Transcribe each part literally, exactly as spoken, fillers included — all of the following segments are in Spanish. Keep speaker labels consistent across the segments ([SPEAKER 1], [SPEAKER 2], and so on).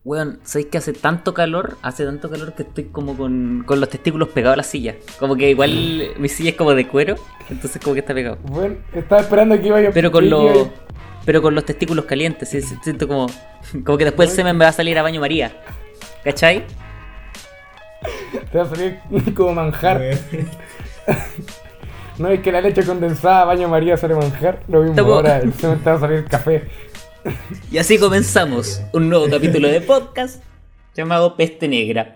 [SPEAKER 1] Weón, ¿sabéis que hace tanto calor? Hace tanto calor que estoy como con, con los testículos pegados a la silla. Como que igual mi silla es como de cuero, entonces como que está pegado.
[SPEAKER 2] Bueno, estaba esperando que iba a...
[SPEAKER 1] Pero con los... Pero con los testículos calientes, ¿sí? Siento como... Como que después el semen me va a salir a baño María. ¿Cachai?
[SPEAKER 2] Te va a salir como manjar. No es que la leche condensada a baño María sale manjar. Lo mismo
[SPEAKER 1] Estamos...
[SPEAKER 2] ahora, el semen te va a salir café.
[SPEAKER 1] Y así comenzamos un nuevo capítulo de podcast llamado Peste Negra.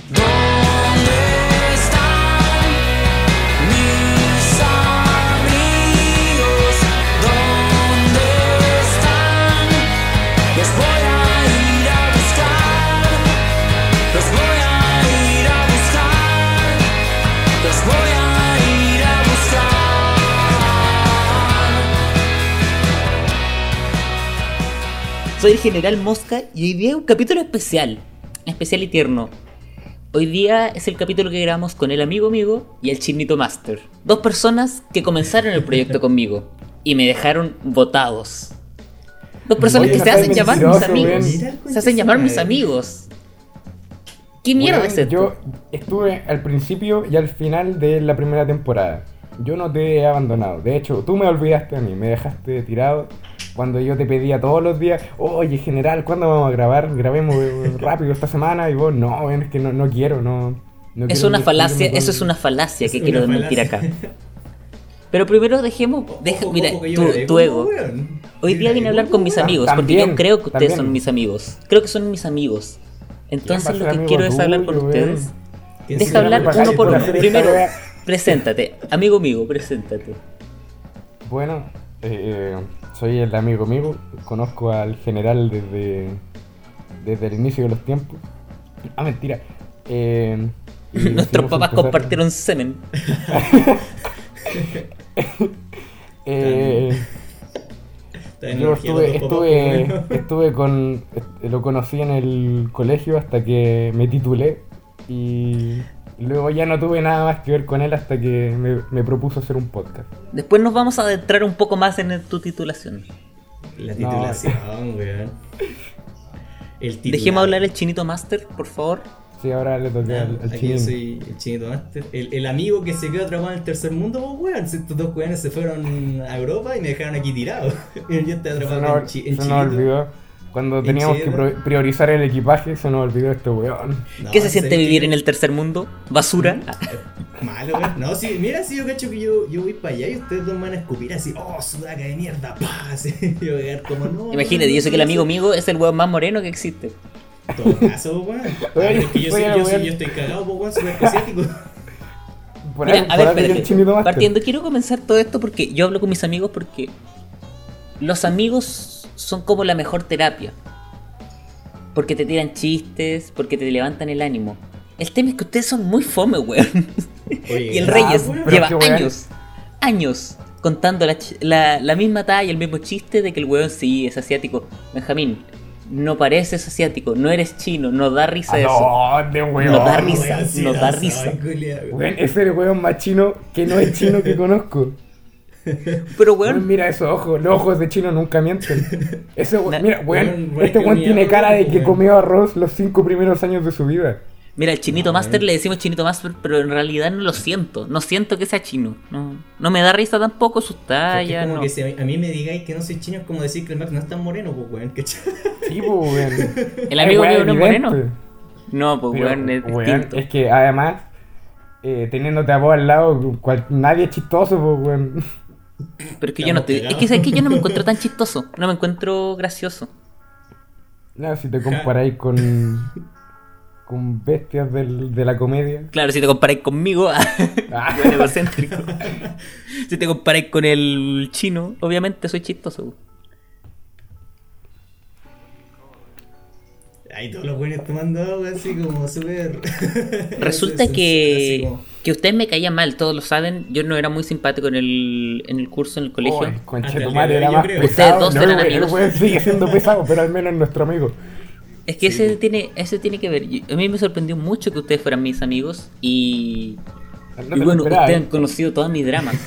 [SPEAKER 1] Soy el General Mosca y hoy día es un capítulo especial, especial y tierno. Hoy día es el capítulo que grabamos con el amigo amigo y el Chinito Master. Dos personas que comenzaron el proyecto conmigo y me dejaron botados. Dos personas
[SPEAKER 2] Oye,
[SPEAKER 1] que se hacen llamar mis amigos.
[SPEAKER 2] Bien.
[SPEAKER 1] Se hacen llamar mis amigos. ¿Qué mierda
[SPEAKER 2] Bueno,
[SPEAKER 1] es esto?
[SPEAKER 2] Yo estuve al principio y al final de la primera temporada. Yo no te he abandonado. De hecho, tú me olvidaste a mí, me dejaste tirado. Cuando yo te pedía todos los días, oye, general, ¿cuándo vamos a grabar? Grabemos rápido esta semana. Y vos, no, es que no, no quiero, no, no
[SPEAKER 1] Es
[SPEAKER 2] quiero
[SPEAKER 1] una
[SPEAKER 2] que
[SPEAKER 1] falacia,
[SPEAKER 2] estemos
[SPEAKER 1] eso es
[SPEAKER 2] con-
[SPEAKER 1] una falacia que
[SPEAKER 3] Es
[SPEAKER 1] quiero
[SPEAKER 3] una
[SPEAKER 1] desmentir
[SPEAKER 3] falacia.
[SPEAKER 1] acá. Pero primero dejemos, deja,
[SPEAKER 3] Ojo,
[SPEAKER 1] mira,
[SPEAKER 3] ojo, que yo
[SPEAKER 1] tu,
[SPEAKER 3] grabé
[SPEAKER 1] tu
[SPEAKER 3] como,
[SPEAKER 1] ego.
[SPEAKER 3] weón.
[SPEAKER 1] Hoy
[SPEAKER 3] Yo
[SPEAKER 1] día vine a
[SPEAKER 3] grabé
[SPEAKER 1] hablar con mis
[SPEAKER 3] como,
[SPEAKER 1] amigos,
[SPEAKER 2] También,
[SPEAKER 1] porque yo creo que ustedes
[SPEAKER 2] también.
[SPEAKER 1] son mis amigos. Creo que son mis amigos. Entonces
[SPEAKER 2] ¿Quién va
[SPEAKER 1] lo
[SPEAKER 2] a ser
[SPEAKER 1] que
[SPEAKER 2] amigo
[SPEAKER 1] quiero es hablar con
[SPEAKER 2] tuyo,
[SPEAKER 1] ustedes.
[SPEAKER 2] weón?
[SPEAKER 3] ¿Quién
[SPEAKER 1] Deja
[SPEAKER 3] se
[SPEAKER 1] hablar
[SPEAKER 3] llama?
[SPEAKER 1] uno por
[SPEAKER 2] Por
[SPEAKER 1] uno.
[SPEAKER 2] hacer esta
[SPEAKER 1] Primero,
[SPEAKER 2] wea.
[SPEAKER 1] preséntate. Amigo mío, preséntate.
[SPEAKER 2] Bueno, eh, soy el amigo amigo, conozco al general desde, desde el inicio de los tiempos. Ah, mentira. Eh, y
[SPEAKER 1] Nuestros
[SPEAKER 2] decidimos
[SPEAKER 1] papás
[SPEAKER 2] empezar-
[SPEAKER 1] compartieron semen.
[SPEAKER 2] Eh,
[SPEAKER 3] Está en
[SPEAKER 2] yo
[SPEAKER 3] energía
[SPEAKER 2] estuve,
[SPEAKER 3] los dos
[SPEAKER 2] estuve,
[SPEAKER 3] papás, pues,
[SPEAKER 2] estuve con, est- lo conocí en el colegio hasta que me titulé y luego ya no tuve nada más que ver con él hasta que me, me propuso hacer un podcast.
[SPEAKER 1] Después nos vamos a adentrar un poco más en tu titulación.
[SPEAKER 3] La titulación, weón. El titular.
[SPEAKER 1] Dejemos hablar el Chinito Master, por favor.
[SPEAKER 2] Sí, ahora le toqué al, al
[SPEAKER 3] Aquí
[SPEAKER 2] chinín.
[SPEAKER 3] yo soy el Chinito Master. El, el amigo que se quedó atrapado en el tercer mundo, pues weón. Si estos dos weones se fueron a Europa y me dejaron aquí tirado. Yo estoy
[SPEAKER 2] Se
[SPEAKER 3] atrapado
[SPEAKER 2] nos,
[SPEAKER 3] en, chi, en
[SPEAKER 2] se nos
[SPEAKER 3] Chilito.
[SPEAKER 2] olvidó. Cuando
[SPEAKER 3] En
[SPEAKER 2] teníamos que
[SPEAKER 3] Chile.
[SPEAKER 2] pro- priorizar el equipaje, se nos olvidó este weón.
[SPEAKER 3] No,
[SPEAKER 1] ¿Qué se siente
[SPEAKER 3] ¿sabes
[SPEAKER 1] vivir
[SPEAKER 3] qué?
[SPEAKER 1] en el tercer mundo? ¿Basura?
[SPEAKER 3] Malo, weón. No, sí, mira, sí, yo cacho que yo, yo voy para allá y ustedes dos me van a escupir así, oh, sudaca de mierda, pa, así. Yo voy a quedar como no.
[SPEAKER 1] Imagínate, yo sé que el amigo mío es el weón más moreno que existe.
[SPEAKER 3] En todo caso, weón. Ah,
[SPEAKER 2] Oye,
[SPEAKER 3] es que yo, soy,
[SPEAKER 2] oye,
[SPEAKER 3] yo, soy,
[SPEAKER 2] weón.
[SPEAKER 3] yo estoy cagado, pues, weón, súper asiático.
[SPEAKER 2] Por
[SPEAKER 1] Mira,
[SPEAKER 2] algo-
[SPEAKER 1] a
[SPEAKER 2] por
[SPEAKER 1] ver,
[SPEAKER 2] algo que el
[SPEAKER 1] espérate.
[SPEAKER 2] Chinito Master.
[SPEAKER 1] Partiendo, quiero comenzar todo esto porque yo hablo con mis amigos porque los amigos son como la mejor terapia. Porque te tiran chistes, porque te levantan el ánimo. El tema es que ustedes son muy fome, weón.
[SPEAKER 3] Oye,
[SPEAKER 1] Y el
[SPEAKER 3] ya,
[SPEAKER 1] Reyes
[SPEAKER 3] weón.
[SPEAKER 1] lleva
[SPEAKER 2] Pero qué weón.
[SPEAKER 1] años, años contando la, ch- la, la misma talla, el mismo chiste de que el weón sí es asiático. Benjamín, no pareces asiático, no eres chino, no da risa eso.
[SPEAKER 2] ¿A dónde, weón?
[SPEAKER 1] No da
[SPEAKER 3] Weón,
[SPEAKER 1] risa,
[SPEAKER 3] sí
[SPEAKER 1] no
[SPEAKER 3] la
[SPEAKER 1] da
[SPEAKER 3] sabe,
[SPEAKER 1] risa.
[SPEAKER 3] culiao.
[SPEAKER 2] Weón, ese es el weón más chino que no es chino que conozco.
[SPEAKER 1] Pero
[SPEAKER 2] Weón,
[SPEAKER 1] weón,
[SPEAKER 2] mira esos ojos, los ojos de chino nunca mienten. Ese weón,
[SPEAKER 1] Na-
[SPEAKER 2] mira, weón,
[SPEAKER 3] weón, weón,
[SPEAKER 2] este
[SPEAKER 3] que
[SPEAKER 2] weón
[SPEAKER 3] comía
[SPEAKER 2] tiene cara de
[SPEAKER 3] arroz,
[SPEAKER 2] que
[SPEAKER 3] weón.
[SPEAKER 2] comió arroz los cinco primeros años de su vida.
[SPEAKER 1] mira, el Chinito
[SPEAKER 3] No,
[SPEAKER 1] Master
[SPEAKER 3] weón.
[SPEAKER 1] le decimos Chinito Master, pero en realidad no lo siento. No siento que sea chino. No, no me da risa tampoco sus
[SPEAKER 3] Porque es
[SPEAKER 1] tallas.
[SPEAKER 3] como
[SPEAKER 1] No.
[SPEAKER 3] que si a mí, a mí me digáis que no soy chino es como decir que el Mac no es tan moreno, pues weón, ¿cachai?
[SPEAKER 2] Sí, pues, weón.
[SPEAKER 1] El amigo
[SPEAKER 2] Ay,
[SPEAKER 1] mío
[SPEAKER 2] weón,
[SPEAKER 1] no es
[SPEAKER 2] evidente.
[SPEAKER 1] moreno. No, pues
[SPEAKER 2] Pero,
[SPEAKER 1] weón, es
[SPEAKER 2] weón,
[SPEAKER 1] distinto.
[SPEAKER 2] es que además, eh, teniéndote a vos al lado, cual- nadie es chistoso, pues, weón.
[SPEAKER 1] Pero es que yo no
[SPEAKER 3] Estamos
[SPEAKER 1] estoy. Es que sabes que yo no me encuentro tan chistoso. No me encuentro gracioso.
[SPEAKER 2] No, si te comparáis con, con bestias del- de la comedia.
[SPEAKER 1] Claro, si te comparáis conmigo,
[SPEAKER 2] Ah.
[SPEAKER 1] weón egocéntrico. Si te comparáis con el chino, obviamente soy chistoso.
[SPEAKER 3] Ahí todos los buenos tomando agua así como súper...
[SPEAKER 1] Resulta
[SPEAKER 3] Así
[SPEAKER 1] que,
[SPEAKER 3] como-
[SPEAKER 1] que ustedes me caían mal, todos lo saben. Yo no era muy simpático en el, en el curso, en el colegio.
[SPEAKER 2] Uy, conche
[SPEAKER 3] Hasta
[SPEAKER 2] tu
[SPEAKER 3] el
[SPEAKER 2] madre,
[SPEAKER 3] día de
[SPEAKER 2] era
[SPEAKER 3] hoy,
[SPEAKER 2] más
[SPEAKER 3] yo creo.
[SPEAKER 2] pesado.
[SPEAKER 1] Ustedes dos
[SPEAKER 2] No,
[SPEAKER 1] eran
[SPEAKER 2] el
[SPEAKER 1] amigos.
[SPEAKER 2] weón sigue siendo pesado, pero al menos es nuestro amigo.
[SPEAKER 1] Es que
[SPEAKER 3] Sí,
[SPEAKER 1] ese
[SPEAKER 3] po.
[SPEAKER 1] tiene, ese tiene que ver. Yo- A mí me sorprendió mucho que ustedes fueran mis amigos y,
[SPEAKER 2] No
[SPEAKER 1] y
[SPEAKER 2] te lo
[SPEAKER 1] bueno,
[SPEAKER 2] esperaba,
[SPEAKER 1] ustedes
[SPEAKER 2] ¿eh?
[SPEAKER 1] han conocido todos mis dramas.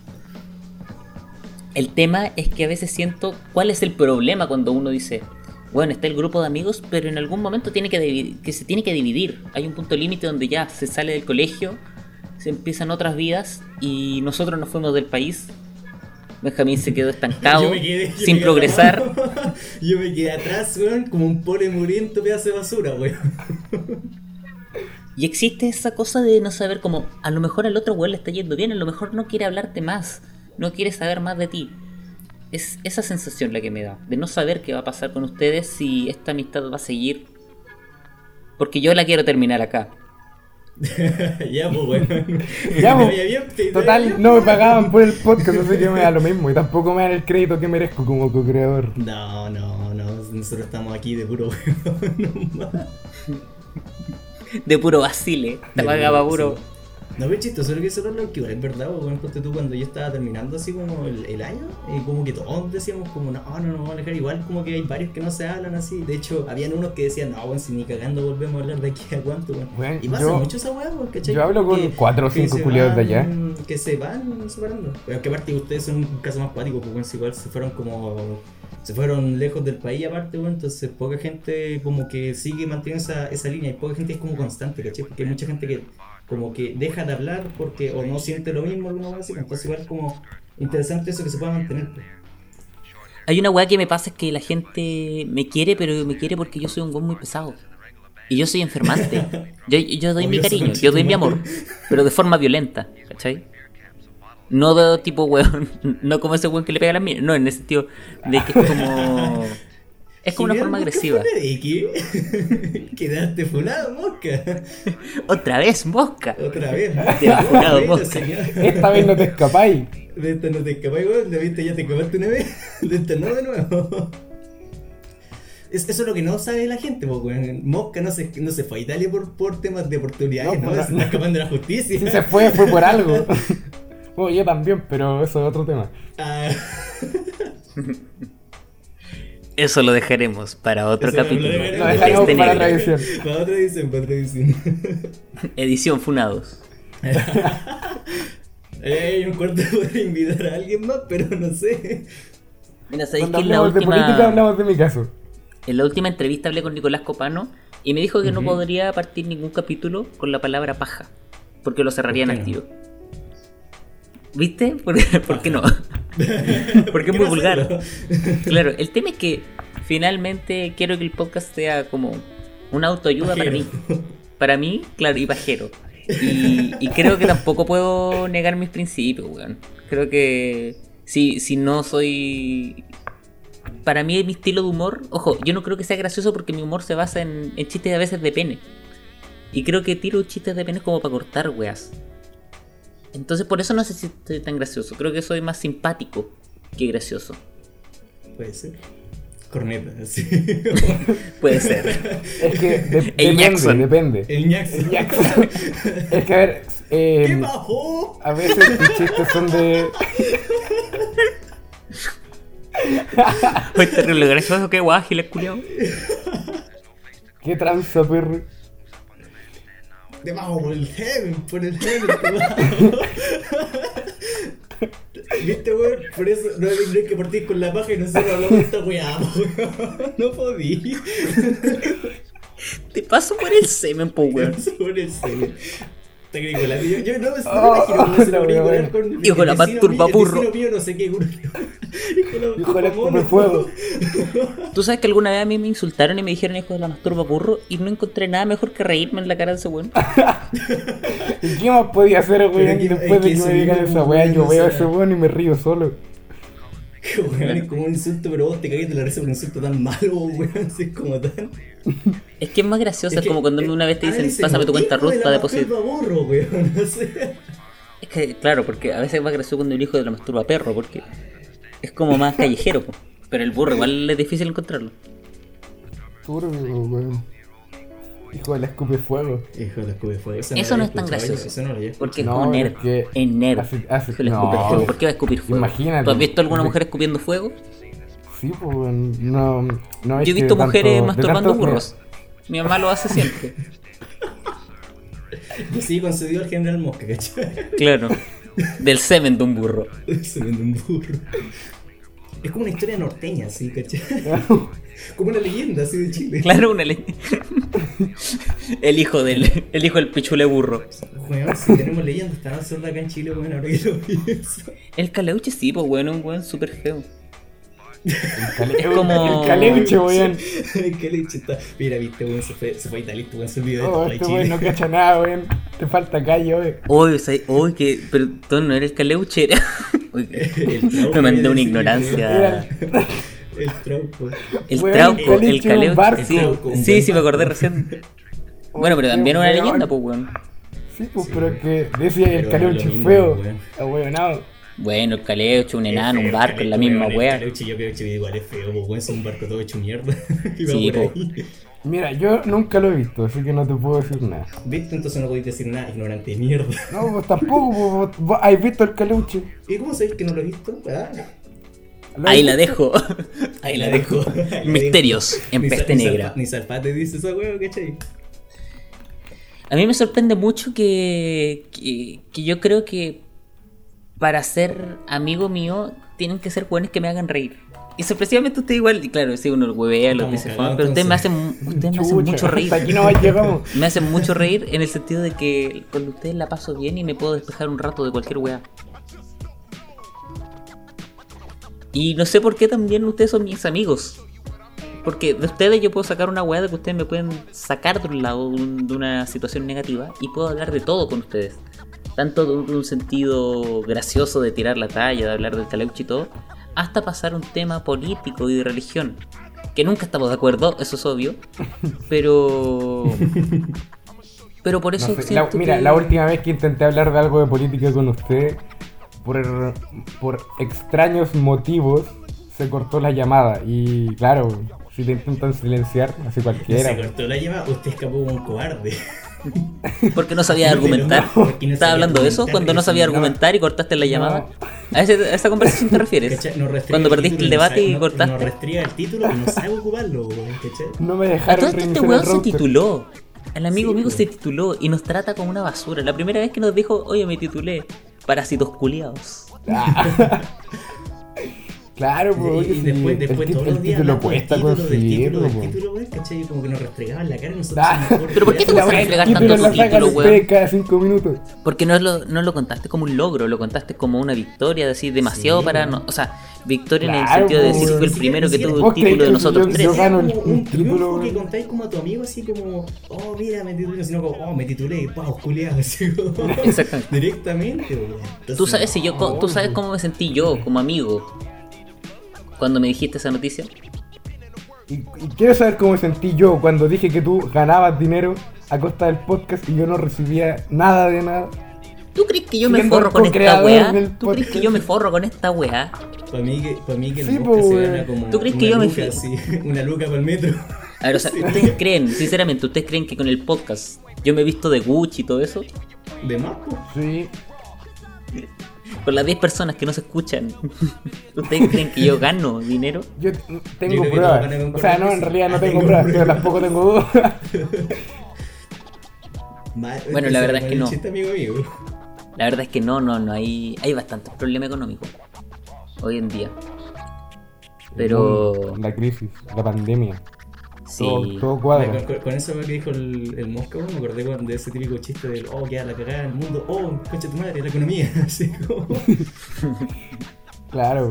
[SPEAKER 1] El tema es que a veces siento cuál es el problema cuando uno dice, bueno, está el grupo de amigos, pero en algún momento tiene que, dividir, que se tiene que dividir. Hay un punto límite donde ya se sale del colegio, se empiezan otras vidas y nosotros nos fuimos del país. Benjamín se quedó estancado,
[SPEAKER 3] Yo me quedé- yo
[SPEAKER 1] sin
[SPEAKER 3] me quedé
[SPEAKER 1] progresar.
[SPEAKER 3] atrás. Yo me quedé atrás, weón, como un pobre muriento pedazo de basura, weón.
[SPEAKER 1] Y existe esa cosa de no saber cómo, a lo mejor al otro weón le está yendo bien, a lo mejor no quiere hablarte más, no quiere saber más de ti. Es esa sensación la que me da, de no saber qué va a pasar con ustedes, si esta amistad va a seguir. Porque yo la quiero terminar acá.
[SPEAKER 3] Ya, pues, weón.
[SPEAKER 2] Ya,
[SPEAKER 3] Te
[SPEAKER 2] po.
[SPEAKER 3] vaya bien, te- te vaya
[SPEAKER 2] Total,
[SPEAKER 3] bien.
[SPEAKER 2] no me pagaban por el podcast, no sé qué me da lo mismo. Y tampoco me dan el crédito que merezco como co-creador.
[SPEAKER 3] No, no, no. Nosotros estamos aquí de puro weón. nomás.
[SPEAKER 1] De puro vacile, te
[SPEAKER 3] De
[SPEAKER 1] pagaba
[SPEAKER 3] puro,
[SPEAKER 1] puro.
[SPEAKER 3] sí. No, pero chistoso lo que se lo que igual es verdad, weón, ponte tú cuando yo estaba terminando así como el, el año, y como que todos decíamos como no, no, no, nos vamos a alejar, igual como que hay varios que no se hablan así, de hecho habían unos que decían, no, weón, si ni cagando volvemos a hablar de aquí a cuánto, weón.
[SPEAKER 2] Weón,
[SPEAKER 3] Y pasa
[SPEAKER 2] yo-
[SPEAKER 3] mucho esa weá, weón, ¿cachai?
[SPEAKER 2] yo hablo con
[SPEAKER 3] Que-
[SPEAKER 2] cuatro o
[SPEAKER 3] que
[SPEAKER 2] cinco
[SPEAKER 3] se
[SPEAKER 2] culiados de allá.
[SPEAKER 3] van- Que se van separando. Pero que aparte ustedes son un caso más cuático, pues weón, si igual se fueron como... Se fueron lejos del país aparte, weón, entonces poca gente como que sigue manteniendo esa, esa línea y poca gente es como constante, ¿cachai? Porque hay mucha gente que como que deja de hablar porque o no siente lo mismo alguna vez así, entonces igual como interesante eso que se pueda mantener, pues.
[SPEAKER 1] Hay una weá que me pasa, es que la gente me quiere, pero me quiere porque yo soy un weón muy pesado. Y yo soy enfermante. Yo, yo doy mi
[SPEAKER 3] Obvio,
[SPEAKER 1] cariño,
[SPEAKER 3] soy
[SPEAKER 1] yo doy mi
[SPEAKER 3] tu madre.
[SPEAKER 1] amor, pero de forma violenta, ¿cachai? No de tipo weón, no como ese weón que le pega a las minas, no, en el sentido de que es como... Es como una forma agresiva.
[SPEAKER 3] ¿Qué? Quedaste funado, mosca.
[SPEAKER 1] Otra vez, mosca.
[SPEAKER 3] Otra vez.
[SPEAKER 1] Te has funado,
[SPEAKER 3] Bueno,
[SPEAKER 1] mosca.
[SPEAKER 3] señor.
[SPEAKER 2] Esta vez no te escapáis.
[SPEAKER 3] De esta no te escapáis, weón. De esta ya te escapaste una vez. De esta no de nuevo. Es, eso es lo que no sabe la gente, po, weón. Mosca no se, no se fue a Italia por, por temas de oportunidades,
[SPEAKER 2] No,
[SPEAKER 3] no,
[SPEAKER 2] pues,
[SPEAKER 3] se
[SPEAKER 2] no.
[SPEAKER 3] está escapando de la justicia.
[SPEAKER 2] Si se fue, fue por algo. Bueno, yo también, pero eso es otro tema.
[SPEAKER 3] Ah,
[SPEAKER 1] Eso lo dejaremos para otro
[SPEAKER 3] Eso lo
[SPEAKER 1] capítulo.
[SPEAKER 3] dejaremos.
[SPEAKER 2] Lo
[SPEAKER 1] de
[SPEAKER 2] dejaremos
[SPEAKER 1] Este
[SPEAKER 2] para
[SPEAKER 1] Negro.
[SPEAKER 2] otra edición.
[SPEAKER 3] para otra edición, para otra edición.
[SPEAKER 1] Edición Funados.
[SPEAKER 3] Eh, un cuarto podría invitar a alguien más, pero no sé.
[SPEAKER 1] Mira, sabéis
[SPEAKER 2] Cuando
[SPEAKER 1] que en la
[SPEAKER 2] hablamos de política,
[SPEAKER 1] última,
[SPEAKER 2] hablamos de mi caso.
[SPEAKER 1] en la última entrevista hablé con Nicolás Copano y me dijo que no
[SPEAKER 3] Ujú.
[SPEAKER 1] podría partir ningún capítulo con la palabra paja, porque lo cerrarían
[SPEAKER 3] ¿Por qué
[SPEAKER 1] al
[SPEAKER 3] no?
[SPEAKER 1] tiro. ¿Viste? ¿Por, ¿por qué no? Porque es muy
[SPEAKER 3] ¿Qué
[SPEAKER 1] vulgar.
[SPEAKER 3] hacerlo?
[SPEAKER 1] Claro, el tema es que finalmente quiero que el podcast sea como una autoayuda para
[SPEAKER 3] Pajero.
[SPEAKER 1] mí. Para mí, claro, y pajero. Y, y creo que tampoco puedo negar mis principios, weón. Creo que si, si no soy... Para mí mi estilo de humor... Ojo, yo no creo que sea gracioso porque mi humor se basa en, en chistes a veces de pene. Y creo que tiro chistes de pene como para cortar, weas. Entonces por eso no sé si estoy tan gracioso. Creo que soy más simpático que gracioso.
[SPEAKER 3] Puede ser. Corneta, así.
[SPEAKER 1] Puede ser.
[SPEAKER 2] Es que de-
[SPEAKER 1] El
[SPEAKER 2] depende,
[SPEAKER 1] Jackson.
[SPEAKER 2] depende.
[SPEAKER 3] El Ñaxo.
[SPEAKER 2] El Jackson. Es que a ver, eh,
[SPEAKER 3] ¿Qué bajó?
[SPEAKER 2] a veces tus chistes son de...
[SPEAKER 1] Fue terrible gracioso, qué guay, le culiao.
[SPEAKER 2] ¿Qué tranza, perro?
[SPEAKER 3] Debajo por el heaven, por el heaven, debajo. ¿Viste, weón? Por eso no hay que partir con la paja y nosotros hablamos de esta weá, weón. No podí.
[SPEAKER 1] Te paso por el semen, po, weón.
[SPEAKER 3] Por el semen. Está gringola. Yo, yo no me
[SPEAKER 2] Oh,
[SPEAKER 3] imagino cómo se
[SPEAKER 2] la
[SPEAKER 3] lo
[SPEAKER 2] weá,
[SPEAKER 3] gringolar
[SPEAKER 2] weá.
[SPEAKER 3] con.
[SPEAKER 1] Hijo de la
[SPEAKER 3] el vecino
[SPEAKER 1] masturba
[SPEAKER 3] mío-
[SPEAKER 1] burro.
[SPEAKER 3] El vecino mío no sé qué, weón.
[SPEAKER 2] Hijo de la
[SPEAKER 3] mono.
[SPEAKER 2] escupe fuego.
[SPEAKER 1] Tú sabes que alguna vez a mí me insultaron y me dijeron hijo de la masturba burro y no encontré nada mejor que reírme en la cara de ese weón.
[SPEAKER 2] ¿Y qué más podía hacer, weón?
[SPEAKER 3] Pero es que-
[SPEAKER 2] Después
[SPEAKER 3] es
[SPEAKER 2] de
[SPEAKER 3] que
[SPEAKER 2] que me
[SPEAKER 3] ese
[SPEAKER 2] digan
[SPEAKER 3] mismo
[SPEAKER 2] esa weá, yo
[SPEAKER 3] weón,
[SPEAKER 2] veo
[SPEAKER 3] o
[SPEAKER 2] a
[SPEAKER 3] sea-
[SPEAKER 2] ese weón y me río solo.
[SPEAKER 3] Weón, es como un insulto, pero vos te cagues de la risa por un insulto tan malo, weón. Así es como tan.
[SPEAKER 1] Es que es más gracioso, es,
[SPEAKER 3] que,
[SPEAKER 1] como cuando
[SPEAKER 3] eh,
[SPEAKER 1] una vez te dicen
[SPEAKER 3] Alex,
[SPEAKER 1] pásame tu
[SPEAKER 3] el
[SPEAKER 1] cuenta
[SPEAKER 3] hijo de
[SPEAKER 1] Ruth
[SPEAKER 3] la
[SPEAKER 1] para depositar.
[SPEAKER 3] masturba burro, weón. No sé.
[SPEAKER 1] Es que claro, porque a veces es más gracioso cuando el hijo de la masturba perro, porque es como más callejero, po. Pero el burro igual es difícil encontrarlo.
[SPEAKER 2] Turbo, weón. Hijo de la escupe fuego.
[SPEAKER 3] Hijo de la escupe fuego.
[SPEAKER 1] Eso no
[SPEAKER 3] lo había
[SPEAKER 1] es tan
[SPEAKER 3] escuchado,
[SPEAKER 1] gracioso.
[SPEAKER 3] Eso no lo había escuchado.
[SPEAKER 1] Porque es
[SPEAKER 2] No,
[SPEAKER 1] como nerd.
[SPEAKER 2] es que
[SPEAKER 1] Es nerd.
[SPEAKER 2] hace- hace-
[SPEAKER 1] Hijo de la
[SPEAKER 2] no.
[SPEAKER 1] escupe fuego. ¿Por qué va a escupir fuego?
[SPEAKER 2] Imagínate.
[SPEAKER 1] ¿Tú has visto alguna
[SPEAKER 2] De-
[SPEAKER 1] mujer escupiendo fuego?
[SPEAKER 2] Sí, pues, weón, no, no es
[SPEAKER 1] Yo he
[SPEAKER 2] que
[SPEAKER 1] visto
[SPEAKER 2] tanto-
[SPEAKER 1] mujeres
[SPEAKER 2] de
[SPEAKER 1] masturbando
[SPEAKER 2] tanto-
[SPEAKER 1] burros. Mi mamá lo hace siempre.
[SPEAKER 3] Yo sí concedió al general Mosca, ¿cachai?
[SPEAKER 1] Claro. Del semen de un burro.
[SPEAKER 3] Se vende un burro. Es como una historia norteña, así, ¿cachai? Como una leyenda así de Chile.
[SPEAKER 1] Claro, una ley. El hijo del el hijo del pichule burro.
[SPEAKER 3] Weón, si tenemos leyendas tan absurdas acá en Chile, weón, ahora que lo pienso.
[SPEAKER 1] El Caleuche sí, pues bueno, un weón súper feo.
[SPEAKER 2] El, cale-
[SPEAKER 1] Es como-
[SPEAKER 2] el caleuche, weón.
[SPEAKER 3] Qué leche está. Mira, viste, weón, se fue, se fue a Italia, weón, se olvidó de
[SPEAKER 2] Oh,
[SPEAKER 3] todo
[SPEAKER 2] este
[SPEAKER 3] Chile.
[SPEAKER 2] weón no cacha nada, weón. Te falta calle, weón.
[SPEAKER 1] Uy, o sea, uy, que. Perdón, no era el Caleuche, era. Uy,
[SPEAKER 3] El trauco,
[SPEAKER 1] me mandé
[SPEAKER 3] iba a
[SPEAKER 1] una
[SPEAKER 3] decir,
[SPEAKER 1] ignorancia.
[SPEAKER 2] Era-
[SPEAKER 3] El trauco.
[SPEAKER 1] El
[SPEAKER 2] Weón,
[SPEAKER 1] trauco,
[SPEAKER 2] el
[SPEAKER 1] el
[SPEAKER 2] Caleuche era un
[SPEAKER 1] Caleuche.
[SPEAKER 2] barco.
[SPEAKER 1] Sí,
[SPEAKER 3] Trauco, un
[SPEAKER 1] sí,
[SPEAKER 3] buen
[SPEAKER 1] sí, me acordé
[SPEAKER 3] barco.
[SPEAKER 1] recién. Bueno, pero también una
[SPEAKER 2] Weón.
[SPEAKER 1] leyenda, pues weón.
[SPEAKER 2] Sí, pues,
[SPEAKER 3] Sí,
[SPEAKER 2] pero
[SPEAKER 3] weón.
[SPEAKER 2] que decía el
[SPEAKER 3] Pero
[SPEAKER 2] caleuche
[SPEAKER 3] no lo mismo,
[SPEAKER 2] feo.
[SPEAKER 3] weón.
[SPEAKER 2] Ahueonado.
[SPEAKER 1] Bueno, el Caleuche, un enano, un
[SPEAKER 3] Es feo,
[SPEAKER 1] barco, en la
[SPEAKER 3] weón,
[SPEAKER 1] misma
[SPEAKER 3] el
[SPEAKER 1] wea.
[SPEAKER 3] Caleuche, yo creo que igual es feo, pues, weón, es un barco todo hecho mierda. Y va
[SPEAKER 1] Sí,
[SPEAKER 3] por
[SPEAKER 1] po.
[SPEAKER 3] ahí.
[SPEAKER 2] Mira, yo nunca lo he visto, así que no te puedo decir nada.
[SPEAKER 3] ¿Viste? Entonces no podéis decir nada, ignorante de mierda.
[SPEAKER 2] No, pues tampoco, pues, vos- vos has visto el caleuche.
[SPEAKER 3] ¿Y cómo sabéis que no lo he visto? Ah,
[SPEAKER 2] ¿Lo
[SPEAKER 1] Ahí
[SPEAKER 2] has
[SPEAKER 1] la
[SPEAKER 2] visto?
[SPEAKER 1] dejo. Ahí la dejo.
[SPEAKER 3] Ahí la
[SPEAKER 1] Misterios
[SPEAKER 3] dejo.
[SPEAKER 1] en
[SPEAKER 3] Ni
[SPEAKER 1] peste
[SPEAKER 3] Sal- ni
[SPEAKER 1] negra.
[SPEAKER 3] Salpa- Ni Salpate dice esa weón, ¿cachai?
[SPEAKER 1] A mí me sorprende mucho que, que, que yo creo que para ser amigo mío tienen que ser jóvenes que me hagan reír. Y sorpresivamente usted igual, y claro, sí, uno lo huevea, lo
[SPEAKER 3] Estamos
[SPEAKER 1] dice,
[SPEAKER 3] cagados,
[SPEAKER 1] pero ustedes me
[SPEAKER 3] entonces.
[SPEAKER 1] hacen, ustedes me hacen
[SPEAKER 2] Chucha,
[SPEAKER 1] mucho reír.
[SPEAKER 2] hasta aquí no llegamos.
[SPEAKER 1] Me hacen mucho reír en el sentido de que con ustedes la paso bien y me puedo despejar un rato de cualquier weá. Y no sé por qué también ustedes son mis amigos. Porque de ustedes yo puedo sacar una weá de que ustedes me pueden sacar de un lado de, un- de una situación negativa y puedo hablar de todo con ustedes. Tanto de un, de un sentido gracioso de tirar la talla, de hablar del caleuche y todo, hasta pasar a un tema político y de religión. Que nunca estamos de acuerdo, eso es obvio. Pero... Pero por eso
[SPEAKER 2] No sé, la-
[SPEAKER 1] siento
[SPEAKER 2] mira,
[SPEAKER 1] que-
[SPEAKER 2] la última vez que intenté hablar de algo de política con usted, por, por extraños motivos, se cortó la llamada. Y claro, si te intentan silenciar, así cualquiera.
[SPEAKER 3] Se cortó la llama, usted escapó como un cobarde.
[SPEAKER 1] Porque no sabía
[SPEAKER 3] Pero
[SPEAKER 1] argumentar.
[SPEAKER 3] no, porque no
[SPEAKER 1] ¿Estás
[SPEAKER 3] sabía
[SPEAKER 1] hablando de eso?
[SPEAKER 3] argumentar,
[SPEAKER 1] Cuando no
[SPEAKER 3] eso
[SPEAKER 1] sabía
[SPEAKER 3] no.
[SPEAKER 1] argumentar y cortaste la
[SPEAKER 2] No.
[SPEAKER 1] llamada. ¿A, ese- a esa conversación te refieres?
[SPEAKER 3] ¿Cachai? Nos restringe
[SPEAKER 1] Cuando perdiste el
[SPEAKER 3] título, no
[SPEAKER 1] debate
[SPEAKER 3] sabe-
[SPEAKER 1] y
[SPEAKER 3] no-
[SPEAKER 1] cortaste.
[SPEAKER 3] Nos restriega el título y no sabe ocuparlo, weón, ¿cachai?
[SPEAKER 2] No me
[SPEAKER 1] A
[SPEAKER 2] dejaron
[SPEAKER 1] todo esto este
[SPEAKER 2] reiniciar
[SPEAKER 1] weón
[SPEAKER 2] el
[SPEAKER 1] se
[SPEAKER 2] router.
[SPEAKER 1] tituló. El amigo
[SPEAKER 3] Sí,
[SPEAKER 1] mío
[SPEAKER 3] po.
[SPEAKER 1] se tituló y nos trata como una basura. La primera vez que nos dijo, oye, me titulé. Parásitos culiados.
[SPEAKER 2] Ah. Claro, pues,
[SPEAKER 3] Y,
[SPEAKER 2] oye,
[SPEAKER 3] y
[SPEAKER 2] sí,
[SPEAKER 3] después,
[SPEAKER 2] el
[SPEAKER 3] después
[SPEAKER 2] tit-
[SPEAKER 3] todos
[SPEAKER 2] el
[SPEAKER 3] los días
[SPEAKER 2] título
[SPEAKER 3] hablando del
[SPEAKER 2] cuesta
[SPEAKER 3] título, del título,
[SPEAKER 2] conseguirlo,
[SPEAKER 3] del
[SPEAKER 2] po.
[SPEAKER 3] título, weón, ¿cachai? Como que nos restregaban la cara y nosotros...
[SPEAKER 2] Ah.
[SPEAKER 3] mejor
[SPEAKER 1] Pero ¿por qué te
[SPEAKER 3] ya-
[SPEAKER 1] vas a
[SPEAKER 2] La
[SPEAKER 1] reflejar
[SPEAKER 2] wea, el
[SPEAKER 1] tanto
[SPEAKER 2] título
[SPEAKER 1] tu
[SPEAKER 2] la sacan
[SPEAKER 1] título,
[SPEAKER 2] ustedes
[SPEAKER 1] weón?
[SPEAKER 2] cada cinco minutos.
[SPEAKER 1] Porque no lo, no lo contaste como un logro, lo contaste como una victoria, decir demasiado
[SPEAKER 3] Sí,
[SPEAKER 1] para...
[SPEAKER 3] weón.
[SPEAKER 1] No, o sea, victoria en el
[SPEAKER 2] Claro,
[SPEAKER 1] sentido de decir
[SPEAKER 2] weón.
[SPEAKER 1] que fue el
[SPEAKER 3] Ni
[SPEAKER 1] primero que
[SPEAKER 3] siquiera-
[SPEAKER 1] tuvo
[SPEAKER 2] ¿Vos
[SPEAKER 1] el título
[SPEAKER 2] crees
[SPEAKER 1] de
[SPEAKER 2] que
[SPEAKER 1] nosotros
[SPEAKER 2] yo-
[SPEAKER 1] tres.
[SPEAKER 2] yo gano el-
[SPEAKER 3] como
[SPEAKER 2] el
[SPEAKER 3] un
[SPEAKER 2] título,
[SPEAKER 3] triunfo que
[SPEAKER 2] weón?
[SPEAKER 3] contáis como a tu amigo así como, oh mira, me titulé, sino como, oh me titulé, pau, culiado, así como,
[SPEAKER 1] Exactamente.
[SPEAKER 3] directamente, weón. Entonces,
[SPEAKER 1] Tú sabes si yo,
[SPEAKER 3] no,
[SPEAKER 1] tú sabes
[SPEAKER 3] weón.
[SPEAKER 1] cómo me sentí yo como amigo cuando me dijiste esa noticia.
[SPEAKER 2] Y, y quiero saber cómo me sentí yo cuando dije que tú ganabas dinero a costa del podcast y yo no recibía nada de nada.
[SPEAKER 1] ¿Tú crees que yo me
[SPEAKER 2] Siendo
[SPEAKER 1] forro con esta
[SPEAKER 2] co-creador
[SPEAKER 1] weá?
[SPEAKER 2] del
[SPEAKER 1] ¿Tú crees que
[SPEAKER 2] podcast.
[SPEAKER 1] yo me forro con esta weá?
[SPEAKER 3] Para mí que, para mí que el
[SPEAKER 2] Sí,
[SPEAKER 3] podcast
[SPEAKER 2] po,
[SPEAKER 3] se
[SPEAKER 2] weón.
[SPEAKER 3] gana como
[SPEAKER 1] ¿Tú crees
[SPEAKER 3] una
[SPEAKER 1] que yo me
[SPEAKER 3] luca,
[SPEAKER 1] fui?
[SPEAKER 3] así, una luca para el metro.
[SPEAKER 1] A ver, o sea, ¿ustedes creen, sinceramente, ustedes creen que con el podcast yo me he visto de Gucci y todo eso?
[SPEAKER 3] De más, po.
[SPEAKER 2] Sí.
[SPEAKER 1] Con las diez personas que no se escuchan, ¿ustedes creen que yo gano dinero?
[SPEAKER 2] Yo
[SPEAKER 3] Yo
[SPEAKER 2] tengo
[SPEAKER 3] creo que
[SPEAKER 2] pruebas.
[SPEAKER 3] todos van a concordar
[SPEAKER 2] O sea, no,
[SPEAKER 3] con
[SPEAKER 2] en
[SPEAKER 3] eso.
[SPEAKER 2] realidad no
[SPEAKER 3] Ah,
[SPEAKER 2] tengo
[SPEAKER 3] tengo
[SPEAKER 2] pruebas, pero
[SPEAKER 3] pruebas.
[SPEAKER 2] tampoco tengo dudas.
[SPEAKER 3] Ma-
[SPEAKER 1] Bueno, la verdad es
[SPEAKER 3] con
[SPEAKER 1] que
[SPEAKER 3] el
[SPEAKER 1] no.
[SPEAKER 3] chiste, amigo mío.
[SPEAKER 1] La verdad es que no, no, no, hay, hay bastantes problemas económicos hoy en día. Pero
[SPEAKER 2] La crisis, la pandemia.
[SPEAKER 1] sí,
[SPEAKER 2] Todo, todo cuadra.
[SPEAKER 3] Con, con- con eso que dijo el, el Mosca, weón, me acordé weón, de ese típico chiste del, oh, queda la cagada en el mundo, oh, concha tu madre, la economía, así como...
[SPEAKER 2] Claro.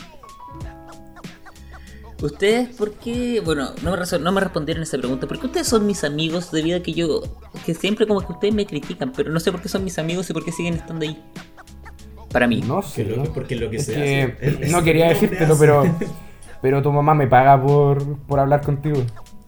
[SPEAKER 1] ¿ustedes por qué? Bueno, no me, reso- no me respondieron esa pregunta. ¿Por qué ustedes son mis amigos debido a que yo... que siempre como que ustedes me critican, pero no sé por qué son mis amigos y por qué siguen estando ahí? Para mí.
[SPEAKER 2] No
[SPEAKER 3] Que
[SPEAKER 2] sé.
[SPEAKER 3] lo- porque es lo que
[SPEAKER 2] Es
[SPEAKER 3] se
[SPEAKER 2] que
[SPEAKER 3] hace. Es- es
[SPEAKER 2] no
[SPEAKER 3] lo
[SPEAKER 2] quería
[SPEAKER 3] que el hombre
[SPEAKER 2] decírtelo,
[SPEAKER 3] hace.
[SPEAKER 2] pero pero tu mamá me paga por, por hablar contigo.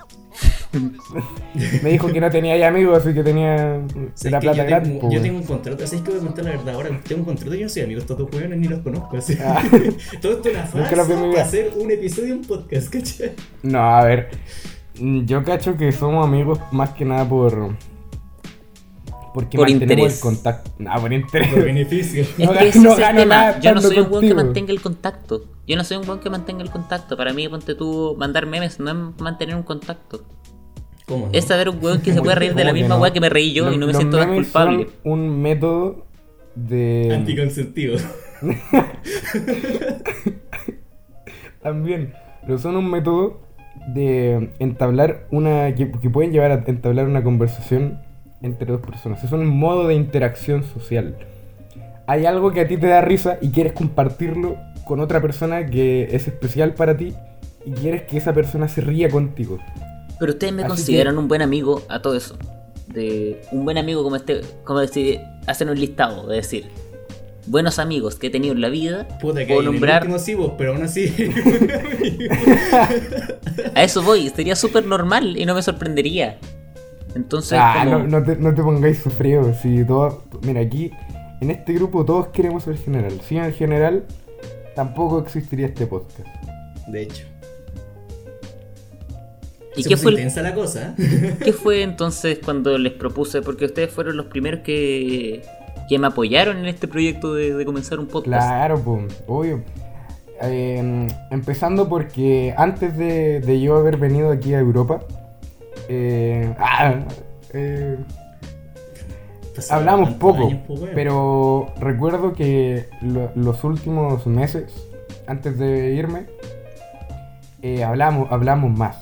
[SPEAKER 2] Me dijo que no tenía ya amigos, así que tenía
[SPEAKER 3] Sí,
[SPEAKER 2] la
[SPEAKER 3] es que
[SPEAKER 2] plata
[SPEAKER 3] yo,
[SPEAKER 2] gratis.
[SPEAKER 3] tengo,
[SPEAKER 2] po,
[SPEAKER 3] yo
[SPEAKER 2] weón.
[SPEAKER 3] tengo un contrato, así es que voy a contar la verdad ahora. Tengo un contrato, yo no soy amigo de estos dos weones ni los conozco. Así.
[SPEAKER 2] Ah.
[SPEAKER 3] Todo esto es una
[SPEAKER 2] Nunca
[SPEAKER 3] farsa
[SPEAKER 2] los vi en mi
[SPEAKER 3] para
[SPEAKER 2] vida.
[SPEAKER 3] hacer un episodio de un podcast, ¿cachai?
[SPEAKER 2] No, a ver. mm, Yo cacho que somos amigos más que nada por. Porque
[SPEAKER 1] Por
[SPEAKER 2] mantenemos
[SPEAKER 1] interés.
[SPEAKER 2] el contacto. No, por interés.
[SPEAKER 3] Por beneficio.
[SPEAKER 1] Es
[SPEAKER 2] No
[SPEAKER 1] que
[SPEAKER 2] ga-
[SPEAKER 1] ese
[SPEAKER 2] no
[SPEAKER 1] es el
[SPEAKER 2] gano
[SPEAKER 1] tema.
[SPEAKER 2] nada
[SPEAKER 1] Yo no
[SPEAKER 2] estando
[SPEAKER 1] soy un weón que
[SPEAKER 2] contigo.
[SPEAKER 1] mantenga el contacto. Yo no soy un weón que mantenga el contacto. Para mí, ponte tú, mandar memes no es mantener un contacto.
[SPEAKER 3] ¿Cómo no?
[SPEAKER 1] Es saber un weón que se puede reír de la
[SPEAKER 2] ¿Cómo que
[SPEAKER 1] misma
[SPEAKER 2] no?
[SPEAKER 1] weá que me reí yo
[SPEAKER 2] Los-
[SPEAKER 1] y no me
[SPEAKER 2] los
[SPEAKER 1] siento tan
[SPEAKER 2] memes
[SPEAKER 1] culpable.
[SPEAKER 2] son un método de.
[SPEAKER 3] Anticonceptivo.
[SPEAKER 2] también. Pero son un método de entablar una... que, que pueden llevar a entablar una conversación entre dos personas. Es un modo de interacción social. Hay algo que a ti te da risa y quieres compartirlo con otra persona que es especial para ti y quieres que esa persona se ría contigo.
[SPEAKER 1] Pero ustedes me
[SPEAKER 2] Así
[SPEAKER 1] consideran
[SPEAKER 2] que-
[SPEAKER 1] un buen amigo a todo eso. De un buen amigo como este, como decir, hacen un listado, de decir, buenos amigos que he tenido en la vida,
[SPEAKER 3] Puta que
[SPEAKER 1] puedo
[SPEAKER 3] en el
[SPEAKER 1] nombrar,
[SPEAKER 3] último sí, vos, pero aún así.
[SPEAKER 1] a eso voy, sería súper normal y no me sorprendería. Entonces,
[SPEAKER 2] Ah,
[SPEAKER 1] como,
[SPEAKER 2] no, no, te, no te pongáis sufridos. Si todo, mira, aquí en este grupo todos queremos ser general. Si en general, tampoco existiría este podcast.
[SPEAKER 3] De hecho.
[SPEAKER 1] ¿y
[SPEAKER 3] Se
[SPEAKER 1] qué
[SPEAKER 3] puso
[SPEAKER 1] fue, el-
[SPEAKER 3] intensa la cosa. ¿eh?
[SPEAKER 1] qué fue entonces cuando les propuse? Porque ustedes fueron los primeros que, que me apoyaron en este proyecto de, de comenzar un podcast.
[SPEAKER 2] Claro, pues, obvio. Eh, empezando porque antes de, de yo haber venido aquí a Europa, eh, ah, eh,
[SPEAKER 3] Pasaron
[SPEAKER 2] hablamos
[SPEAKER 3] tantos
[SPEAKER 2] poco,
[SPEAKER 3] años, pues, bueno.
[SPEAKER 2] pero recuerdo que lo- los últimos meses, antes de irme, eh, hablamos, hablamos más.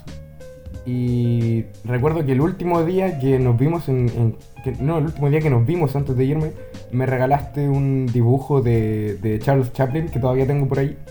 [SPEAKER 2] Y recuerdo que el último día que nos vimos en, en- que- no, el último día que nos vimos antes de irme, me regalaste un dibujo de, de Charles Chaplin que todavía tengo por ahí,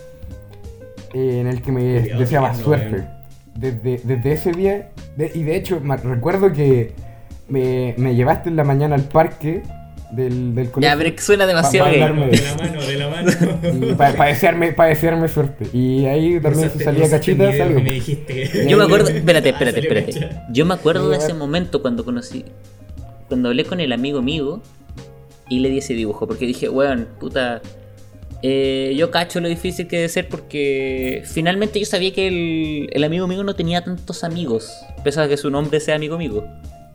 [SPEAKER 2] eh, en el que me
[SPEAKER 3] Cuidado,
[SPEAKER 2] deseaba
[SPEAKER 3] lindo,
[SPEAKER 2] suerte.
[SPEAKER 3] weón.
[SPEAKER 2] Desde, desde ese día, de- y de hecho me, recuerdo que me, me llevaste en la mañana al parque del, del colegio.
[SPEAKER 1] Ya, pero es que suena demasiado
[SPEAKER 2] Pa- pa-
[SPEAKER 1] gay.
[SPEAKER 2] hablarme
[SPEAKER 3] De la mano, de la mano.
[SPEAKER 2] para desearme, pa desearme suerte. Y ahí también se
[SPEAKER 3] Cruzaste-
[SPEAKER 2] salía
[SPEAKER 3] cruzaste mi
[SPEAKER 2] cachita,
[SPEAKER 3] dedo
[SPEAKER 2] salió.
[SPEAKER 3] y me dijiste.
[SPEAKER 1] Yo me acuerdo, espérate,
[SPEAKER 3] Ah,
[SPEAKER 1] espérate,
[SPEAKER 3] salió
[SPEAKER 1] espérate.
[SPEAKER 3] cacha.
[SPEAKER 1] Yo me acuerdo de
[SPEAKER 2] Sí,
[SPEAKER 1] ese
[SPEAKER 2] va.
[SPEAKER 1] momento cuando conocí, cuando hablé con el amigo mío y le di ese dibujo, porque dije, weón, puta, eh, yo cacho lo difícil que debe ser porque finalmente yo sabía que el, el amigo mío no tenía tantos amigos, pese a que su nombre sea amigo mío.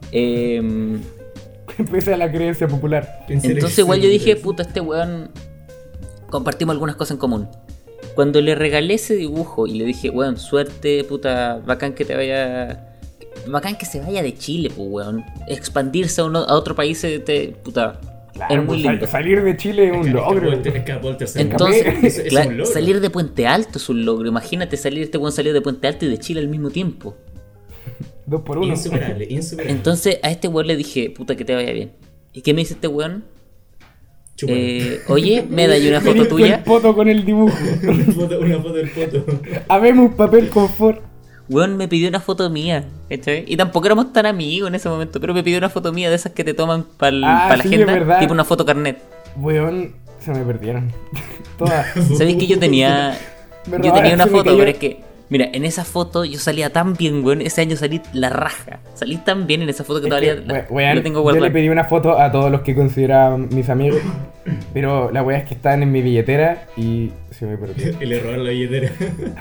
[SPEAKER 1] Eh,
[SPEAKER 2] Pese a la creencia popular.
[SPEAKER 3] En serio,
[SPEAKER 1] entonces igual yo
[SPEAKER 3] sí,
[SPEAKER 1] dije,
[SPEAKER 3] sí.
[SPEAKER 1] puta, este weón, compartimos algunas cosas en común. Cuando le regalé ese dibujo y le dije, weón, suerte, puta, bacán que te vaya... Bacán que se vaya de Chile, pues, weón. Expandirse a, uno- a otro país, eh, te, puta,
[SPEAKER 2] Claro,
[SPEAKER 1] es muy
[SPEAKER 2] pues, sal-
[SPEAKER 1] lindo.
[SPEAKER 2] salir de Chile es un
[SPEAKER 3] Escapó
[SPEAKER 2] logro.
[SPEAKER 3] el ter- escapó el tercer mundo.
[SPEAKER 1] Entonces,
[SPEAKER 2] Escapé.
[SPEAKER 3] Eso- eso es
[SPEAKER 1] cla-
[SPEAKER 3] un logro.
[SPEAKER 1] salir de Puente Alto es un logro. Imagínate salir, este weón salió de Puente Alto y de Chile al mismo tiempo.
[SPEAKER 2] Dos por uno.
[SPEAKER 3] Insuperable, insuperable.
[SPEAKER 1] Entonces a este weón le dije, puta, que te vaya bien. ¿Y qué me dice este weón?
[SPEAKER 3] Chúpalo.
[SPEAKER 1] Eh, oye, me da una
[SPEAKER 2] Me
[SPEAKER 1] foto
[SPEAKER 2] diste
[SPEAKER 1] tuya.
[SPEAKER 2] el poto con el dibujo.
[SPEAKER 3] una, foto, una foto del foto.
[SPEAKER 2] Habemos papel confort.
[SPEAKER 1] Weón me pidió una foto mía, ¿cachai? Y tampoco éramos tan amigos en ese momento, pero me pidió una foto mía de esas que te toman para
[SPEAKER 2] Ah,
[SPEAKER 1] la
[SPEAKER 2] sí, es
[SPEAKER 1] agenda,
[SPEAKER 2] verdad.
[SPEAKER 1] tipo una foto carnet.
[SPEAKER 2] Weón, se me perdieron. Todas.
[SPEAKER 1] ¿Sabéis que yo tenía
[SPEAKER 2] Me
[SPEAKER 1] yo tenía
[SPEAKER 2] robaron,
[SPEAKER 1] una
[SPEAKER 2] se me
[SPEAKER 1] foto,
[SPEAKER 2] cayó.
[SPEAKER 1] pero es que, mira, en esa foto yo salía tan bien, weón, ese año salí la raja. Salí tan bien en esa foto que
[SPEAKER 2] Es
[SPEAKER 1] todavía
[SPEAKER 2] que,
[SPEAKER 1] la,
[SPEAKER 2] we- weón,
[SPEAKER 1] la tengo
[SPEAKER 2] yo le
[SPEAKER 1] guardada.
[SPEAKER 2] pedí una foto a todos los que consideraban mis amigos, pero la weá es que estaban en mi billetera y se me perdió.
[SPEAKER 3] Y le robaron la billetera.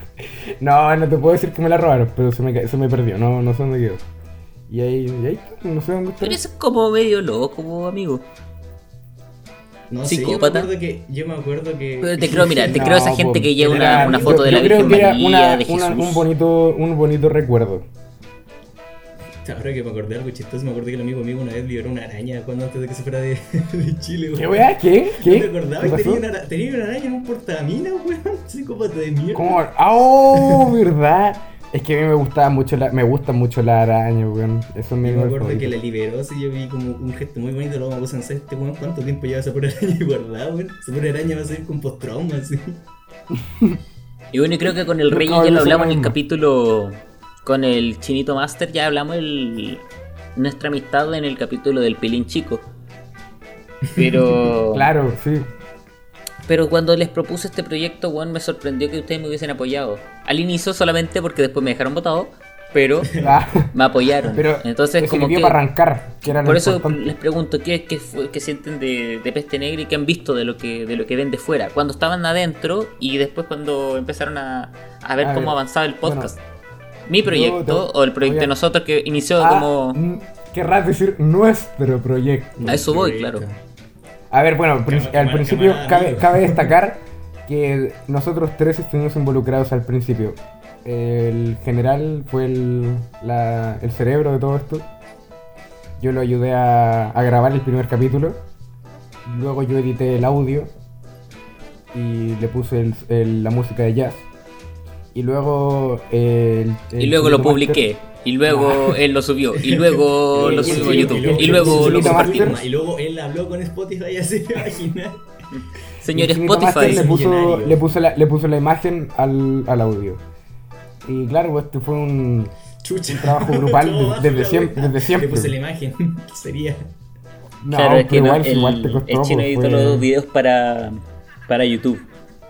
[SPEAKER 2] No, no te puedo decir que me la robaron, pero se me, ca- se me perdió, no, no sé dónde quedó. Y ahí, y ahí no sé dónde está.
[SPEAKER 1] Pero eso es como medio loco, po, amigo.
[SPEAKER 3] No sé, yo me
[SPEAKER 1] Psicópata.
[SPEAKER 3] acuerdo que. Yo me acuerdo que.
[SPEAKER 1] Pero te creo, mira, te
[SPEAKER 2] No,
[SPEAKER 1] creo a esa gente
[SPEAKER 2] po,
[SPEAKER 1] que lleva
[SPEAKER 3] era-
[SPEAKER 1] una, una
[SPEAKER 3] yo-
[SPEAKER 1] foto de la
[SPEAKER 2] Yo creo
[SPEAKER 1] Virgen
[SPEAKER 2] que era
[SPEAKER 1] María,
[SPEAKER 2] una-
[SPEAKER 1] de
[SPEAKER 2] una-
[SPEAKER 1] Jesús.
[SPEAKER 2] un, bonito, un bonito recuerdo.
[SPEAKER 3] Ahora que me acordé de algo chistoso, me acordé que el amigo mío una vez liberó una araña cuando antes de que se fuera de, de Chile,
[SPEAKER 2] ¿Qué
[SPEAKER 3] weón.
[SPEAKER 2] weá? ¿Qué?
[SPEAKER 3] ¿No
[SPEAKER 2] ¿Qué?
[SPEAKER 3] te acordabas?
[SPEAKER 2] ¿Qué pasó?
[SPEAKER 3] Tenía una, ara- tenía una araña en un portamina, weón. Psicópata de mierda.
[SPEAKER 2] ¿Cómo? ¡Ah, ¡Oh! ¿Verdad? Es que a mí me gustaba mucho la, me gustan mucho las arañas, weón. Eso es mi
[SPEAKER 3] Yo me
[SPEAKER 2] animal
[SPEAKER 3] acuerdo que
[SPEAKER 2] favorito.
[SPEAKER 3] la liberó, así yo vi como un gesto muy bonito, luego me puse a pensar, este weón, ¿cuánto tiempo lleva esa pura araña guardada, weón? Esa pura araña va a salir con post-trauma, así.
[SPEAKER 1] Y bueno, y creo que con el
[SPEAKER 2] Nunca
[SPEAKER 1] Rey ya
[SPEAKER 2] volvió
[SPEAKER 1] lo
[SPEAKER 2] a ser
[SPEAKER 1] hablamos
[SPEAKER 2] lo
[SPEAKER 1] en el
[SPEAKER 2] mismo.
[SPEAKER 1] capítulo. Con el Chinito Master ya hablamos el, nuestra amistad en el capítulo del Pilín Chico. Pero.
[SPEAKER 2] Claro, sí.
[SPEAKER 1] Pero cuando les propuse este proyecto, weón, me sorprendió que ustedes me hubiesen apoyado. Al inicio solamente porque después me dejaron votado, pero
[SPEAKER 2] Ah,
[SPEAKER 1] me apoyaron.
[SPEAKER 2] pero
[SPEAKER 1] Entonces,
[SPEAKER 2] te
[SPEAKER 1] como
[SPEAKER 2] sirvió
[SPEAKER 1] que.
[SPEAKER 2] para arrancar, que era lo
[SPEAKER 1] Por eso
[SPEAKER 2] importante.
[SPEAKER 1] les pregunto qué, qué, fue- qué sienten de, de Peste Negra y qué han visto de lo que de lo que ven de fuera. Cuando estaban adentro y después cuando empezaron a, a ver
[SPEAKER 2] A
[SPEAKER 1] cómo
[SPEAKER 2] ver,
[SPEAKER 1] avanzaba el
[SPEAKER 2] bueno,
[SPEAKER 1] podcast. Mi proyecto
[SPEAKER 2] yo-
[SPEAKER 1] o el proyecto
[SPEAKER 2] voy a-
[SPEAKER 1] de nosotros que inició
[SPEAKER 2] Ah,
[SPEAKER 1] como...
[SPEAKER 2] mm, querrás decir nuestro proyecto.
[SPEAKER 1] A eso voy,
[SPEAKER 3] Proyecto.
[SPEAKER 1] claro.
[SPEAKER 2] A ver, bueno, prin-
[SPEAKER 3] Cámara,
[SPEAKER 2] al principio
[SPEAKER 3] cámara,
[SPEAKER 2] cabe,
[SPEAKER 3] amigo.
[SPEAKER 2] cabe destacar que nosotros tres estuvimos involucrados al principio. El general fue el, la- el cerebro de todo esto. Yo lo ayudé a, a grabar el primer capítulo. Luego yo edité el audio y le puse el- el- la música de jazz. Y luego... eh, el, el
[SPEAKER 1] Y luego lo
[SPEAKER 2] Chinito
[SPEAKER 1] publiqué.
[SPEAKER 2] Master-
[SPEAKER 1] Y luego él lo subió. Y luego lo subimos a YouTube. Y luego lo compartimos.
[SPEAKER 3] Y luego él habló con Spotify, así te imaginas.
[SPEAKER 1] Señor
[SPEAKER 2] el Chinito Master
[SPEAKER 1] Spotify.
[SPEAKER 2] le puso,
[SPEAKER 3] millonario.
[SPEAKER 2] le puso, la, le puso la imagen al, al audio. Y claro, pues este fue un,
[SPEAKER 3] Chucha.
[SPEAKER 2] un trabajo grupal
[SPEAKER 3] Todo bajo
[SPEAKER 2] desde,
[SPEAKER 3] la
[SPEAKER 2] siempre,
[SPEAKER 3] wea.
[SPEAKER 2] desde siempre.
[SPEAKER 3] Le puse la imagen. ¿Qué sería?
[SPEAKER 2] No,
[SPEAKER 1] Claro, es que
[SPEAKER 2] pero
[SPEAKER 1] no,
[SPEAKER 2] igual,
[SPEAKER 1] el,
[SPEAKER 2] igual te costó.
[SPEAKER 1] el chino
[SPEAKER 2] pues,
[SPEAKER 1] editó
[SPEAKER 2] fue-
[SPEAKER 1] los videos para, para YouTube.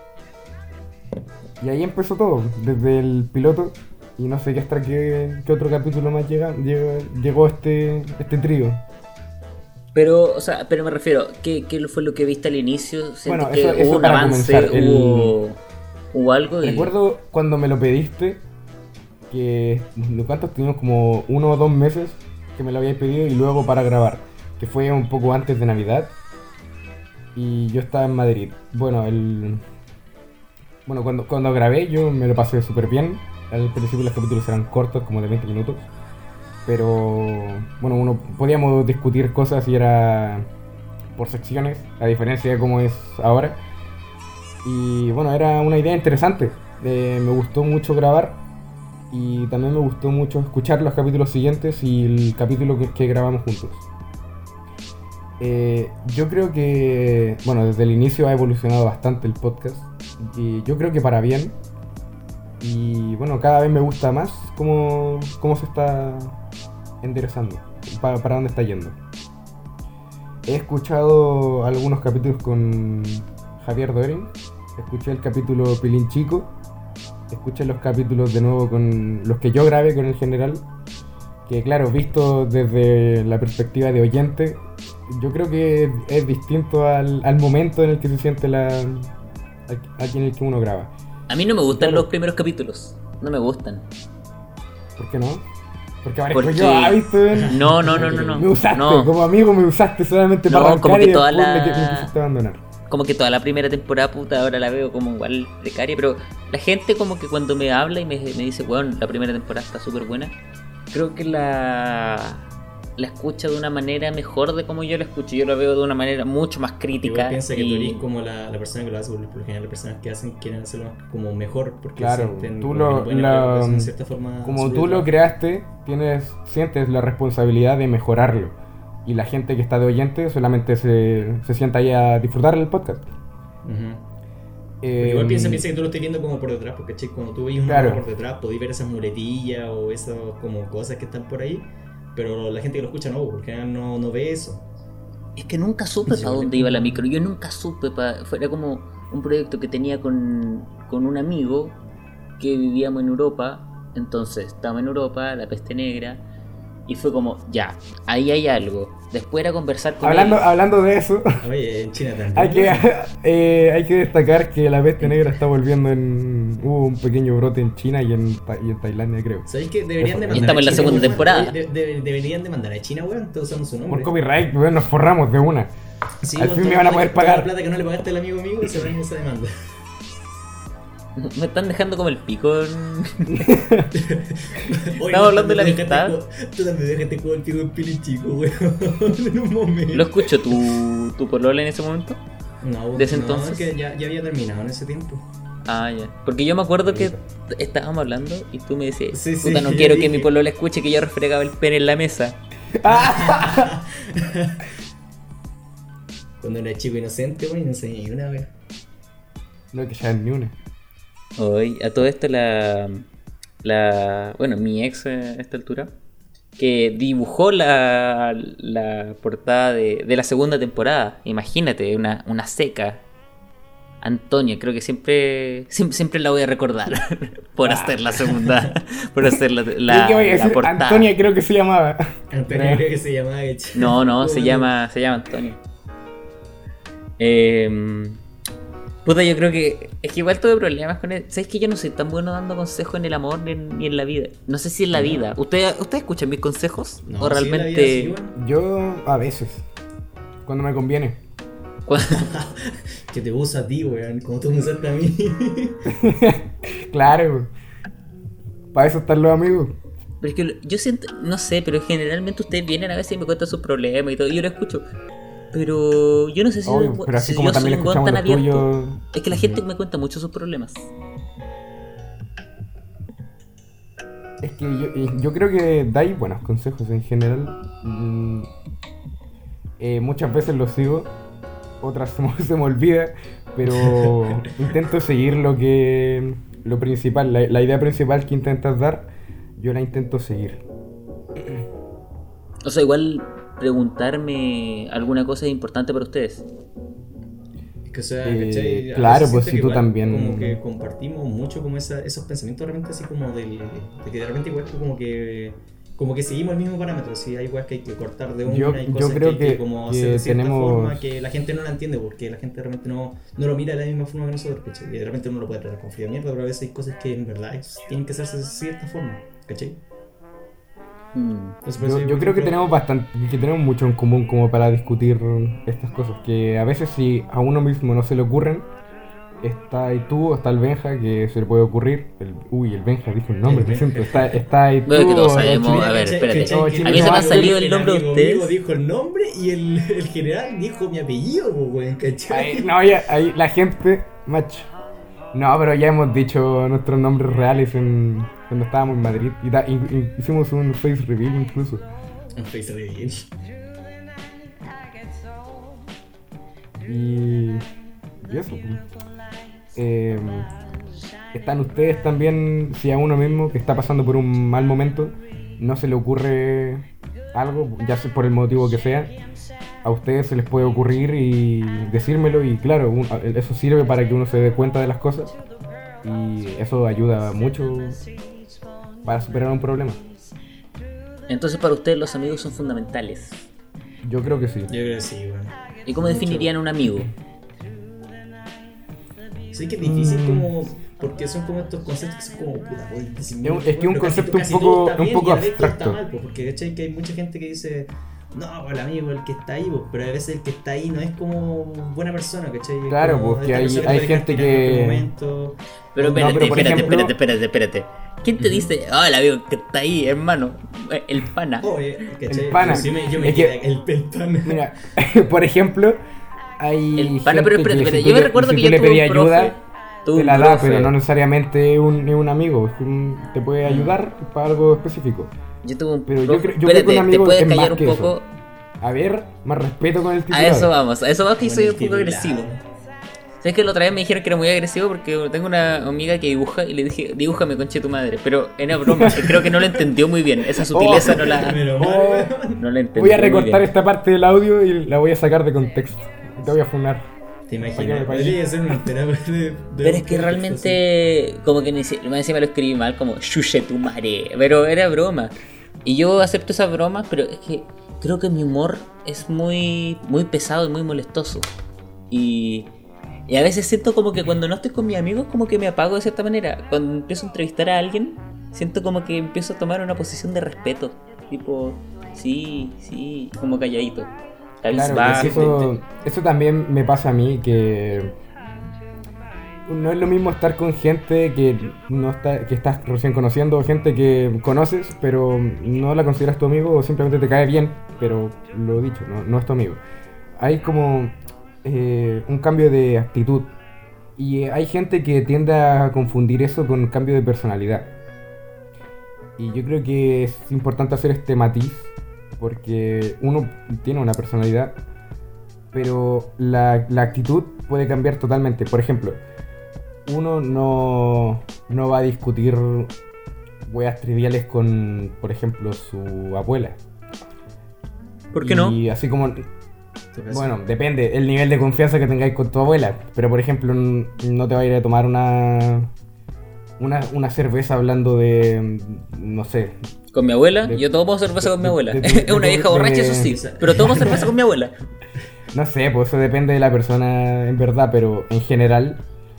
[SPEAKER 2] Y ahí empezó todo, desde el piloto. Y no sé qué hasta qué, qué otro capítulo más llega, llega- llegó este, este trío.
[SPEAKER 1] Pero, o sea, pero me refiero, ¿qué, qué fue lo que viste al inicio? ¿Sentís
[SPEAKER 2] Bueno,
[SPEAKER 1] que
[SPEAKER 2] eso- eso
[SPEAKER 1] hubo un
[SPEAKER 2] para
[SPEAKER 1] avance?
[SPEAKER 2] comenzar, el-
[SPEAKER 1] ¿Hubo, hubo algo? Y-
[SPEAKER 2] Recuerdo cuando me lo pediste, que ¿de cuántos teníamos? Como uno o dos meses que me lo habíais pedido y luego para grabar, que fue un poco antes de Navidad. Y yo estaba en Madrid. Bueno, el... Bueno, cuando, cuando grabé yo me lo pasé súper bien. Al principio los capítulos eran cortos, como de veinte minutos. Pero, bueno, uno podíamos discutir cosas y era por secciones, a diferencia de cómo es ahora. Y bueno, era una idea interesante. Eh, me gustó mucho grabar y también me gustó mucho escuchar los capítulos siguientes y el capítulo que, que grabamos juntos. Eh, yo creo que, bueno, desde el inicio ha evolucionado bastante el podcast y yo creo que para bien. Y bueno, cada vez me gusta más cómo, cómo se está enderezando, para, para dónde está yendo. He escuchado algunos capítulos con Javier Dorin, escuché el capítulo Pilín Chico, escuché los capítulos de nuevo con los que yo grabé con el general, que claro, visto desde la perspectiva de oyente, yo creo que es distinto al, al momento en el que se siente la, aquí en el que uno graba.
[SPEAKER 1] A mí no me gustan
[SPEAKER 2] Claro.
[SPEAKER 1] los primeros capítulos. No me gustan.
[SPEAKER 2] ¿Por qué no? Porque aparezco
[SPEAKER 1] Porque-
[SPEAKER 2] yo, ah, ¿viste?
[SPEAKER 1] No, no, no, no, no.
[SPEAKER 2] Me usaste,
[SPEAKER 1] No.
[SPEAKER 2] como amigo me usaste solamente
[SPEAKER 1] No,
[SPEAKER 2] para arrancar
[SPEAKER 1] como que
[SPEAKER 2] y
[SPEAKER 1] toda
[SPEAKER 2] después
[SPEAKER 1] la-
[SPEAKER 2] me, me quisiste abandonar.
[SPEAKER 1] Como que toda la primera temporada, puta, ahora la veo como igual precaria. Pero la gente como que cuando me habla y me, me dice, weón, la primera temporada está súper buena, creo que la, la escucha de una manera mejor de como yo la escucho. Yo la veo de una manera mucho más crítica.
[SPEAKER 3] Igual piensa que
[SPEAKER 1] y-
[SPEAKER 3] tú eres como la, la persona que lo hace, por lo general las personas que hacen quieren hacerlo como mejor porque
[SPEAKER 2] Claro,
[SPEAKER 3] sienten
[SPEAKER 2] tú
[SPEAKER 3] como
[SPEAKER 2] lo-
[SPEAKER 3] que no pueden
[SPEAKER 2] la-
[SPEAKER 3] agarrar de cierta forma
[SPEAKER 2] Como
[SPEAKER 3] sobre
[SPEAKER 2] tú
[SPEAKER 3] el
[SPEAKER 2] lo
[SPEAKER 3] trabajo.
[SPEAKER 2] creaste, tienes, sientes la responsabilidad de mejorarlo. Y la gente que está de oyente solamente se, se sienta ahí a disfrutar el podcast.
[SPEAKER 3] Ujú.
[SPEAKER 2] Eh,
[SPEAKER 3] Pero igual piensa, piensa que tú lo estás viendo como por detrás, porque che, cuando tú veis un
[SPEAKER 2] Claro.
[SPEAKER 3] por detrás, podéis ver esas muletillas o esas como cosas que están por ahí, pero la gente que lo escucha no, porque no, no ve eso.
[SPEAKER 1] Es que nunca supe
[SPEAKER 3] Sí,
[SPEAKER 1] para
[SPEAKER 3] vale.
[SPEAKER 1] dónde iba la micro. Yo nunca supe. Pa... Fuera como un proyecto que tenía con, con un amigo que vivíamos en Europa. Entonces estábamos en Europa, la peste negra. Y fue como, ya, ahí hay algo. Después era conversar con
[SPEAKER 2] hablando,
[SPEAKER 1] él.
[SPEAKER 2] hablando de eso,
[SPEAKER 3] Oye, en China también.
[SPEAKER 2] hay que, eh, hay que destacar que la peste negra está volviendo en... Hubo un pequeño brote en China y en, Ta- y en Tailandia, creo.
[SPEAKER 3] ¿Sabéis que deberían
[SPEAKER 2] Eso.
[SPEAKER 3] demandar
[SPEAKER 1] Y estamos en la
[SPEAKER 3] a China,
[SPEAKER 1] segunda
[SPEAKER 3] weón?
[SPEAKER 1] temporada.
[SPEAKER 3] De- de- deberían demandar a China, weón, está usando su nombre.
[SPEAKER 2] Por copyright, weón, nos forramos de una.
[SPEAKER 3] Sí,
[SPEAKER 2] Al
[SPEAKER 3] weón,
[SPEAKER 2] fin me
[SPEAKER 3] toda
[SPEAKER 2] van a
[SPEAKER 3] la-
[SPEAKER 2] poder
[SPEAKER 3] toda
[SPEAKER 2] pagar.
[SPEAKER 3] la plata que no le pagaste al amigo mío se va en esa demanda.
[SPEAKER 1] Me están dejando como el pico. en-
[SPEAKER 3] Oye,
[SPEAKER 1] Estamos hablando de la
[SPEAKER 3] tú dejaste
[SPEAKER 1] amistad.
[SPEAKER 3] el juego- Tú también dejaste jugar el pico en Pili Chico, weón. En un momento.
[SPEAKER 1] ¿Lo escucho tu, tu polola en ese momento?
[SPEAKER 3] No,
[SPEAKER 1] ¿De ese
[SPEAKER 3] no,
[SPEAKER 1] entonces?
[SPEAKER 3] que ya, ya había terminado en ese tiempo.
[SPEAKER 1] Ah, ya. Porque yo me acuerdo que estábamos hablando y tú me decías,
[SPEAKER 3] Sí, sí,
[SPEAKER 1] puta, no
[SPEAKER 3] yo
[SPEAKER 1] quiero que
[SPEAKER 3] dije.
[SPEAKER 1] mi polola escuche que yo refregaba el pene en la mesa.
[SPEAKER 3] Cuando era chico inocente, weón, no sé ni una vez.
[SPEAKER 2] No hay que llegar ni una.
[SPEAKER 1] Hoy, a todo esto la, la... Bueno, mi ex eh, a esta altura, que dibujó la, la portada de, de la segunda temporada. Imagínate, una, una seca. Antonia, creo que siempre siempre, siempre la voy a recordar por hacer la segunda, por hacer la, la,
[SPEAKER 2] ¿Y qué voy a
[SPEAKER 1] la
[SPEAKER 2] decir?
[SPEAKER 1] portada.
[SPEAKER 2] Antonia creo que se llamaba.
[SPEAKER 3] Antonio creo que se llamaba Ech.
[SPEAKER 1] No, no, se llama, se llama Antonio. Eh, puta, yo creo que es que igual tuve problemas con él. ¿Sabes que yo no soy tan bueno dando consejos en el amor ni en, ni en la vida? No sé si en la
[SPEAKER 3] No.
[SPEAKER 1] vida. ¿Ustedes ¿Ustedes escuchan mis consejos?
[SPEAKER 3] No,
[SPEAKER 1] ¿O
[SPEAKER 3] sí, la
[SPEAKER 1] realmente...?
[SPEAKER 3] vida sí, weón.
[SPEAKER 2] Yo a veces. Cuando me conviene.
[SPEAKER 3] Que te usa a ti, weón, como tú me usaste a mí.
[SPEAKER 2] Claro. Para eso están los amigos.
[SPEAKER 1] Pero es que lo- yo siento, no sé, pero generalmente ustedes vienen a veces y me cuentan sus problemas y todo, y yo lo escucho. Pero yo no sé si,
[SPEAKER 2] Obvio,
[SPEAKER 1] soy-
[SPEAKER 2] pero así
[SPEAKER 1] si
[SPEAKER 2] como
[SPEAKER 1] yo soy
[SPEAKER 2] también
[SPEAKER 1] un weón
[SPEAKER 2] escuchamos
[SPEAKER 1] tan
[SPEAKER 2] los
[SPEAKER 1] abierto.
[SPEAKER 2] tuyos.
[SPEAKER 1] Es que la gente me cuenta mucho sus problemas.
[SPEAKER 2] Es que yo, y yo creo que dais buenos consejos en general. Mm, eh, muchas veces los sigo, otras se me, se me olvida, pero intento seguir lo que lo principal, la, la idea principal que intentas dar, yo la intento seguir.
[SPEAKER 1] O sea, igual preguntarme alguna cosa es importante para ustedes.
[SPEAKER 3] Es que, o sea,
[SPEAKER 2] Eh,
[SPEAKER 3] ¿cachai? A
[SPEAKER 2] claro,
[SPEAKER 3] veces
[SPEAKER 2] pues,
[SPEAKER 3] siento
[SPEAKER 2] si
[SPEAKER 3] que
[SPEAKER 2] tú
[SPEAKER 3] igual
[SPEAKER 2] también-
[SPEAKER 3] Como que compartimos mucho como esa, esos pensamientos de repente así como del, de que de repente igual como que como que seguimos el mismo parámetro, si hay igual que hay que cortar de una,
[SPEAKER 2] Yo-
[SPEAKER 3] hay
[SPEAKER 2] yo
[SPEAKER 3] cosas
[SPEAKER 2] creo
[SPEAKER 3] que hay que
[SPEAKER 2] que-
[SPEAKER 3] como
[SPEAKER 2] que
[SPEAKER 3] hacer de cierta
[SPEAKER 2] tenemos-
[SPEAKER 3] forma que la gente no la entiende porque la gente realmente no, no lo mira de la misma forma que nosotros, ¿cachai? Y de repente uno lo puede tratar con fría mierda, pero a veces hay cosas que en verdad es- tienen que hacerse de cierta forma, ¿cachai?
[SPEAKER 1] Mm.
[SPEAKER 3] Entonces, por
[SPEAKER 2] Yo,
[SPEAKER 3] eso
[SPEAKER 2] yo creo que
[SPEAKER 3] ejemplo,
[SPEAKER 2] tenemos bastante, que tenemos mucho en común como para discutir estas cosas, que a veces si a uno mismo no se le ocurren, está ahí tú o está el Benja que se le puede ocurrir, el, uy, el Benja dijo un nombre,
[SPEAKER 3] El
[SPEAKER 2] lo
[SPEAKER 3] Benja.
[SPEAKER 2] siento, está, está ahí tú
[SPEAKER 1] Bueno, que todos
[SPEAKER 2] o el
[SPEAKER 1] sabemos,
[SPEAKER 2] Chile-
[SPEAKER 1] a ver,
[SPEAKER 3] ¿cachai?
[SPEAKER 1] espérate.
[SPEAKER 3] ¿cachai?
[SPEAKER 2] Oh,
[SPEAKER 3] Que
[SPEAKER 2] Chile,
[SPEAKER 1] A mí se me ha
[SPEAKER 2] no,
[SPEAKER 1] salido el
[SPEAKER 3] el
[SPEAKER 1] nombre de
[SPEAKER 3] amigo
[SPEAKER 1] ustedes.
[SPEAKER 3] mío dijo el nombre y el, el general dijo mi apellido, pues, güey, ¿cachai?
[SPEAKER 2] Ahí- no, ya, ahí la gente, macho. No, pero ya hemos dicho nuestros nombres reales en, cuando estábamos en Madrid. Y, da- y- y hicimos un face reveal incluso.
[SPEAKER 3] Un face reveal.
[SPEAKER 2] Y, y eso. Pues. Eh, están ustedes también, si a uno mismo que está pasando por un mal momento, no se le ocurre algo, ya sea por el motivo que sea, a ustedes se les puede ocurrir y decírmelo y claro, un- eso sirve para que uno se dé cuenta de las cosas y eso ayuda mucho para superar un problema.
[SPEAKER 1] Entonces para ustedes los amigos son fundamentales.
[SPEAKER 2] Yo creo que sí.
[SPEAKER 3] Yo creo que sí, güey.
[SPEAKER 1] ¿Y cómo definirían un amigo?
[SPEAKER 3] Sí que es difícil
[SPEAKER 2] Mm.
[SPEAKER 3] como... Porque son como estos conceptos que son como... Puta, güey,
[SPEAKER 2] Es un- es que un
[SPEAKER 3] pero casi-
[SPEAKER 2] concepto un
[SPEAKER 3] casi
[SPEAKER 2] poco-
[SPEAKER 3] todo está
[SPEAKER 2] un
[SPEAKER 3] bien
[SPEAKER 2] poco
[SPEAKER 3] y a veces todo
[SPEAKER 2] abstracto.
[SPEAKER 3] está mal, pues, porque ¿cachai? Que hay mucha gente que dice... No, el amigo, el que está ahí, pues, pero a veces el que está ahí no es como buena persona, ¿cachai? Es
[SPEAKER 2] Claro,
[SPEAKER 3] como
[SPEAKER 2] pues, que
[SPEAKER 3] esta
[SPEAKER 2] hay-
[SPEAKER 3] persona
[SPEAKER 2] hay
[SPEAKER 3] puede
[SPEAKER 2] gente
[SPEAKER 3] dejar tirar en
[SPEAKER 2] que-
[SPEAKER 3] otro momento.
[SPEAKER 1] Pero
[SPEAKER 2] No,
[SPEAKER 1] espérate,
[SPEAKER 2] pero por
[SPEAKER 1] espérate,
[SPEAKER 2] ejemplo-
[SPEAKER 1] espérate, espérate, espérate. ¿Quién te dice, ah, el amigo que está ahí, hermano? Eh, El pana.
[SPEAKER 3] Oye, ¿cachai?
[SPEAKER 2] El pana.
[SPEAKER 3] Yo, sí me, yo me
[SPEAKER 2] Es que-
[SPEAKER 3] quedé- el, el pana.
[SPEAKER 2] Mira, por ejemplo, hay
[SPEAKER 1] El pana, pero
[SPEAKER 2] gente
[SPEAKER 1] espérate,
[SPEAKER 2] que
[SPEAKER 1] espérate,
[SPEAKER 2] si
[SPEAKER 1] yo
[SPEAKER 2] tú
[SPEAKER 1] me
[SPEAKER 2] le-
[SPEAKER 1] recuerdo
[SPEAKER 2] si
[SPEAKER 1] que
[SPEAKER 2] tú
[SPEAKER 1] yo
[SPEAKER 2] le
[SPEAKER 1] tuve
[SPEAKER 2] pedías
[SPEAKER 1] un profe,
[SPEAKER 2] ayuda,
[SPEAKER 1] tuve
[SPEAKER 2] te
[SPEAKER 1] un
[SPEAKER 2] la da,
[SPEAKER 1] profe.
[SPEAKER 2] pero no necesariamente es un, es un amigo, es un- te puede ayudar para algo específico.
[SPEAKER 1] Yo tuve un
[SPEAKER 2] Pero yo
[SPEAKER 1] profe-
[SPEAKER 2] creo- yo creo que
[SPEAKER 1] espérate,
[SPEAKER 2] un amigo
[SPEAKER 1] ¿te puedes
[SPEAKER 2] es más
[SPEAKER 1] callar un
[SPEAKER 2] que
[SPEAKER 1] poco?
[SPEAKER 2] eso. A ver, más respeto con el
[SPEAKER 1] A
[SPEAKER 2] titular.
[SPEAKER 1] eso vamos, a eso vamos que
[SPEAKER 3] Con
[SPEAKER 1] soy
[SPEAKER 3] el
[SPEAKER 1] un poco
[SPEAKER 3] titular.
[SPEAKER 1] agresivo. ¿Sabes que la otra vez me dijeron que era muy agresivo porque tengo una amiga que dibuja y le dije, dibújame conche tu madre? Pero era broma, creo que no lo entendió muy bien. Esa sutileza no la,
[SPEAKER 3] Pero mal,
[SPEAKER 2] Oh.
[SPEAKER 3] weón.
[SPEAKER 1] no la entendió.
[SPEAKER 2] Voy a
[SPEAKER 1] muy
[SPEAKER 2] recortar
[SPEAKER 1] bien.
[SPEAKER 2] esta parte del audio y la voy a sacar de contexto. Te voy a funar.
[SPEAKER 3] Te
[SPEAKER 2] Para que
[SPEAKER 3] imaginas,
[SPEAKER 2] me pague.
[SPEAKER 3] podría ser una terapia de, de
[SPEAKER 1] Pero es que realmente, como que ni si- más encima lo escribí mal, como chuche tu madre. Pero era broma. Y yo acepto esa broma, pero es que creo que mi humor es muy, muy pesado y muy molestoso. Y, y a veces siento como que cuando no estoy con mis amigos, como que me apago de cierta manera. Cuando empiezo a entrevistar a alguien, siento como que empiezo a tomar una posición de respeto. Tipo, sí, sí, como calladito.
[SPEAKER 2] Claro,
[SPEAKER 1] Cabizbajo.
[SPEAKER 2] es que eso, eso también me pasa a mí, que no es lo mismo estar con gente que no está, que estás recién conociendo, gente que conoces, pero no la consideras tu amigo o simplemente te cae bien, pero lo dicho, no, no es tu amigo. Hay como eh, un cambio de actitud y hay gente que tiende a confundir eso con cambio de personalidad. Y yo creo que es importante hacer este matiz porque uno tiene una personalidad, pero la, la actitud puede cambiar totalmente. Por ejemplo, uno no, no va a discutir weas triviales con, por ejemplo, su abuela.
[SPEAKER 1] ¿Por qué no?
[SPEAKER 2] Y así como, bueno, depende el nivel de confianza que tengáis con tu abuela. Pero por ejemplo, n- no te va a ir a tomar una, una, una cerveza hablando de, no sé.
[SPEAKER 1] Con mi abuela,
[SPEAKER 2] De-
[SPEAKER 1] yo tomo cerveza con mi
[SPEAKER 2] de-
[SPEAKER 1] abuela.
[SPEAKER 2] de- de-
[SPEAKER 1] Es una
[SPEAKER 2] de-
[SPEAKER 1] vieja
[SPEAKER 2] de-
[SPEAKER 1] borracha, eso sí. Pero tomo cerveza con mi abuela.
[SPEAKER 2] No sé, pues eso depende de la persona en verdad, pero en general.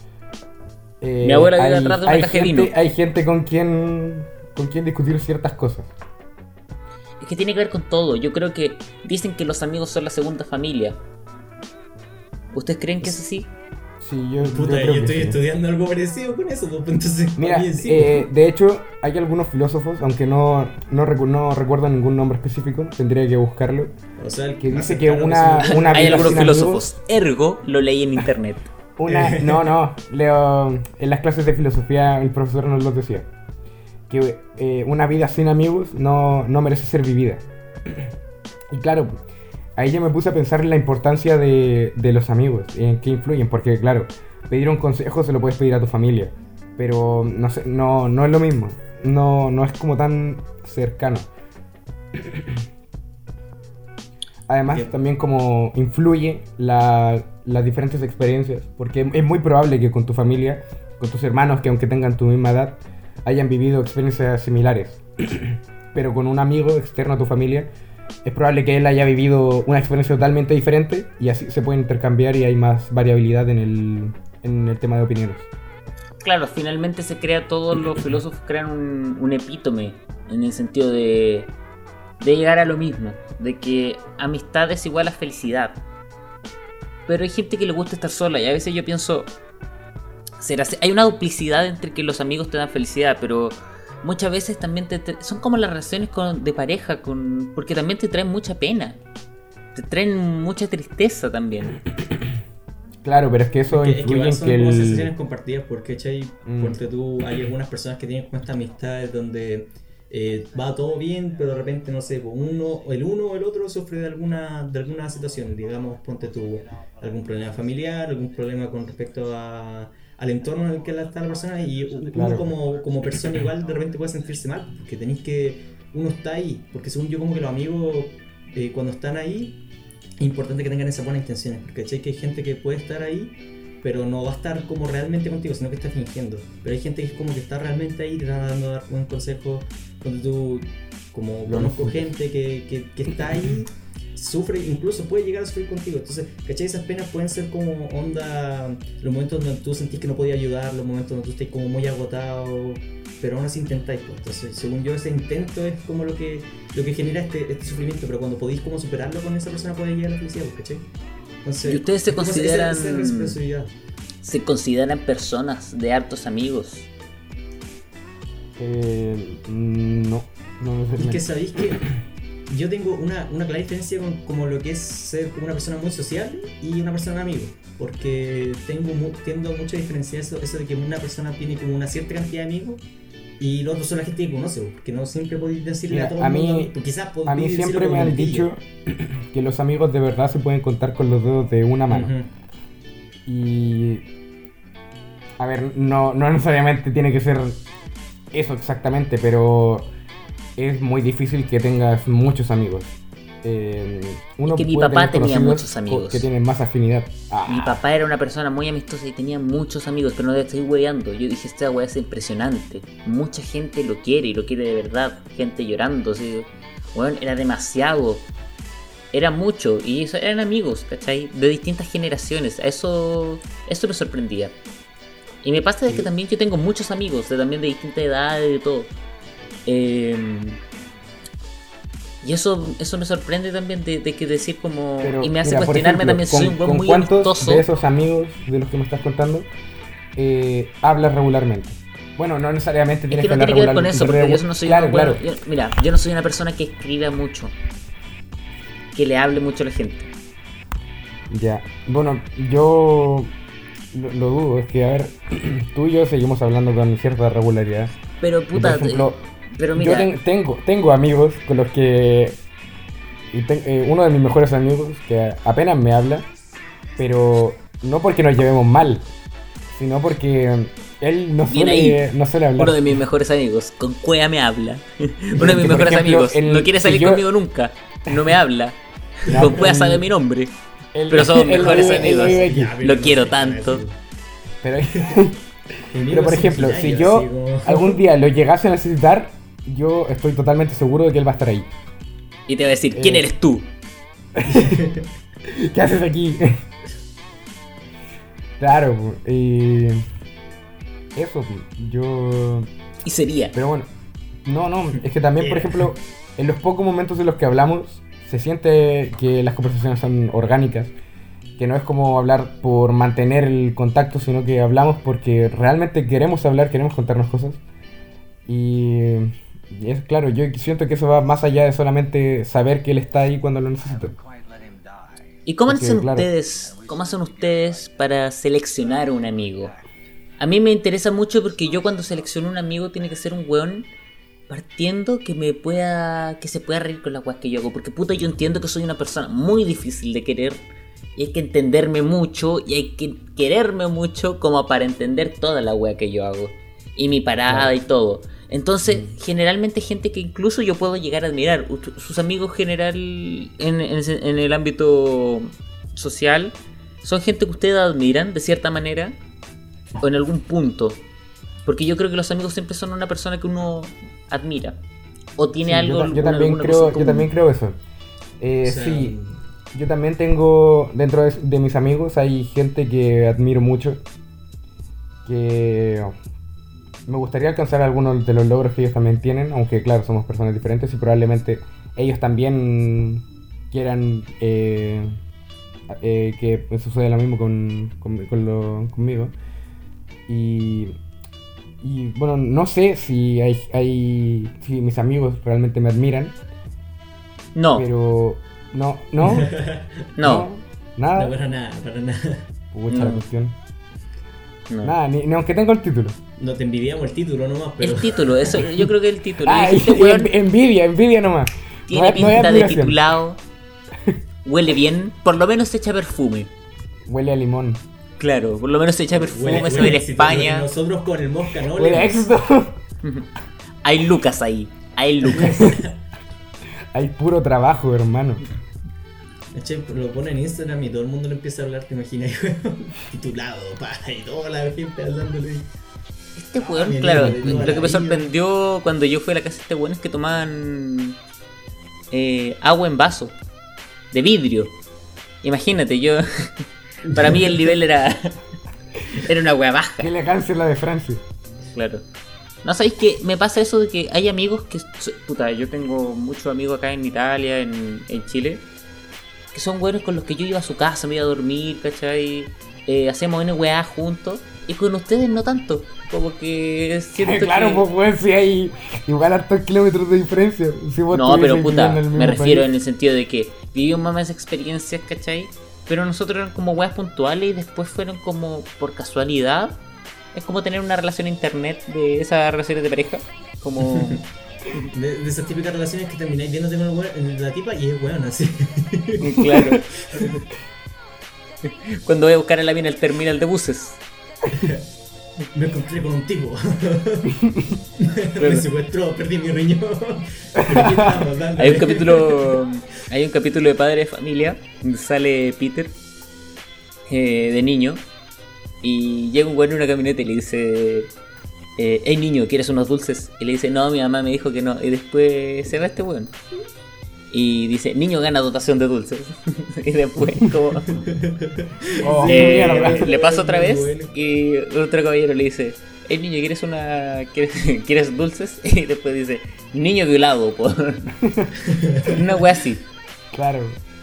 [SPEAKER 2] eh,
[SPEAKER 1] Mi abuela vive
[SPEAKER 2] hay-
[SPEAKER 1] atrás de una
[SPEAKER 2] hay
[SPEAKER 1] caja de
[SPEAKER 2] gente,
[SPEAKER 1] vino.
[SPEAKER 2] Hay gente con quien, con quien discutir ciertas cosas.
[SPEAKER 1] Es que tiene que ver con todo. Yo creo que dicen que los amigos son la segunda familia. ¿Ustedes creen que es así?
[SPEAKER 2] Sí, yo, yo
[SPEAKER 3] Puta, yo,
[SPEAKER 2] creo que
[SPEAKER 3] estoy
[SPEAKER 2] sí.
[SPEAKER 3] estudiando algo parecido con eso, pues entonces.
[SPEAKER 2] Mira,
[SPEAKER 3] para mí sí.
[SPEAKER 2] eh, de hecho, hay algunos filósofos, aunque no, no, recu- no recuerdo ningún nombre específico, tendría que buscarlo,
[SPEAKER 3] O sea, el
[SPEAKER 2] que
[SPEAKER 3] más
[SPEAKER 2] dice que
[SPEAKER 3] cercano
[SPEAKER 2] una,
[SPEAKER 3] se me-
[SPEAKER 2] una
[SPEAKER 1] Hay
[SPEAKER 2] vida
[SPEAKER 1] algunos
[SPEAKER 2] sin
[SPEAKER 1] filósofos. Ergo, lo leí en internet.
[SPEAKER 2] amigos, una, no, no, leo en las clases de filosofía el profesor nos lo decía. que eh, una vida sin amigos no, no merece ser vivida. Y claro, ahí yo me puse a pensar en la importancia de, de los amigos, en qué influyen, porque claro, pedir un consejo se lo puedes pedir a tu familia, pero no sé, no, no es lo mismo, no, no es como tan cercano. Además,
[SPEAKER 3] Bien.
[SPEAKER 2] también como influye la, las diferentes experiencias, porque es muy probable que con tu familia, con tus hermanos que aunque tengan tu misma edad, hayan vivido experiencias similares. Pero con un amigo externo a tu familia, es probable que él haya vivido una experiencia totalmente diferente y así se pueden intercambiar y hay más variabilidad en el, en el tema de opiniones.
[SPEAKER 1] Claro, finalmente se crea, todos los filósofos crean un, un epítome en el sentido de, de llegar a lo mismo, de que amistad es igual a felicidad. Pero hay gente que le gusta estar sola y a veces yo pienso, será, hay una duplicidad entre que los amigos te dan felicidad, pero muchas veces también te, te, son como las relaciones con, de pareja, con, porque también te traen mucha pena, te traen mucha tristeza también.
[SPEAKER 2] Claro, pero es que eso
[SPEAKER 3] Es que,
[SPEAKER 2] influye
[SPEAKER 3] es que
[SPEAKER 2] en que
[SPEAKER 3] son como
[SPEAKER 2] el...
[SPEAKER 3] sensaciones compartidas, porque ¿cachai?
[SPEAKER 2] Mm.
[SPEAKER 3] Porque tú, hay algunas personas que tienen como estas amistades donde eh, va todo bien, pero de repente, no sé, pues uno, el uno o el otro sufre de alguna, de alguna situación, digamos, ponte tú algún problema familiar, algún problema con respecto a, al entorno en el que está la persona, y uno
[SPEAKER 2] Claro.
[SPEAKER 3] como, como persona igual de repente puede sentirse mal, porque tenéis que, uno está ahí, porque según yo como que los amigos eh, cuando están ahí, es importante que tengan esas buenas intenciones, porque ¿cachai? Que hay gente que puede estar ahí, pero no va a estar como realmente contigo, sino que está fingiendo. Pero hay gente que es como que está realmente ahí, te está dando dar buen consejo. Cuando tú, como
[SPEAKER 2] Lo
[SPEAKER 3] conozco
[SPEAKER 2] necesito.
[SPEAKER 3] gente que, que, que está ahí, sufre, incluso puede llegar a sufrir contigo. Entonces, ¿cachai? Esas penas pueden ser como onda, los momentos donde tú sentís que no podías ayudar, los momentos donde tú estás como muy agotado, pero aún así intentáis. Pues. Entonces, según yo, ese intento es como lo que, lo que genera este, este sufrimiento, pero cuando podéis como superarlo con esa persona, puede llegar a la felicidad, pues, ¿cachai? Entonces,
[SPEAKER 1] ¿Y ustedes se
[SPEAKER 3] es como esa-
[SPEAKER 1] consideran-
[SPEAKER 3] esa- esa reciprocidad.
[SPEAKER 1] Se consideran personas de hartos amigos?
[SPEAKER 2] Eh, no, no
[SPEAKER 3] Y
[SPEAKER 2] necesariamente.
[SPEAKER 3] que sabéis que yo tengo una, una clara diferencia con como lo que es ser como una persona muy sociable y una persona amigo. Porque tengo mu- tiendo mucho a diferenciar eso, eso de que una persona tiene como una cierta cantidad de amigos y los otros son la gente que conoce, porque no siempre podéis decirle
[SPEAKER 2] Mira,
[SPEAKER 3] a todo el
[SPEAKER 2] a mí-
[SPEAKER 3] mundo. Tú quizás podéis
[SPEAKER 2] A mí
[SPEAKER 3] decirlo
[SPEAKER 2] siempre
[SPEAKER 3] como
[SPEAKER 2] me han
[SPEAKER 3] un
[SPEAKER 2] dicho que los amigos de verdad se pueden contar con los dedos de una mano.
[SPEAKER 3] Ujú.
[SPEAKER 2] Y... A ver, no, no necesariamente tiene que ser eso exactamente, pero es muy difícil que tengas muchos amigos. Eh, uno
[SPEAKER 1] Es que mi
[SPEAKER 2] puede
[SPEAKER 1] papá
[SPEAKER 2] tener
[SPEAKER 1] tenía
[SPEAKER 2] conocidos
[SPEAKER 1] muchos amigos.
[SPEAKER 2] co- que tienen más afinidad. Ah,
[SPEAKER 1] Mi papá era una persona muy amistosa y tenía muchos amigos, pero no te estoy hueveando. Yo dije, esta weá es impresionante. Mucha gente lo quiere y lo quiere de verdad. Gente llorando, así. Weón, era demasiado. Era mucho. Y eso, eran amigos, ¿cachai? De distintas generaciones. A Eso, eso me sorprendía. Y me pasa de que también yo tengo muchos amigos, de, también de distintas edades, de todo. Eh, y eso, eso me sorprende también de, de que decir como...
[SPEAKER 2] pero,
[SPEAKER 1] y me hace
[SPEAKER 2] mira, por
[SPEAKER 1] cuestionarme
[SPEAKER 2] ejemplo,
[SPEAKER 1] también,
[SPEAKER 2] ¿con,
[SPEAKER 1] soy un weón
[SPEAKER 2] con
[SPEAKER 1] muy
[SPEAKER 2] cuántos
[SPEAKER 1] amistoso.
[SPEAKER 2] de esos amigos de los que me estás contando eh, hablas regularmente? Bueno, no necesariamente
[SPEAKER 1] Es
[SPEAKER 2] tienes
[SPEAKER 1] que no
[SPEAKER 2] hablar
[SPEAKER 1] tiene que ver con
[SPEAKER 2] regularmente,
[SPEAKER 1] eso, porque
[SPEAKER 2] regu-
[SPEAKER 1] yo no soy
[SPEAKER 2] claro,
[SPEAKER 1] un weón-
[SPEAKER 2] claro.
[SPEAKER 1] yo- mira, yo no soy una persona que escriba mucho, que le hable mucho a la gente.
[SPEAKER 2] Ya, bueno, yo lo, lo dudo, es que a ver, tú y yo seguimos hablando con cierta regularidad.
[SPEAKER 1] Pero
[SPEAKER 2] Y,
[SPEAKER 1] puta,
[SPEAKER 2] por ejemplo,
[SPEAKER 1] eh, pero
[SPEAKER 2] yo
[SPEAKER 1] mira,
[SPEAKER 2] ten- tengo, tengo amigos con los que... y ten- eh, uno de mis mejores amigos que apenas me habla, pero no porque nos llevemos mal, sino porque él no
[SPEAKER 1] Bien
[SPEAKER 2] suele,
[SPEAKER 1] ahí.
[SPEAKER 2] no suele hablar.
[SPEAKER 1] uno de mis mejores amigos, con cuea me habla. Uno de
[SPEAKER 2] Que,
[SPEAKER 1] mis
[SPEAKER 2] por
[SPEAKER 1] mejores
[SPEAKER 2] ejemplo,
[SPEAKER 1] amigos,
[SPEAKER 2] el-
[SPEAKER 1] no quiere
[SPEAKER 2] si
[SPEAKER 1] salir
[SPEAKER 2] yo-
[SPEAKER 1] conmigo nunca, no me habla.
[SPEAKER 2] Ya,
[SPEAKER 1] Con cuea
[SPEAKER 2] él-
[SPEAKER 1] sabe mi nombre,
[SPEAKER 2] él-
[SPEAKER 1] pero somos
[SPEAKER 2] él
[SPEAKER 1] mejores
[SPEAKER 2] vive- él
[SPEAKER 1] amigos.
[SPEAKER 2] vive aquí.
[SPEAKER 3] Ya, pero
[SPEAKER 1] Lo
[SPEAKER 3] no
[SPEAKER 1] quiero
[SPEAKER 3] sé,
[SPEAKER 1] tanto.
[SPEAKER 3] así.
[SPEAKER 2] Pero,
[SPEAKER 3] Mi amigo
[SPEAKER 2] pero por
[SPEAKER 3] es
[SPEAKER 2] ejemplo, si
[SPEAKER 3] originario,
[SPEAKER 2] yo
[SPEAKER 3] así como-
[SPEAKER 2] algún día lo llegase a necesitar, yo estoy totalmente seguro de que él va a estar ahí.
[SPEAKER 1] Y te va a decir, ¿quién
[SPEAKER 2] Eh.
[SPEAKER 1] eres tú?
[SPEAKER 2] ¿Qué haces aquí? Claro, po, y eso, po, yo...
[SPEAKER 1] Y sería.
[SPEAKER 2] Pero bueno, no, no, es que también, por ejemplo, en los pocos momentos en los que hablamos, se siente que las conversaciones son orgánicas, que no es como hablar por mantener el contacto, sino que hablamos porque realmente queremos hablar, queremos contarnos cosas. Y, y es claro, yo siento que eso va más allá de solamente saber que él está ahí cuando lo necesito.
[SPEAKER 1] ¿Y cómo
[SPEAKER 2] Porque,
[SPEAKER 1] hacen
[SPEAKER 2] claro.
[SPEAKER 1] ustedes, cómo hacen ustedes para seleccionar un amigo? A mí me interesa mucho porque yo cuando selecciono un amigo tiene que ser un weón Partiendo que me pueda. Que se pueda reír con las weas que yo hago. Porque puta, yo entiendo que soy una persona muy difícil de querer. Y hay que entenderme mucho. Y hay que quererme mucho como para entender toda la wea que yo hago. Y mi parada claro. y todo. Entonces, mm. generalmente gente que incluso yo puedo llegar a admirar. Sus amigos general en, en, en el ámbito social son gente que ustedes admiran de cierta manera. O en algún punto. Porque yo creo que los amigos siempre son una persona que uno admira. O tiene sí, algo...
[SPEAKER 2] Yo, yo, también creo, yo también creo eso. Eh, o sea, sí, yo también tengo... Dentro de, de mis amigos hay gente que admiro mucho. Que... Me gustaría alcanzar algunos de los logros que ellos también tienen. Aunque claro, somos personas diferentes y probablemente ellos también quieran... Eh, eh, que suceda lo mismo con, con, con lo, conmigo. Y... Y bueno, no sé si hay, hay si mis amigos realmente me admiran.
[SPEAKER 1] No.
[SPEAKER 2] Pero no, no.
[SPEAKER 1] no.
[SPEAKER 2] no. Nada.
[SPEAKER 3] No, para nada, para nada.
[SPEAKER 2] Pucha
[SPEAKER 1] no.
[SPEAKER 2] la cuestión.
[SPEAKER 1] No.
[SPEAKER 2] Nada, ni, ni aunque tenga el título.
[SPEAKER 3] No te envidiamos el título nomás, pero...
[SPEAKER 1] El título, eso, yo creo que el título.
[SPEAKER 2] Ah,
[SPEAKER 1] este
[SPEAKER 2] weón, envidia, envidia nomás.
[SPEAKER 1] Tiene
[SPEAKER 2] no,
[SPEAKER 1] pinta
[SPEAKER 2] no
[SPEAKER 1] de titulado. Huele bien, por lo menos se echa perfume.
[SPEAKER 2] Huele a limón.
[SPEAKER 1] Claro, por lo menos se echa perfume,
[SPEAKER 3] huele,
[SPEAKER 1] se va a ir a
[SPEAKER 3] éxito,
[SPEAKER 1] España.
[SPEAKER 3] Nosotros con el Mosca no
[SPEAKER 2] huele a éxito.
[SPEAKER 1] Hay lucas ahí, hay lucas.
[SPEAKER 2] Hay puro trabajo, hermano.
[SPEAKER 3] Che, lo pone en Instagram y todo el mundo le empieza a hablar, te imaginas, titulado, pa, y toda la gente hablándole.
[SPEAKER 1] Este weón, ah, claro, lo que me sorprendió cuando yo fui a la casa de este weón es que tomaban eh, agua en vaso, de vidrio. Imagínate, yo... Para mí el nivel era era una wea baja.
[SPEAKER 2] Qué elegancia la de Francia.
[SPEAKER 1] Claro. No, ¿sabéis que me pasa eso de que hay amigos que... Puta, yo tengo muchos amigos acá en Italia, en, en Chile, que son buenos con los que yo iba a su casa, me iba a dormir, ¿cachai? Eh, hacemos N weá juntos. Y con ustedes no tanto. Como que siento
[SPEAKER 2] claro,
[SPEAKER 1] que...
[SPEAKER 2] pues weón, si hay igual hartos kilómetros de diferencia. Si vos
[SPEAKER 1] no, pero puta, me refiero
[SPEAKER 2] país.
[SPEAKER 1] En el sentido de que vivimos más experiencias, ¿cachai? Pero nosotros eran como weas puntuales y después fueron como por casualidad. Es como tener una relación a internet de esas relaciones de pareja. Como...
[SPEAKER 3] de, de esas típicas relaciones que termináis viéndote con el, la tipa y es weón así.
[SPEAKER 1] Claro. Cuando voy a buscar a la mina el terminal de buses.
[SPEAKER 3] Me encontré con un tipo. Me secuestró, perdí mi riñón.
[SPEAKER 1] Hay un capítulo... Hay un capítulo de Padre de Familia donde sale Peter eh, de niño y llega un güey en una camioneta y le dice eh, hey niño, ¿quieres unos dulces? Y le dice, no, mi mamá me dijo que no. Y después se va este güey y dice, niño gana dotación de dulces. Y después como
[SPEAKER 2] oh,
[SPEAKER 1] eh, le pasa otra vez y otro caballero le dice, hey niño, ¿quieres una ¿quieres, ¿quieres dulces? Y después dice, niño violado por una wea así.
[SPEAKER 2] Claro.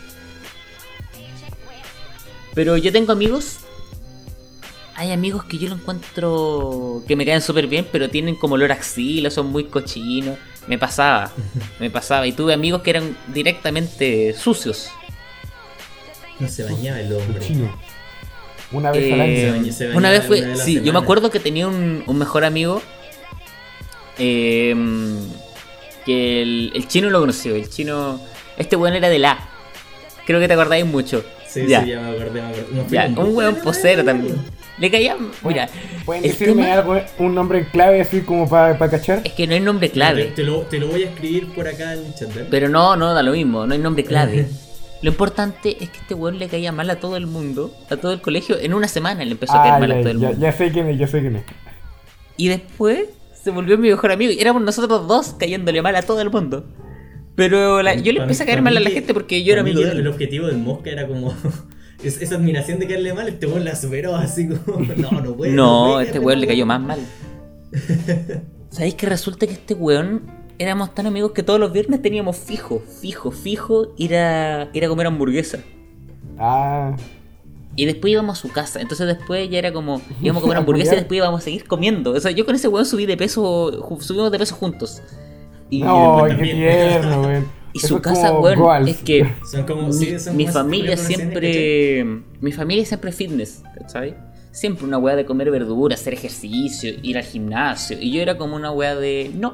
[SPEAKER 1] Pero yo tengo amigos. Hay amigos que yo lo encuentro que me caen súper bien, pero tienen como olor a axila, son muy cochinos. Me pasaba, me pasaba. Y tuve amigos que eran directamente sucios.
[SPEAKER 3] No se bañaba el hombre.
[SPEAKER 2] Cochino. Una vez
[SPEAKER 1] eh,
[SPEAKER 2] al año.
[SPEAKER 3] Se bañaba, se bañaba
[SPEAKER 1] una vez fue,
[SPEAKER 3] una vez
[SPEAKER 1] sí,
[SPEAKER 3] semana.
[SPEAKER 1] yo me acuerdo que tenía un, un mejor amigo. Eh, que el, el chino lo conoció. El chino, este weón era de la. Creo que te acordáis mucho.
[SPEAKER 3] Sí,
[SPEAKER 1] ya.
[SPEAKER 3] sí, ya me acordé, me acordé. No,
[SPEAKER 1] Ya, un weón posero también. Le caía, mira.
[SPEAKER 2] ¿Pueden
[SPEAKER 1] el
[SPEAKER 2] decirme
[SPEAKER 1] tema
[SPEAKER 2] algo, un nombre clave así como para pa cachar?
[SPEAKER 1] es que no hay nombre clave.
[SPEAKER 3] Te, te, lo, te lo voy a escribir por acá en el chat. ¿eh?
[SPEAKER 1] Pero no, no da lo mismo, no hay nombre clave. Lo importante es que este weón le caía mal a todo el mundo, a todo el colegio. En una semana le empezó a caer
[SPEAKER 2] Ah,
[SPEAKER 1] mal
[SPEAKER 2] ya,
[SPEAKER 1] a todo el
[SPEAKER 2] ya,
[SPEAKER 1] mundo.
[SPEAKER 2] ya sé quién es, ya sé quién es.
[SPEAKER 1] Y después se volvió mi mejor amigo. Y éramos nosotros dos cayéndole mal a todo el mundo. Pero la- yo le
[SPEAKER 3] Pa-
[SPEAKER 1] empecé a caer
[SPEAKER 3] pa
[SPEAKER 1] mal a
[SPEAKER 3] mí
[SPEAKER 1] la
[SPEAKER 3] que-
[SPEAKER 1] gente porque yo era
[SPEAKER 3] pa mí
[SPEAKER 1] amigo
[SPEAKER 3] que
[SPEAKER 1] de
[SPEAKER 3] El
[SPEAKER 1] él.
[SPEAKER 3] objetivo del Mosca era como... es- esa admiración de caerle mal, este weón la superó así como... No, no puede.
[SPEAKER 1] No,
[SPEAKER 3] puede
[SPEAKER 1] este
[SPEAKER 3] caerle
[SPEAKER 1] weón le
[SPEAKER 3] mal.
[SPEAKER 1] cayó más mal. ¿Sabéis que resulta que este weón éramos tan amigos que todos los viernes teníamos fijo, fijo, fijo ir a, ir a comer hamburguesa?
[SPEAKER 2] Ah,
[SPEAKER 1] Y después íbamos a su casa. Entonces después ya era como, íbamos a comer hamburguesa y después íbamos a seguir comiendo. O sea, yo con ese weón subí de peso, ju- subimos de peso juntos. Y,
[SPEAKER 2] no, qué
[SPEAKER 3] también.
[SPEAKER 2] tierno, weón.
[SPEAKER 1] y
[SPEAKER 2] Eso
[SPEAKER 1] su
[SPEAKER 2] es
[SPEAKER 1] casa,
[SPEAKER 2] como
[SPEAKER 1] weón,
[SPEAKER 2] goals.
[SPEAKER 1] es que
[SPEAKER 3] Son como...
[SPEAKER 1] mi,
[SPEAKER 3] sí, son
[SPEAKER 1] mi
[SPEAKER 3] como esas
[SPEAKER 1] familia
[SPEAKER 3] películas
[SPEAKER 1] siempre... Mi familia siempre fitness, ¿sabes? Siempre una weá de comer verduras, hacer ejercicio, ir al gimnasio. Y yo era como una weá de... No,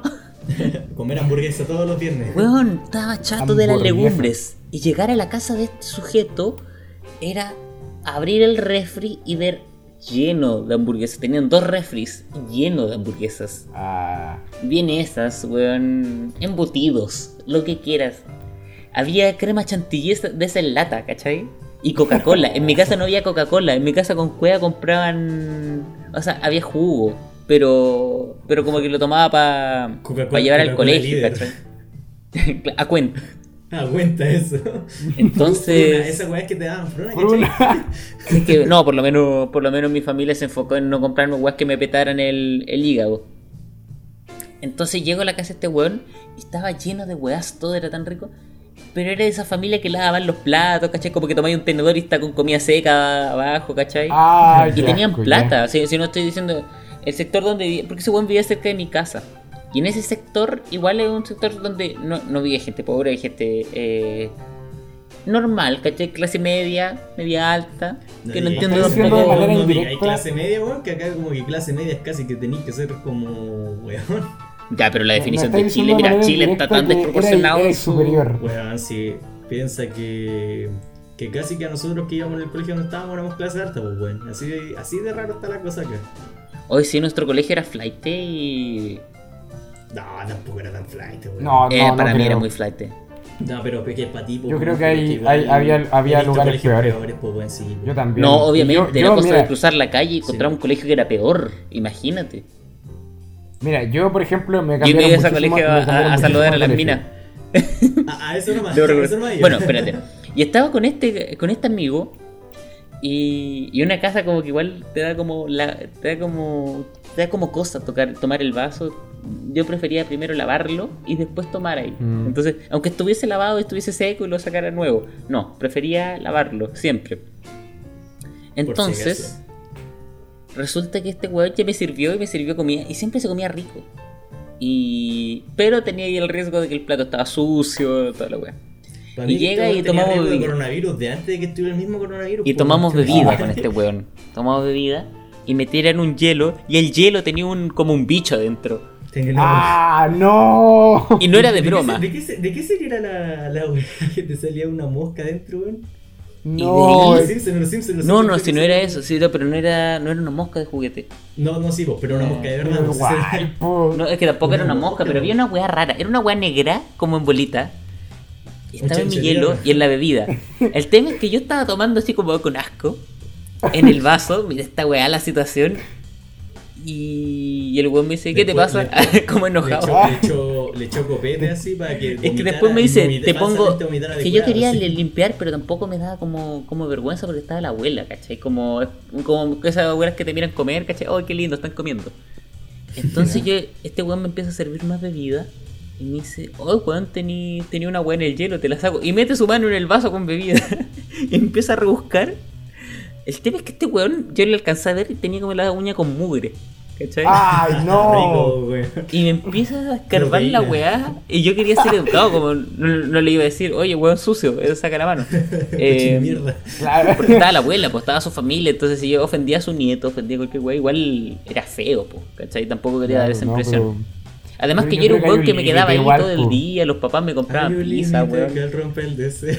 [SPEAKER 3] Comer hamburguesa todos los viernes.
[SPEAKER 1] Weón, estaba chato de las
[SPEAKER 2] Hamburguesa.
[SPEAKER 1] legumbres. Y llegar a la casa de este sujeto era abrir el refri y ver lleno de hamburguesas. Tenían dos refris llenos de hamburguesas.
[SPEAKER 2] Ah,
[SPEAKER 1] Bien esas, weón. Embutidos, lo que quieras. Había crema chantilly de esa en lata, ¿cachai? Y Coca-Cola. En mi casa no había Coca-Cola. En mi casa con cueva compraban... O sea, había jugo. Pero pero como que lo tomaba para
[SPEAKER 3] Coca-Cola-
[SPEAKER 1] pa llevar al
[SPEAKER 3] Coca-Cola
[SPEAKER 1] colegio,
[SPEAKER 3] líder.
[SPEAKER 1] ¿cachai? A cuenta.
[SPEAKER 3] Ah, cuenta eso.
[SPEAKER 1] Entonces...
[SPEAKER 3] Fruna, esa weá es que te daban fruna,
[SPEAKER 2] Fruna.
[SPEAKER 3] ¿cachai?
[SPEAKER 1] Es que, no, por lo menos por lo menos mi familia se enfocó en no comprarme weas que me petaran el, el hígado. Entonces llego a la casa de este weón y estaba lleno de weas, todo era tan rico. Pero era de esa familia que lavaban los platos, ¿cachai? Como que tomáis un tenedor y está con comida seca abajo, ¿cachai?
[SPEAKER 2] ah,
[SPEAKER 1] Y
[SPEAKER 2] qué
[SPEAKER 1] tenían
[SPEAKER 2] asco,
[SPEAKER 1] plata, si, si no estoy diciendo el sector donde vivía, porque ese weón vivía cerca de mi casa. Y en ese sector, igual es un sector donde no, no vivía gente pobre, hay gente eh, normal, ¿cachai? Clase media, media alta, que no
[SPEAKER 3] y-
[SPEAKER 1] entiendo
[SPEAKER 2] Estás diciendo de
[SPEAKER 1] tampoco.
[SPEAKER 2] manera
[SPEAKER 3] no, diga, hay
[SPEAKER 2] indirecta.
[SPEAKER 3] clase media, weón, que acá como que clase media es casi que tenéis que ser como weón.
[SPEAKER 1] Ya, pero la
[SPEAKER 2] Me-
[SPEAKER 1] definición
[SPEAKER 2] me
[SPEAKER 1] de
[SPEAKER 2] estáis
[SPEAKER 1] Chile,
[SPEAKER 2] diciendo de
[SPEAKER 1] mira,
[SPEAKER 2] manera
[SPEAKER 1] Chile está
[SPEAKER 2] indirecta
[SPEAKER 1] tan
[SPEAKER 2] que
[SPEAKER 1] desproporcionado.
[SPEAKER 2] eres-
[SPEAKER 1] en
[SPEAKER 2] eres
[SPEAKER 1] su-
[SPEAKER 2] superior.
[SPEAKER 3] Weón, si piensa que que casi que a nosotros que íbamos en el colegio donde estábamos éramos clase alta, pues weón. Así de, así de raro está la cosa acá.
[SPEAKER 1] Hoy sí, nuestro colegio era flight y...
[SPEAKER 3] No, tampoco era tan flight, weón.
[SPEAKER 2] No,
[SPEAKER 1] eh,
[SPEAKER 2] no,
[SPEAKER 1] para
[SPEAKER 2] no
[SPEAKER 1] mí era
[SPEAKER 2] creo.
[SPEAKER 1] muy flight.
[SPEAKER 3] No, pero que es para ti, pues,
[SPEAKER 2] Yo creo
[SPEAKER 3] weón,
[SPEAKER 2] que hay-
[SPEAKER 3] pero es igual
[SPEAKER 2] hay- había- había
[SPEAKER 3] he visto
[SPEAKER 2] lugares
[SPEAKER 3] colegios
[SPEAKER 2] peores.
[SPEAKER 3] pues, weón, sí, pues.
[SPEAKER 2] Yo también.
[SPEAKER 1] No,
[SPEAKER 2] Y
[SPEAKER 1] obviamente,
[SPEAKER 2] yo-
[SPEAKER 1] la
[SPEAKER 2] yo,
[SPEAKER 1] cosa
[SPEAKER 2] mira,
[SPEAKER 1] de cruzar la calle y encontrar
[SPEAKER 3] Sí.
[SPEAKER 1] un colegio que era peor, imagínate.
[SPEAKER 2] Mira, yo por ejemplo me
[SPEAKER 1] Yo
[SPEAKER 2] cambiaron
[SPEAKER 1] iba a ese
[SPEAKER 2] muchísimo-
[SPEAKER 1] colegio
[SPEAKER 2] me
[SPEAKER 1] a,
[SPEAKER 2] cambiaron
[SPEAKER 1] a saludar a
[SPEAKER 2] muchísimo
[SPEAKER 1] las
[SPEAKER 2] el
[SPEAKER 1] minas.
[SPEAKER 3] A, a eso nomás,
[SPEAKER 1] Debo
[SPEAKER 3] a
[SPEAKER 1] recordar.
[SPEAKER 3] eso nomás.
[SPEAKER 1] Bueno, espérate. Y estaba con este con este amigo y, y una casa como que igual te da como la te da como te da como cosa tocar tomar el vaso. Yo prefería primero lavarlo y después tomar ahí.
[SPEAKER 2] Mm.
[SPEAKER 1] Entonces, aunque estuviese lavado, estuviese seco y lo sacara nuevo, no, prefería lavarlo siempre. Entonces, resulta que este weón ya me sirvió y me sirvió comida y siempre se comía rico. Y pero tenía ahí el riesgo de que el plato estaba sucio, toda la weá.
[SPEAKER 3] Para
[SPEAKER 1] Y
[SPEAKER 3] mí,
[SPEAKER 1] llega
[SPEAKER 3] este
[SPEAKER 1] y
[SPEAKER 3] weón tenía
[SPEAKER 1] tomamos
[SPEAKER 3] riesgo de
[SPEAKER 1] bebida.
[SPEAKER 3] coronavirus de antes de que estuviera el mismo coronavirus.
[SPEAKER 1] Y
[SPEAKER 3] pues,
[SPEAKER 1] tomamos
[SPEAKER 3] weón.
[SPEAKER 1] bebida con este weón. Tomamos bebida y me tiran un hielo y el hielo tenía un como un bicho adentro.
[SPEAKER 3] Tenía una-
[SPEAKER 2] ¡Ah, no!
[SPEAKER 1] Y no era de
[SPEAKER 3] qué
[SPEAKER 1] broma.
[SPEAKER 3] se- ¿De qué, se- de qué serie era la, la weá que te salía una mosca dentro, weón?
[SPEAKER 2] No,
[SPEAKER 1] de
[SPEAKER 3] Los Simpsons, los Simpsons, los
[SPEAKER 1] No,
[SPEAKER 3] Simpsons,
[SPEAKER 1] no,
[SPEAKER 3] creo
[SPEAKER 1] si
[SPEAKER 3] que
[SPEAKER 1] no
[SPEAKER 3] se-
[SPEAKER 1] era eso, sí, no, pero no era, no era una mosca de juguete.
[SPEAKER 3] No, no, sí, pues, pero una mosca de verdad.
[SPEAKER 2] pero
[SPEAKER 3] no sé si-
[SPEAKER 2] guay, po.
[SPEAKER 1] No, es que tampoco era una
[SPEAKER 3] Una
[SPEAKER 1] mosca,
[SPEAKER 3] mosca,
[SPEAKER 1] pero había una weá rara. Era una weá negra, como en bolita. Y estaba en mi
[SPEAKER 3] chancherito.
[SPEAKER 1] hielo y en la bebida. El tema es que yo estaba tomando así como con asco. En el vaso, mira esta weá la situación. Y, y el weón me dice, ¿qué te
[SPEAKER 3] Después
[SPEAKER 1] pasa?
[SPEAKER 3] le-
[SPEAKER 1] como enojado.
[SPEAKER 3] Le echó, le echó, le echó copete así para que.
[SPEAKER 1] Es que
[SPEAKER 3] vomitara,
[SPEAKER 1] después me dice,
[SPEAKER 3] vomita-
[SPEAKER 1] te pongo.
[SPEAKER 3] falsamente vomitara de
[SPEAKER 1] Que yo
[SPEAKER 3] curado,
[SPEAKER 1] quería
[SPEAKER 3] sí.
[SPEAKER 1] le- limpiar, pero tampoco me daba como, como vergüenza porque estaba la abuela, ¿cachai? Como, como esas abuelas que te miran comer, ¿cachai? ¡Ay, qué lindo! Están comiendo. Entonces yo, este weón me empieza a servir más bebida. Y me dice, oh, weón, tenía tení una weá en el hielo, te la saco. Y mete su mano en el vaso con bebida. Y empieza a rebuscar. El tema es que este weón, yo le alcancé a ver y tenía como la uña con mugre. ¿Cachai?
[SPEAKER 2] ¡Ay, no!
[SPEAKER 3] Rico, güey.
[SPEAKER 1] Y me empieza a escarbar la
[SPEAKER 3] Proteína.
[SPEAKER 1] weá. Y yo quería ser educado, como no, no le iba a decir, oye, weón sucio, eso saca la mano.
[SPEAKER 3] Cochino
[SPEAKER 1] Eh,
[SPEAKER 3] mierda.
[SPEAKER 2] Claro.
[SPEAKER 1] porque estaba la abuela, pues estaba su familia. Entonces, si yo ofendía a su nieto, ofendía a cualquier weá, igual era feo, pues, ¿cachai? Tampoco quería dar
[SPEAKER 2] Claro,
[SPEAKER 1] esa
[SPEAKER 2] no,
[SPEAKER 1] impresión.
[SPEAKER 2] pero-
[SPEAKER 1] Además,
[SPEAKER 2] pero
[SPEAKER 1] que
[SPEAKER 2] yo
[SPEAKER 1] yo era
[SPEAKER 2] creo
[SPEAKER 1] un
[SPEAKER 2] que hay
[SPEAKER 1] weón
[SPEAKER 2] un
[SPEAKER 1] que me quedaba ahí
[SPEAKER 2] límite igual,
[SPEAKER 1] todo el
[SPEAKER 2] po.
[SPEAKER 1] día. Los papás me compraban
[SPEAKER 3] Hay un
[SPEAKER 1] pizza,
[SPEAKER 3] límite
[SPEAKER 1] weón.
[SPEAKER 3] que él rompe el deseo.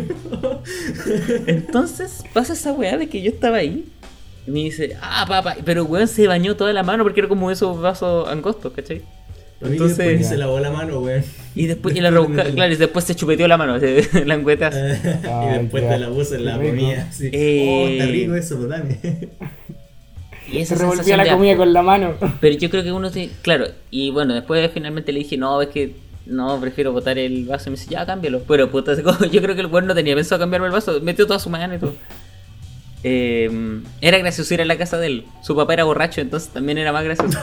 [SPEAKER 1] Entonces pasa esa weá de que yo estaba ahí y me dice, ah, papá, pero weón se bañó toda la mano porque era como esos vasos angostos, ¿cachai?
[SPEAKER 3] Para mí
[SPEAKER 1] Entonces-
[SPEAKER 3] después ni se lavó la mano, güey.
[SPEAKER 1] Y después y la rebusca, claro, y después se chupeteó la mano, se- la engüetas.
[SPEAKER 3] y
[SPEAKER 2] Ay,
[SPEAKER 3] después
[SPEAKER 2] qué
[SPEAKER 3] te la puso en la
[SPEAKER 2] asco, qué rico.
[SPEAKER 3] comida. Así.
[SPEAKER 1] Eh,
[SPEAKER 3] Oh, está rico eso, pues dame.
[SPEAKER 1] Y esa
[SPEAKER 2] Se revolvía
[SPEAKER 1] sensación
[SPEAKER 2] la
[SPEAKER 1] de
[SPEAKER 2] comida
[SPEAKER 1] asco.
[SPEAKER 2] con la mano.
[SPEAKER 1] Pero yo creo que uno tiene, claro, y bueno, después finalmente le dije, no, es que no, prefiero botar el vaso. Y me dice, ya, cámbialo. Pero puta, yo creo que el weón no tenía pensado cambiarme el vaso, metió toda su mano y todo. Eh, era gracioso ir a la casa de él. Su papá era borracho, entonces también era más gracioso.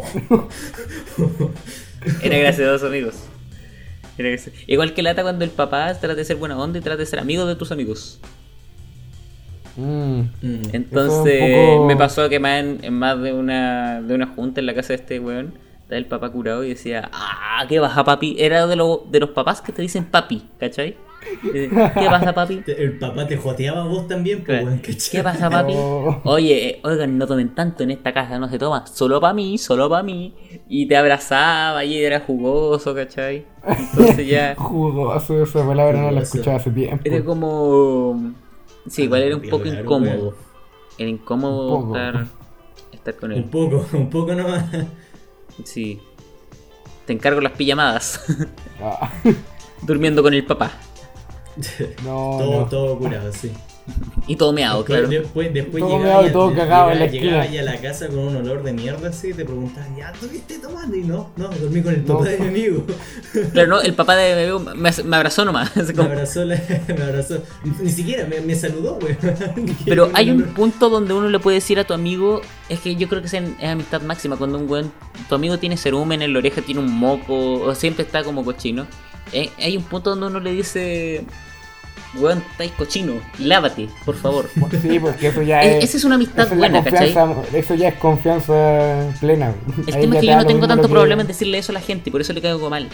[SPEAKER 1] Era gracioso, amigos. Era gracioso. Igual que lata cuando el papá trata de ser buena onda y trata de ser amigo de tus amigos.
[SPEAKER 2] Mm.
[SPEAKER 3] Mm.
[SPEAKER 1] Entonces
[SPEAKER 2] Eso es un poco-
[SPEAKER 1] me pasó que más en, en más de una de una junta en la casa de este weón, estaba el papá curado y decía, ah, qué baja papi. Era de, lo- de los papás que te dicen papi, ¿cachai? Eh, ¿Qué pasa, papi?
[SPEAKER 3] Te- El papá te joteaba a vos también, pues, weón, ¿cachai?
[SPEAKER 1] ¿Qué pasa, papi?
[SPEAKER 2] Oh.
[SPEAKER 1] Oye, eh, oigan, no tomen tanto en esta casa, no se toma. Solo para mí, solo para mí. Y te abrazaba y era jugoso, ¿cachai? Entonces ya...
[SPEAKER 2] Jugoso, esa palabra no la
[SPEAKER 3] Jugoso.
[SPEAKER 2] escuchaba hace tiempo.
[SPEAKER 1] Era como... Sí, igual era un poco
[SPEAKER 3] Claro,
[SPEAKER 1] incómodo.
[SPEAKER 3] weón.
[SPEAKER 1] Era incómodo
[SPEAKER 2] Un poco.
[SPEAKER 1] estar, estar con
[SPEAKER 3] Un
[SPEAKER 1] él.
[SPEAKER 3] poco, un poco nomás.
[SPEAKER 1] Sí. Te encargo las pijamadas.
[SPEAKER 2] Ah,
[SPEAKER 1] Durmiendo con el papá.
[SPEAKER 2] no,
[SPEAKER 3] todo,
[SPEAKER 2] no.
[SPEAKER 3] todo curado, sí.
[SPEAKER 1] Y todo meado,
[SPEAKER 3] Después,
[SPEAKER 1] claro.
[SPEAKER 3] después, después
[SPEAKER 2] Todo
[SPEAKER 3] llegaba
[SPEAKER 2] meado y
[SPEAKER 3] ya-
[SPEAKER 2] todo cagado en la
[SPEAKER 3] llegaba-
[SPEAKER 2] esquina.
[SPEAKER 3] llegaba ya a la casa con un olor de mierda así, te preguntaban, ¿ya estuviste tomando? Y no, no, dormí con el
[SPEAKER 2] No.
[SPEAKER 3] papá de mi amigo.
[SPEAKER 1] Claro, no, el papá de mi amigo me, me abrazó nomás. Así
[SPEAKER 3] Me
[SPEAKER 1] como-
[SPEAKER 3] abrazó, la- me abrazó. Ni siquiera me, me saludó, güey.
[SPEAKER 1] Pero hay un punto donde uno le puede decir a tu amigo, es que yo creo que es, en- es amistad máxima, cuando un weón, tu amigo tiene cerumen en la oreja, tiene un moco, o siempre está como cochino. Eh, hay un punto donde uno le dice, weón, estáis cochino, lávate, por favor.
[SPEAKER 2] Sí, porque eso ya
[SPEAKER 1] E-
[SPEAKER 2] es.
[SPEAKER 1] esa es una amistad
[SPEAKER 2] esa es la
[SPEAKER 1] buena, ¿cachai?
[SPEAKER 2] confianza- Eso ya es confianza plena.
[SPEAKER 1] El
[SPEAKER 2] Ahí
[SPEAKER 1] tema
[SPEAKER 2] ya
[SPEAKER 1] es que
[SPEAKER 2] te
[SPEAKER 1] yo
[SPEAKER 2] da
[SPEAKER 1] no
[SPEAKER 2] lo
[SPEAKER 1] tengo
[SPEAKER 2] mismo
[SPEAKER 1] tanto
[SPEAKER 2] lo que-
[SPEAKER 1] problema en decirle eso a la gente, y por eso le caigo mal.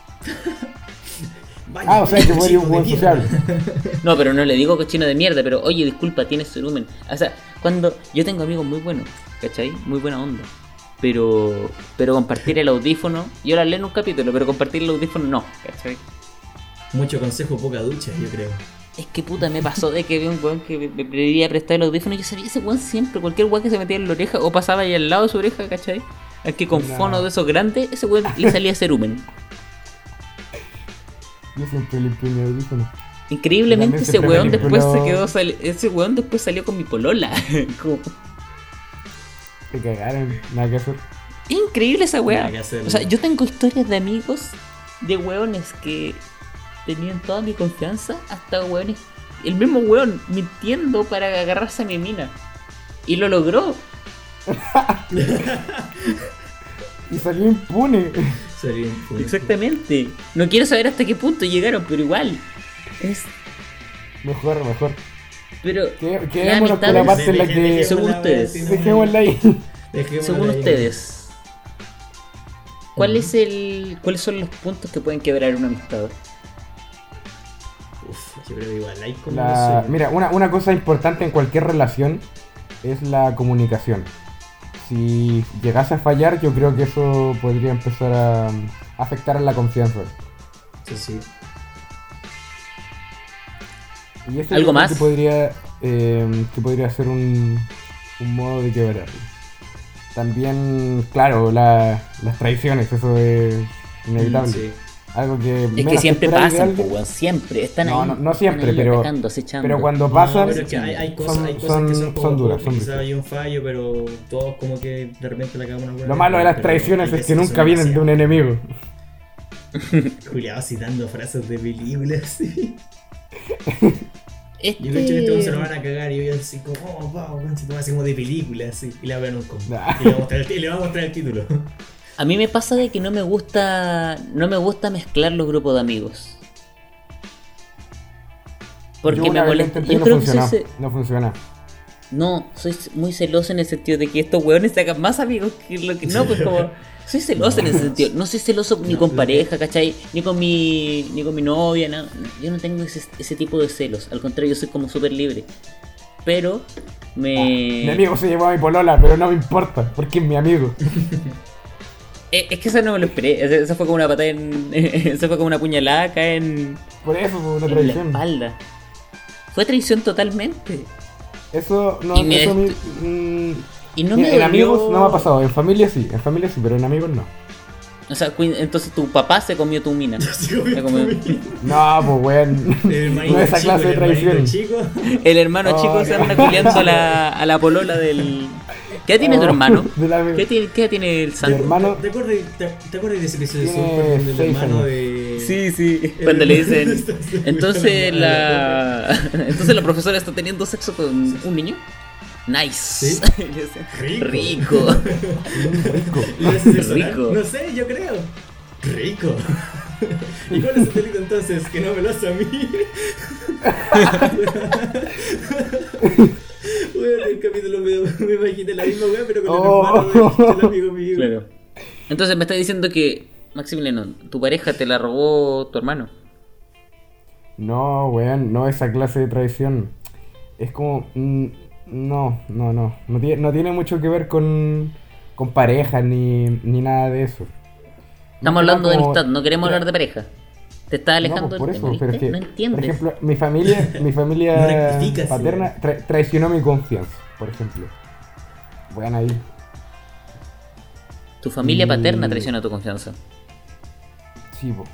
[SPEAKER 2] Ah, o sea que fue un buen sociable.
[SPEAKER 1] No, pero no le digo cochino de mierda, pero oye, disculpa, tienes cerumen. O sea, cuando yo tengo amigos muy buenos, ¿cachai? Muy buena onda. Pero pero compartir el audífono, yo lo hablé en un capítulo, pero compartir el audífono no, ¿cachai?
[SPEAKER 3] Mucho consejo, poca ducha, yo creo.
[SPEAKER 1] Es que puta, me pasó de que había un weón que me me pedía prestar el audífono y yo sabía ese weón siempre, cualquier weón que se metía en la oreja o pasaba ahí al lado de su oreja, ¿cachai? Al que con
[SPEAKER 2] No.
[SPEAKER 1] fono de esos grandes, ese weón le salía cerumen.
[SPEAKER 2] Yo siempre limpio mi audífono.
[SPEAKER 1] Increíblemente
[SPEAKER 2] También
[SPEAKER 1] ese
[SPEAKER 2] siempre
[SPEAKER 1] weón
[SPEAKER 2] me limpio
[SPEAKER 1] después se
[SPEAKER 2] los-
[SPEAKER 1] quedó sali- ese weón después salió con mi polola. Como-
[SPEAKER 2] Te cagaron, nada que hacer.
[SPEAKER 1] Es increíble esa weá.
[SPEAKER 3] Nada que hacer.
[SPEAKER 1] O sea, yo tengo historias de amigos de weones que tenían toda mi confianza, hasta weones, el mismo weón mintiendo para agarrarse a mi mina. Y lo logró.
[SPEAKER 2] Y salió impune.
[SPEAKER 3] Sería un-
[SPEAKER 1] Exactamente. No quiero saber hasta qué punto llegaron, pero igual. Es.
[SPEAKER 2] Mejor, mejor.
[SPEAKER 1] Pero.
[SPEAKER 2] Que-
[SPEAKER 1] la
[SPEAKER 2] Quedémonos
[SPEAKER 1] amistad
[SPEAKER 2] con la
[SPEAKER 1] es-
[SPEAKER 2] parte en la
[SPEAKER 3] Deje-
[SPEAKER 2] que.
[SPEAKER 3] dejémosla,
[SPEAKER 1] según
[SPEAKER 3] weá,
[SPEAKER 1] ustedes.
[SPEAKER 3] si no-
[SPEAKER 2] Dejémosla ahí.
[SPEAKER 3] dejémosla
[SPEAKER 1] Según
[SPEAKER 3] ahí.
[SPEAKER 1] ustedes, ¿cuál es el, ¿cuáles son los puntos que pueden quebrar una amistad?
[SPEAKER 3] Uf, yo creo que igual hay como.
[SPEAKER 2] La-
[SPEAKER 3] no sé.
[SPEAKER 2] mira, una, una cosa importante en cualquier relación es la comunicación. Si llegase a fallar, yo creo que eso podría empezar a a afectar a la confianza.
[SPEAKER 3] Sí, sí.
[SPEAKER 2] Y eso
[SPEAKER 1] ¿Algo
[SPEAKER 2] yo creo
[SPEAKER 1] más?
[SPEAKER 2] Que podría, eh, que podría ser un, un modo de quebrarlo. También, claro, la- las traiciones, eso es inevitable.
[SPEAKER 3] Sí.
[SPEAKER 2] Algo que
[SPEAKER 1] Es que
[SPEAKER 2] menos
[SPEAKER 1] siempre
[SPEAKER 2] esperáis de
[SPEAKER 1] pasan,
[SPEAKER 2] alguien.
[SPEAKER 1] po, weón, siempre. Están
[SPEAKER 2] No,
[SPEAKER 1] ahí.
[SPEAKER 2] no- no siempre,
[SPEAKER 1] están ahí
[SPEAKER 2] pero-
[SPEAKER 1] atacando, acechando.
[SPEAKER 2] Pero cuando
[SPEAKER 3] No,
[SPEAKER 2] pasan,
[SPEAKER 3] pero es que hay, hay cosas,
[SPEAKER 2] son-
[SPEAKER 3] hay cosas
[SPEAKER 2] son-
[SPEAKER 3] que son como
[SPEAKER 2] son duras,
[SPEAKER 3] porque
[SPEAKER 2] son
[SPEAKER 3] quizás
[SPEAKER 2] duras.
[SPEAKER 3] hay un fallo, pero todos como que de repente la cagan una
[SPEAKER 2] Lo malo de las
[SPEAKER 3] pero
[SPEAKER 2] traiciones
[SPEAKER 3] hay
[SPEAKER 2] es que
[SPEAKER 3] veces
[SPEAKER 2] nunca
[SPEAKER 3] son
[SPEAKER 2] vienen de un enemigo.
[SPEAKER 3] Juliado citando frases de películas, sí.
[SPEAKER 1] Este...
[SPEAKER 3] Yo creo que este weón se lo van a cagar y yo así como, oh, wow, weón, se toma así como de película, así. Y le van a un combo.
[SPEAKER 2] Nah.
[SPEAKER 3] Y le va a mostrar el, y le va a mostrar el título.
[SPEAKER 1] A mí me pasa de que no me gusta no me gusta mezclar los grupos de amigos. Porque
[SPEAKER 2] Yo
[SPEAKER 1] me
[SPEAKER 2] una vez lo
[SPEAKER 1] molesta.
[SPEAKER 2] intenté y
[SPEAKER 1] Yo
[SPEAKER 2] no
[SPEAKER 1] creo que
[SPEAKER 2] funciona.
[SPEAKER 1] soy ce-
[SPEAKER 2] No funciona.
[SPEAKER 1] no, soy muy celoso en el sentido de que estos weones se hagan más amigos que lo que no, pues como soy celoso en ese sentido. No soy celoso ni
[SPEAKER 3] No,
[SPEAKER 1] con
[SPEAKER 3] lo
[SPEAKER 1] pareja, ¿cachai? Ni con mi ni con mi novia, no. Yo no tengo ese, ese tipo de celos. Al contrario, yo soy como súper libre. Pero me
[SPEAKER 2] Mi amigo se llevó a mi polola, pero no me importa, porque es mi amigo.
[SPEAKER 1] Eh, Es que eso no me lo esperé. Eso eso fue como una patada en. Eso fue como una puñalada acá en,
[SPEAKER 2] Por eso fue una
[SPEAKER 1] en la
[SPEAKER 2] traición.
[SPEAKER 1] espalda. Fue traición totalmente.
[SPEAKER 2] Eso no,
[SPEAKER 1] Y me
[SPEAKER 2] eso
[SPEAKER 1] dest-
[SPEAKER 2] mi- mm,
[SPEAKER 1] Y no
[SPEAKER 2] mira,
[SPEAKER 1] me
[SPEAKER 2] en
[SPEAKER 1] dolió-
[SPEAKER 2] amigos no me ha pasado, en familia sí, en familia sí, pero en amigos no.
[SPEAKER 1] O sea, cu- entonces tu papá se comió tu mina.
[SPEAKER 3] Así como
[SPEAKER 1] Se comió-
[SPEAKER 2] No, pues weón.
[SPEAKER 3] El hermanito
[SPEAKER 2] No esa
[SPEAKER 3] chico,
[SPEAKER 2] clase de
[SPEAKER 3] el hermanito
[SPEAKER 2] traición.
[SPEAKER 3] chico.
[SPEAKER 1] El hermano
[SPEAKER 2] Oh,
[SPEAKER 1] chico se
[SPEAKER 2] qué-
[SPEAKER 1] anda culiando a la, a la polola del. ¿Qué edad tiene tu
[SPEAKER 2] Oh,
[SPEAKER 1] hermano?
[SPEAKER 2] de la-
[SPEAKER 1] ¿Qué, tiene, ¿Qué edad tiene el
[SPEAKER 2] Mi
[SPEAKER 1] santo?
[SPEAKER 2] hermano
[SPEAKER 3] ¿Te acuerdas, te, te acuerdas de ese episodio de
[SPEAKER 2] Tiene
[SPEAKER 3] Super donde el
[SPEAKER 2] seis
[SPEAKER 3] hermano
[SPEAKER 2] años.
[SPEAKER 3] de.
[SPEAKER 1] Sí, sí.
[SPEAKER 3] El
[SPEAKER 1] Cuando le
[SPEAKER 3] hermano
[SPEAKER 1] dicen.
[SPEAKER 3] está súper
[SPEAKER 1] Entonces
[SPEAKER 3] enamorado.
[SPEAKER 1] la. Entonces la profesora está teniendo sexo con un niño. Nice.
[SPEAKER 3] Sí.
[SPEAKER 1] Y le dicen,
[SPEAKER 3] Rico.
[SPEAKER 1] Rico.
[SPEAKER 2] rico.
[SPEAKER 3] ¿Y lo haces de sonar?
[SPEAKER 1] Rico.
[SPEAKER 3] No sé, yo creo. Rico. ¿Y cuál es el delito entonces? Que no me lo hace a mí. Bueno, el capítulo me, me imaginé la misma weá, pero con
[SPEAKER 2] Oh.
[SPEAKER 3] el hermano del amigo mío.
[SPEAKER 1] Claro. Entonces me está diciendo que, Maximiliano, tu pareja te la robó tu hermano.
[SPEAKER 2] No, weón, no esa clase de traición. Es como... mm, no, no, no. No tiene, no tiene mucho que ver con, con pareja ni, ni nada de eso.
[SPEAKER 1] Estamos hablando de amistad, no queremos
[SPEAKER 2] Mira,
[SPEAKER 1] hablar de pareja. Te estás alejando
[SPEAKER 2] no, pues
[SPEAKER 1] del
[SPEAKER 2] por
[SPEAKER 1] tema,
[SPEAKER 2] eso, pero
[SPEAKER 1] ¿viste?
[SPEAKER 2] es que,
[SPEAKER 1] No entiendes.
[SPEAKER 2] por ejemplo, mi familia, mi
[SPEAKER 3] No
[SPEAKER 2] familia
[SPEAKER 3] rectificas,
[SPEAKER 2] paterna tra- traicionó mi confianza, por ejemplo. Bueno, ahí.
[SPEAKER 1] Tu familia
[SPEAKER 2] y-
[SPEAKER 1] paterna traiciona tu confianza.
[SPEAKER 2] Sí, po.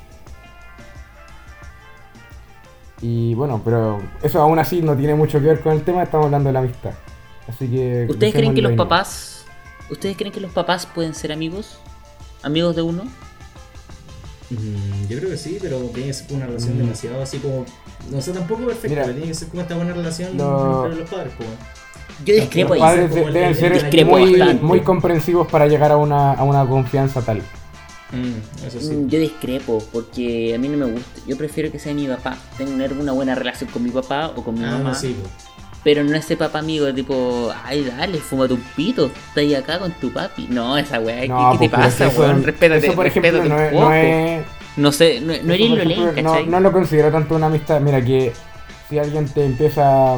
[SPEAKER 2] Y bueno, pero eso aún así no tiene mucho que ver con el tema, estamos hablando de la amistad. Así que...
[SPEAKER 1] ¿Ustedes creen que
[SPEAKER 2] dejémoslo
[SPEAKER 1] los
[SPEAKER 2] ahí nomás.
[SPEAKER 1] papás... ¿Ustedes creen que los papás pueden ser amigos? ¿Amigos de uno?
[SPEAKER 3] Mm, yo creo que sí, pero tiene que ser una relación
[SPEAKER 2] Mm.
[SPEAKER 3] demasiado así como. No sé, tampoco perfecta,
[SPEAKER 2] Mira,
[SPEAKER 3] pero tiene que ser como esta buena relación
[SPEAKER 2] lo-
[SPEAKER 3] entre los padres, pues.
[SPEAKER 1] Yo discrepo
[SPEAKER 2] Los
[SPEAKER 1] ahí.
[SPEAKER 2] padres de-
[SPEAKER 3] como el-
[SPEAKER 2] deben
[SPEAKER 3] el-
[SPEAKER 2] ser
[SPEAKER 3] el-
[SPEAKER 1] discrepo
[SPEAKER 2] muy,
[SPEAKER 1] bastante.
[SPEAKER 2] muy comprensivos para llegar a una, a una confianza tal.
[SPEAKER 3] Mm, eso sí.
[SPEAKER 1] Mm, Yo discrepo, porque a mí no me gusta. Yo prefiero que sea mi papá, tener una buena relación con mi papá o con mi
[SPEAKER 3] Ah,
[SPEAKER 1] mamá.
[SPEAKER 3] no, sí, pues.
[SPEAKER 1] Pero no ese papá amigo, tipo, ay, dale, fúmate un pito, estás ahí acá con tu papi. No, esa weá, ¿qué,
[SPEAKER 2] No,
[SPEAKER 1] qué
[SPEAKER 2] pues,
[SPEAKER 1] te
[SPEAKER 2] pero
[SPEAKER 1] pasa,
[SPEAKER 2] eso-
[SPEAKER 1] weón? Respétate,
[SPEAKER 2] eso, por ejemplo,
[SPEAKER 1] respétate
[SPEAKER 2] no
[SPEAKER 1] un
[SPEAKER 2] es,
[SPEAKER 1] poco.
[SPEAKER 2] no es...
[SPEAKER 1] No sé, no, no
[SPEAKER 2] eso,
[SPEAKER 1] eres
[SPEAKER 2] por
[SPEAKER 1] Lolén,
[SPEAKER 2] ejemplo, no,
[SPEAKER 1] ¿cachai?
[SPEAKER 2] no lo considero tanto una amistad. Mira que si alguien te empieza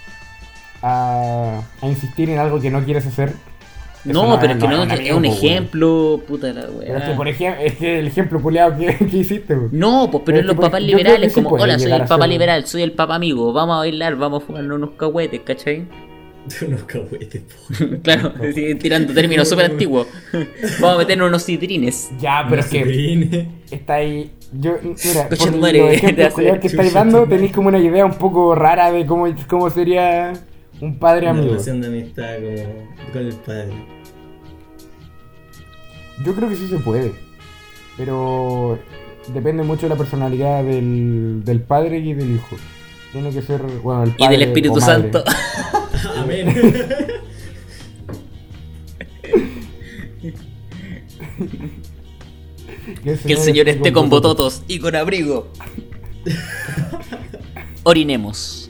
[SPEAKER 2] a, a insistir en algo que no quieres hacer... eso
[SPEAKER 1] No, pero es que
[SPEAKER 2] no
[SPEAKER 1] no,
[SPEAKER 2] un
[SPEAKER 1] es
[SPEAKER 2] amigo,
[SPEAKER 1] un
[SPEAKER 2] pues, weón.
[SPEAKER 1] ejemplo, puta la weá.
[SPEAKER 2] Pero es que, por ejemplo, es que el ejemplo culiado que, que hiciste, pues.
[SPEAKER 1] No, pues pero
[SPEAKER 2] Es que,
[SPEAKER 1] los
[SPEAKER 2] por-
[SPEAKER 1] papás
[SPEAKER 2] yo creo que
[SPEAKER 1] liberales,
[SPEAKER 2] sí
[SPEAKER 1] como,
[SPEAKER 2] puede
[SPEAKER 1] hola, soy
[SPEAKER 2] llegar
[SPEAKER 1] el
[SPEAKER 2] a
[SPEAKER 1] papá
[SPEAKER 2] ser-
[SPEAKER 1] liberal, soy el papá amigo, vamos a bailar, vamos a fumarnos unos cahuetes, ¿cachai?
[SPEAKER 3] Unos cahuetes, po.
[SPEAKER 1] Claro, sí, tirando términos súper antiguos. Vamos a meternos unos citrines.
[SPEAKER 2] Ya, pero es que
[SPEAKER 3] Sobrine.
[SPEAKER 2] está ahí. Yo, mira,
[SPEAKER 1] Coche
[SPEAKER 2] por
[SPEAKER 1] tu madre,
[SPEAKER 2] los
[SPEAKER 1] te
[SPEAKER 2] ejemplos
[SPEAKER 1] hace
[SPEAKER 2] culiados que estáis
[SPEAKER 3] chucha
[SPEAKER 2] dando,
[SPEAKER 3] tu madre.
[SPEAKER 2] tenéis como una idea un poco rara de cómo, cómo sería un padre
[SPEAKER 3] Una
[SPEAKER 2] amigo.
[SPEAKER 3] relación de amistad como con el padre.
[SPEAKER 2] Yo creo que sí se puede, pero depende mucho de la personalidad del, del padre y del hijo. Tiene que ser, bueno, el
[SPEAKER 1] Y
[SPEAKER 2] padre
[SPEAKER 1] del Espíritu
[SPEAKER 2] o madre.
[SPEAKER 1] Santo.
[SPEAKER 3] Amén.
[SPEAKER 2] Que
[SPEAKER 1] Que el Señor esté con bototos y con abrigo. Orinemos.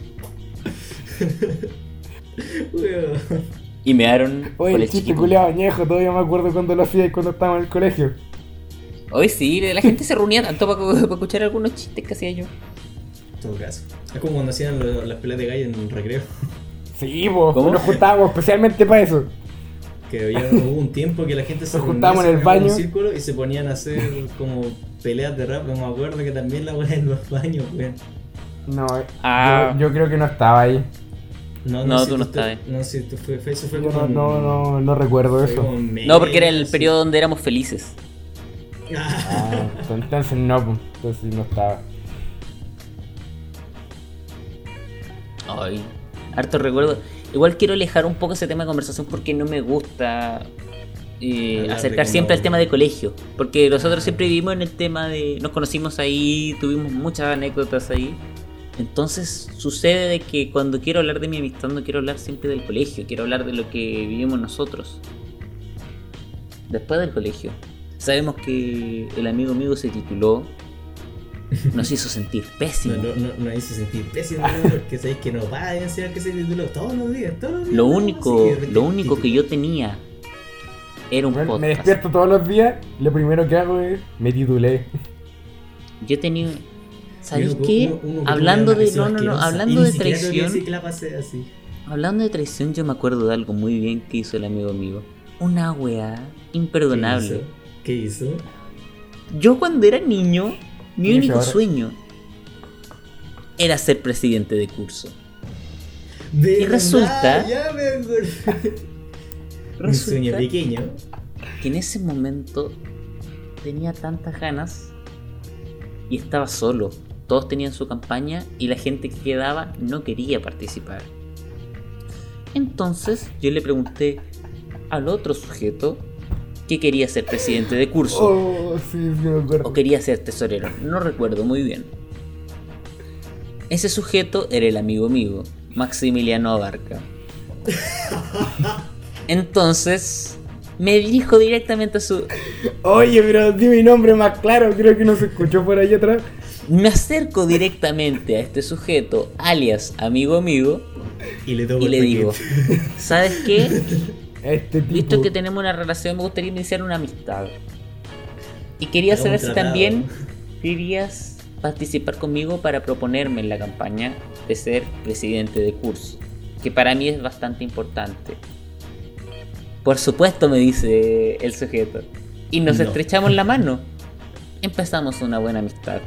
[SPEAKER 3] Weón.
[SPEAKER 1] Y mearon
[SPEAKER 2] Oye,
[SPEAKER 1] por
[SPEAKER 2] el
[SPEAKER 1] el
[SPEAKER 2] chiste
[SPEAKER 1] chiquito.
[SPEAKER 2] culiado añejo, todavía me acuerdo cuando lo hacía y cuando estábamos en el colegio.
[SPEAKER 1] Hoy sí, la gente se reunía tanto para, escuchar algunos chistes que hacía yo.
[SPEAKER 3] En todo caso. Es como cuando hacían lo- las peleas de gallo en el recreo.
[SPEAKER 2] Sí, pues,
[SPEAKER 1] ¿Cómo?
[SPEAKER 2] nos juntábamos especialmente para eso.
[SPEAKER 3] Que ya hubo un tiempo que la gente se
[SPEAKER 2] Nos
[SPEAKER 3] reunía,
[SPEAKER 2] juntábamos
[SPEAKER 3] se
[SPEAKER 2] en el
[SPEAKER 3] formaban
[SPEAKER 2] baño.
[SPEAKER 3] un círculo y se ponían a hacer como peleas de rap. No me acuerdo que también la weá en los baños, weón.
[SPEAKER 2] No, eh,
[SPEAKER 1] Ah.
[SPEAKER 2] yo, yo creo que no estaba ahí.
[SPEAKER 1] No,
[SPEAKER 3] si
[SPEAKER 1] tú no
[SPEAKER 3] te-
[SPEAKER 1] estabas.
[SPEAKER 3] No, si tú fue, fue- eso fue
[SPEAKER 2] Yo
[SPEAKER 3] como.
[SPEAKER 2] no,
[SPEAKER 3] en-
[SPEAKER 2] no, no, no recuerdo
[SPEAKER 3] fue
[SPEAKER 2] eso.
[SPEAKER 3] como en medio,
[SPEAKER 1] No, porque era el
[SPEAKER 3] así.
[SPEAKER 1] periodo donde éramos felices.
[SPEAKER 2] Ah, entonces no, pues, entonces no estaba.
[SPEAKER 1] Ay, harto recuerdo. Igual quiero alejar un poco ese tema de conversación porque no me gusta eh,
[SPEAKER 3] Hablar de
[SPEAKER 1] acercar
[SPEAKER 3] cómo-
[SPEAKER 1] siempre al tema de colegio. Porque nosotros siempre vivimos en el tema de... Nos conocimos ahí, tuvimos muchas anécdotas ahí. Entonces sucede de que cuando quiero hablar de mi amistad no quiero hablar siempre del colegio. Quiero hablar de lo que vivimos nosotros. Después del colegio. Sabemos que el amigo mío se tituló. Nos hizo sentir pésimo.
[SPEAKER 3] No, no, no, no hizo sentir pésimo, ¿no? Porque sabéis que no va a enseñar que se tituló todos los días, todos los días.
[SPEAKER 1] Lo
[SPEAKER 3] no,
[SPEAKER 1] único,
[SPEAKER 3] sí, de repente
[SPEAKER 1] lo único que
[SPEAKER 3] título.
[SPEAKER 1] yo tenía era un
[SPEAKER 2] Bueno, me
[SPEAKER 1] podcast.
[SPEAKER 2] despierto todos los días, lo primero que hago es me titulé.
[SPEAKER 1] Yo tenía, ¿sabéis
[SPEAKER 3] Uno-
[SPEAKER 1] qué?
[SPEAKER 3] uno- uno que
[SPEAKER 1] Hablando
[SPEAKER 3] tiene
[SPEAKER 1] de,
[SPEAKER 3] una
[SPEAKER 1] no, no, no,
[SPEAKER 3] asquerosa.
[SPEAKER 1] hablando
[SPEAKER 3] Y
[SPEAKER 1] de
[SPEAKER 3] ni siquiera tengo que
[SPEAKER 1] traición,
[SPEAKER 3] decir que la pasé así.
[SPEAKER 1] hablando de traición, yo me acuerdo de algo muy bien que hizo el amigo mío. Una weá imperdonable.
[SPEAKER 3] ¿Qué hizo? ¿Qué hizo?
[SPEAKER 1] Yo cuando era niño, mi
[SPEAKER 2] ¿Qué hizo
[SPEAKER 1] único
[SPEAKER 2] ahora?
[SPEAKER 1] sueño era ser presidente de curso.
[SPEAKER 3] De
[SPEAKER 1] Y resulta-
[SPEAKER 3] verdad, ya me acordé. Un sueño
[SPEAKER 1] Resulta
[SPEAKER 3] pequeño.
[SPEAKER 1] que en ese momento tenía tantas ganas y estaba solo. Todos tenían su campaña y la gente que quedaba no quería participar. Entonces yo le pregunté al otro sujeto que quería ser presidente de curso
[SPEAKER 2] Oh, sí, sí me acuerdo.
[SPEAKER 1] o quería ser tesorero, no recuerdo muy bien. Ese sujeto era el amigo mío, Maximiliano Abarca. Entonces me dirijo directamente a su...
[SPEAKER 2] Oye, pero di mi nombre más claro, creo que no se escuchó por ahí atrás.
[SPEAKER 1] Me acerco directamente a este sujeto, alias amigo mío,
[SPEAKER 3] Y le toco
[SPEAKER 1] y
[SPEAKER 3] el
[SPEAKER 1] le digo,
[SPEAKER 3] paquete.
[SPEAKER 1] ¿sabes qué?
[SPEAKER 2] Este tipo.
[SPEAKER 1] Visto que tenemos una relación, me gustaría iniciar una amistad. Y quería
[SPEAKER 3] Hagamos
[SPEAKER 1] saber
[SPEAKER 3] un
[SPEAKER 1] si
[SPEAKER 3] tratado.
[SPEAKER 1] también querías participar conmigo para proponerme en la campaña de ser presidente de curso, que para mí es bastante importante. Por supuesto, me dice el sujeto. Y nos
[SPEAKER 3] No.
[SPEAKER 1] estrechamos la mano. Empezamos una buena amistad.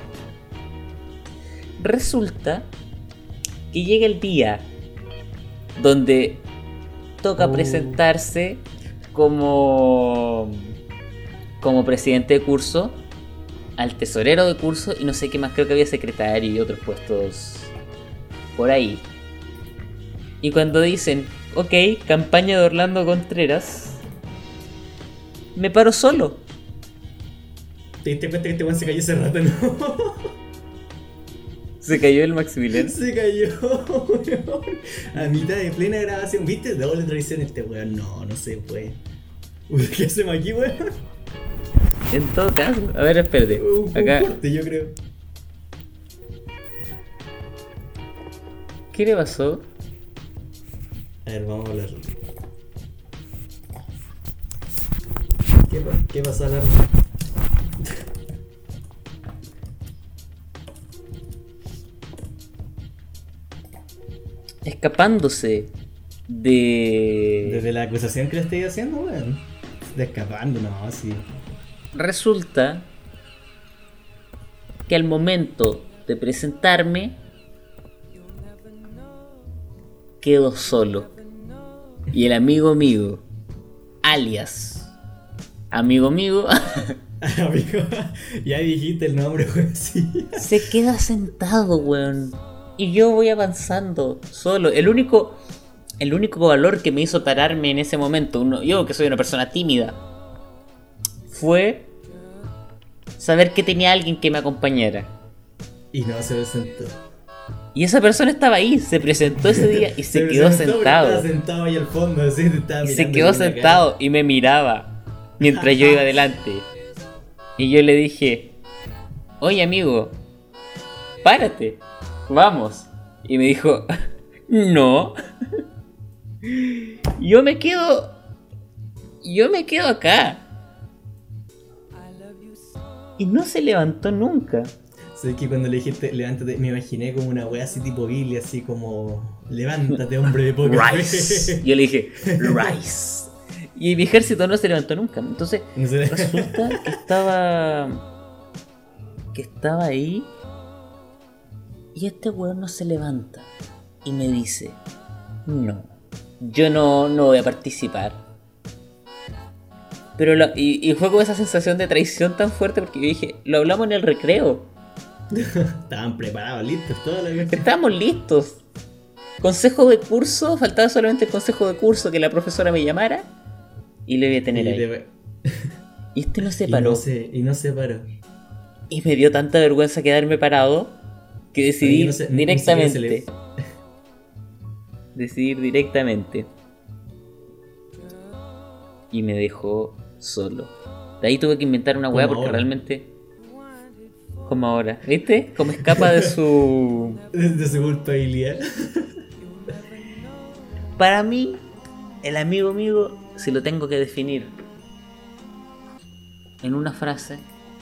[SPEAKER 1] Resulta que llega el día donde toca
[SPEAKER 2] Oh.
[SPEAKER 1] presentarse como, como presidente de curso, al tesorero de curso y no sé qué más, creo que había secretario y otros puestos por ahí. Y cuando dicen, ok, campaña de Orlando Contreras, me paro solo.
[SPEAKER 3] ¿Te diste cuenta que este weón se cayó hace rato, no?
[SPEAKER 1] Se cayó el Maximiliano.
[SPEAKER 3] Se cayó, weón. A mitad de plena grabación. ¿Viste? Doble traición este weón. No, no se puede. Uy, ¿qué hacemos aquí, weón?
[SPEAKER 1] En todo caso, a ver, espérate.
[SPEAKER 3] Un, un
[SPEAKER 1] Acá,
[SPEAKER 3] corte, yo creo.
[SPEAKER 1] ¿qué le pasó?
[SPEAKER 3] A ver, vamos a hablar. ¿Qué, pa- qué pasó, Alarma?
[SPEAKER 1] Escapándose de...
[SPEAKER 3] Desde la acusación que le estoy haciendo, weón. De escapando, no, sí.
[SPEAKER 1] Resulta que al momento de presentarme quedo solo. Y el amigo mío, alias amigo mío,
[SPEAKER 3] Amigo, ya dijiste el nombre, weón, sí.
[SPEAKER 1] se queda sentado, weón. Y yo voy avanzando solo. El único, el único valor que me hizo pararme en ese momento, uno, yo que soy una persona tímida, fue saber que tenía alguien que me acompañara.
[SPEAKER 3] Y no se presentó.
[SPEAKER 1] Y esa persona estaba ahí, se presentó ese día y se, quedó
[SPEAKER 3] presentó, pero
[SPEAKER 1] sentado.
[SPEAKER 3] Estaba sentado ahí al fondo, así, te estaba
[SPEAKER 1] Y se
[SPEAKER 3] mirando
[SPEAKER 1] quedó
[SPEAKER 3] con la cara.
[SPEAKER 1] sentado y me miraba mientras yo iba adelante. Y yo le dije, oye amigo, párate, vamos. Y me dijo, no. Yo me quedo, yo me quedo acá. Y no se levantó nunca.
[SPEAKER 3] Sé que cuando le dijiste levántate, me imaginé como una wea así tipo Billy, así como levántate, hombre de poca
[SPEAKER 1] Rice.
[SPEAKER 3] fe.
[SPEAKER 1] Yo le dije, Rice. Y mi ejército no se levantó nunca. Entonces,
[SPEAKER 3] No sé.
[SPEAKER 1] resulta que estaba. Que estaba ahí. Y este weón no se levanta. Y me dice: no, yo no, no voy a participar. Pero lo- y, y fue con esa sensación de traición tan fuerte porque yo dije: lo hablamos en el recreo.
[SPEAKER 3] Estaban preparados, listos, todo lo que.
[SPEAKER 1] Estábamos listos. Consejo de curso, faltaba solamente el consejo de curso que la profesora me llamara. Y le voy a tener
[SPEAKER 3] Y
[SPEAKER 1] ahí.
[SPEAKER 3] te-
[SPEAKER 1] Y este no se
[SPEAKER 3] y
[SPEAKER 1] paró.
[SPEAKER 3] no se, y no se paró.
[SPEAKER 1] Y me dio tanta vergüenza quedarme parado que decidí
[SPEAKER 3] Oye, no sé, ni- ni
[SPEAKER 1] directamente.
[SPEAKER 3] siquiera se
[SPEAKER 1] Decidir directamente. Y me dejó solo. De ahí tuve que inventar una weá
[SPEAKER 3] Como
[SPEAKER 1] porque
[SPEAKER 3] ahora.
[SPEAKER 1] realmente. Como ahora. ¿Viste? Como escapa de su.
[SPEAKER 3] De su culpabilidad.
[SPEAKER 1] Para mí, el amigo amigo, si lo tengo que definir en una frase,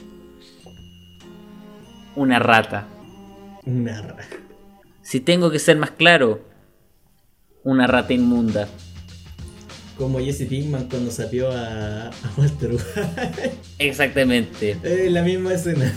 [SPEAKER 1] una rata.
[SPEAKER 3] Una rata.
[SPEAKER 1] Si tengo que ser más claro, una rata inmunda.
[SPEAKER 3] Como Jesse Pinkman cuando sapió a, a Walter White.
[SPEAKER 1] Exactamente.
[SPEAKER 3] Es la misma escena.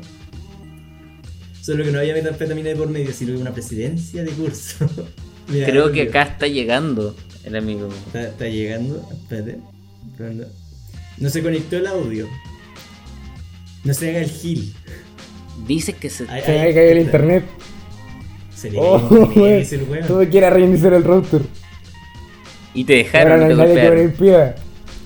[SPEAKER 3] Solo que no había metanfetamina de por medio, sino una presidencia de curso. Mira,
[SPEAKER 1] Creo que
[SPEAKER 3] volvió.
[SPEAKER 1] acá está llegando el amigo mío.
[SPEAKER 3] Está, está llegando. Espérate. Pronto. No se conectó el audio. No se haga el gil.
[SPEAKER 1] Dice que se...
[SPEAKER 3] Ay,
[SPEAKER 2] Se me
[SPEAKER 3] ay,
[SPEAKER 2] cayó el
[SPEAKER 3] está.
[SPEAKER 2] internet.
[SPEAKER 3] Se le
[SPEAKER 2] Oh,
[SPEAKER 3] cayó el internet,
[SPEAKER 2] wey.
[SPEAKER 3] ese el weón.
[SPEAKER 2] Tuve que ir a reiniciar el router.
[SPEAKER 1] Y te
[SPEAKER 2] Ahora
[SPEAKER 1] dejaron,
[SPEAKER 2] no
[SPEAKER 1] y
[SPEAKER 2] hay
[SPEAKER 1] te
[SPEAKER 2] nadie que me lo
[SPEAKER 1] golpearon.
[SPEAKER 2] impida.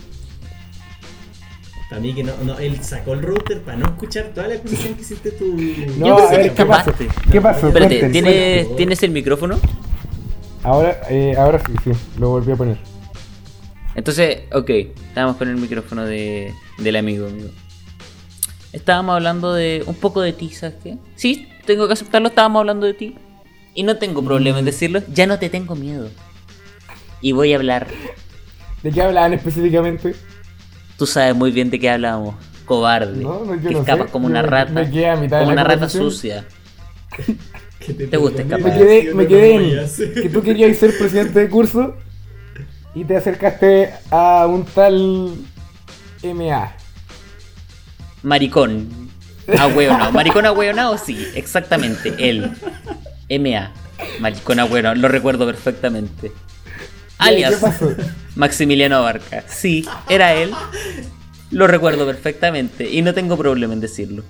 [SPEAKER 3] Para mí que no, no, él sacó el router para no escuchar toda la exposición que hiciste tú.
[SPEAKER 2] No,
[SPEAKER 1] Yo pensé
[SPEAKER 2] a ver,
[SPEAKER 1] que
[SPEAKER 2] ¿qué pasó?
[SPEAKER 1] escapaste.
[SPEAKER 2] ¿Qué pasó?
[SPEAKER 1] Espérate,
[SPEAKER 2] Cuenten,
[SPEAKER 1] ¿tienes,
[SPEAKER 2] cuenten.
[SPEAKER 1] ¿tienes el micrófono?
[SPEAKER 2] Ahora, eh, ahora sí, sí, lo volví a poner.
[SPEAKER 1] Entonces, ok, estábamos con el micrófono de, del amigo mío. Estábamos hablando de un poco de ti, ¿sabes qué? Sí, tengo que aceptarlo, estábamos hablando de ti. Y no tengo problema en decirlo, ya no te tengo miedo. Y voy a hablar.
[SPEAKER 2] ¿De qué hablaban específicamente?
[SPEAKER 1] Tú sabes muy bien de qué hablábamos Cobarde.
[SPEAKER 2] No, no, yo
[SPEAKER 1] que
[SPEAKER 2] no
[SPEAKER 1] escapas
[SPEAKER 2] sé.
[SPEAKER 1] como
[SPEAKER 2] Yo
[SPEAKER 1] una
[SPEAKER 2] me-
[SPEAKER 1] rata.
[SPEAKER 2] me quedé a mitad de
[SPEAKER 1] como
[SPEAKER 2] la
[SPEAKER 1] una rata
[SPEAKER 2] conversación.
[SPEAKER 1] sucia.
[SPEAKER 3] Que
[SPEAKER 1] ¿Te gusta
[SPEAKER 3] pongo
[SPEAKER 1] escapar?
[SPEAKER 2] Me quedé,
[SPEAKER 3] yo
[SPEAKER 2] me
[SPEAKER 3] no
[SPEAKER 2] quedé
[SPEAKER 3] voy a
[SPEAKER 2] en
[SPEAKER 3] hacer.
[SPEAKER 2] que tú querías ser presidente de curso y te acercaste a un tal M A.
[SPEAKER 1] Maricón. Ahueonado. Maricón ahueonado, sí, exactamente. Él. M A. Maricón ahueonado. Lo recuerdo perfectamente. Alias.
[SPEAKER 2] ¿Qué pasó?
[SPEAKER 1] Maximiliano Abarca. Sí, era él. Lo recuerdo perfectamente. Y no tengo problema en decirlo.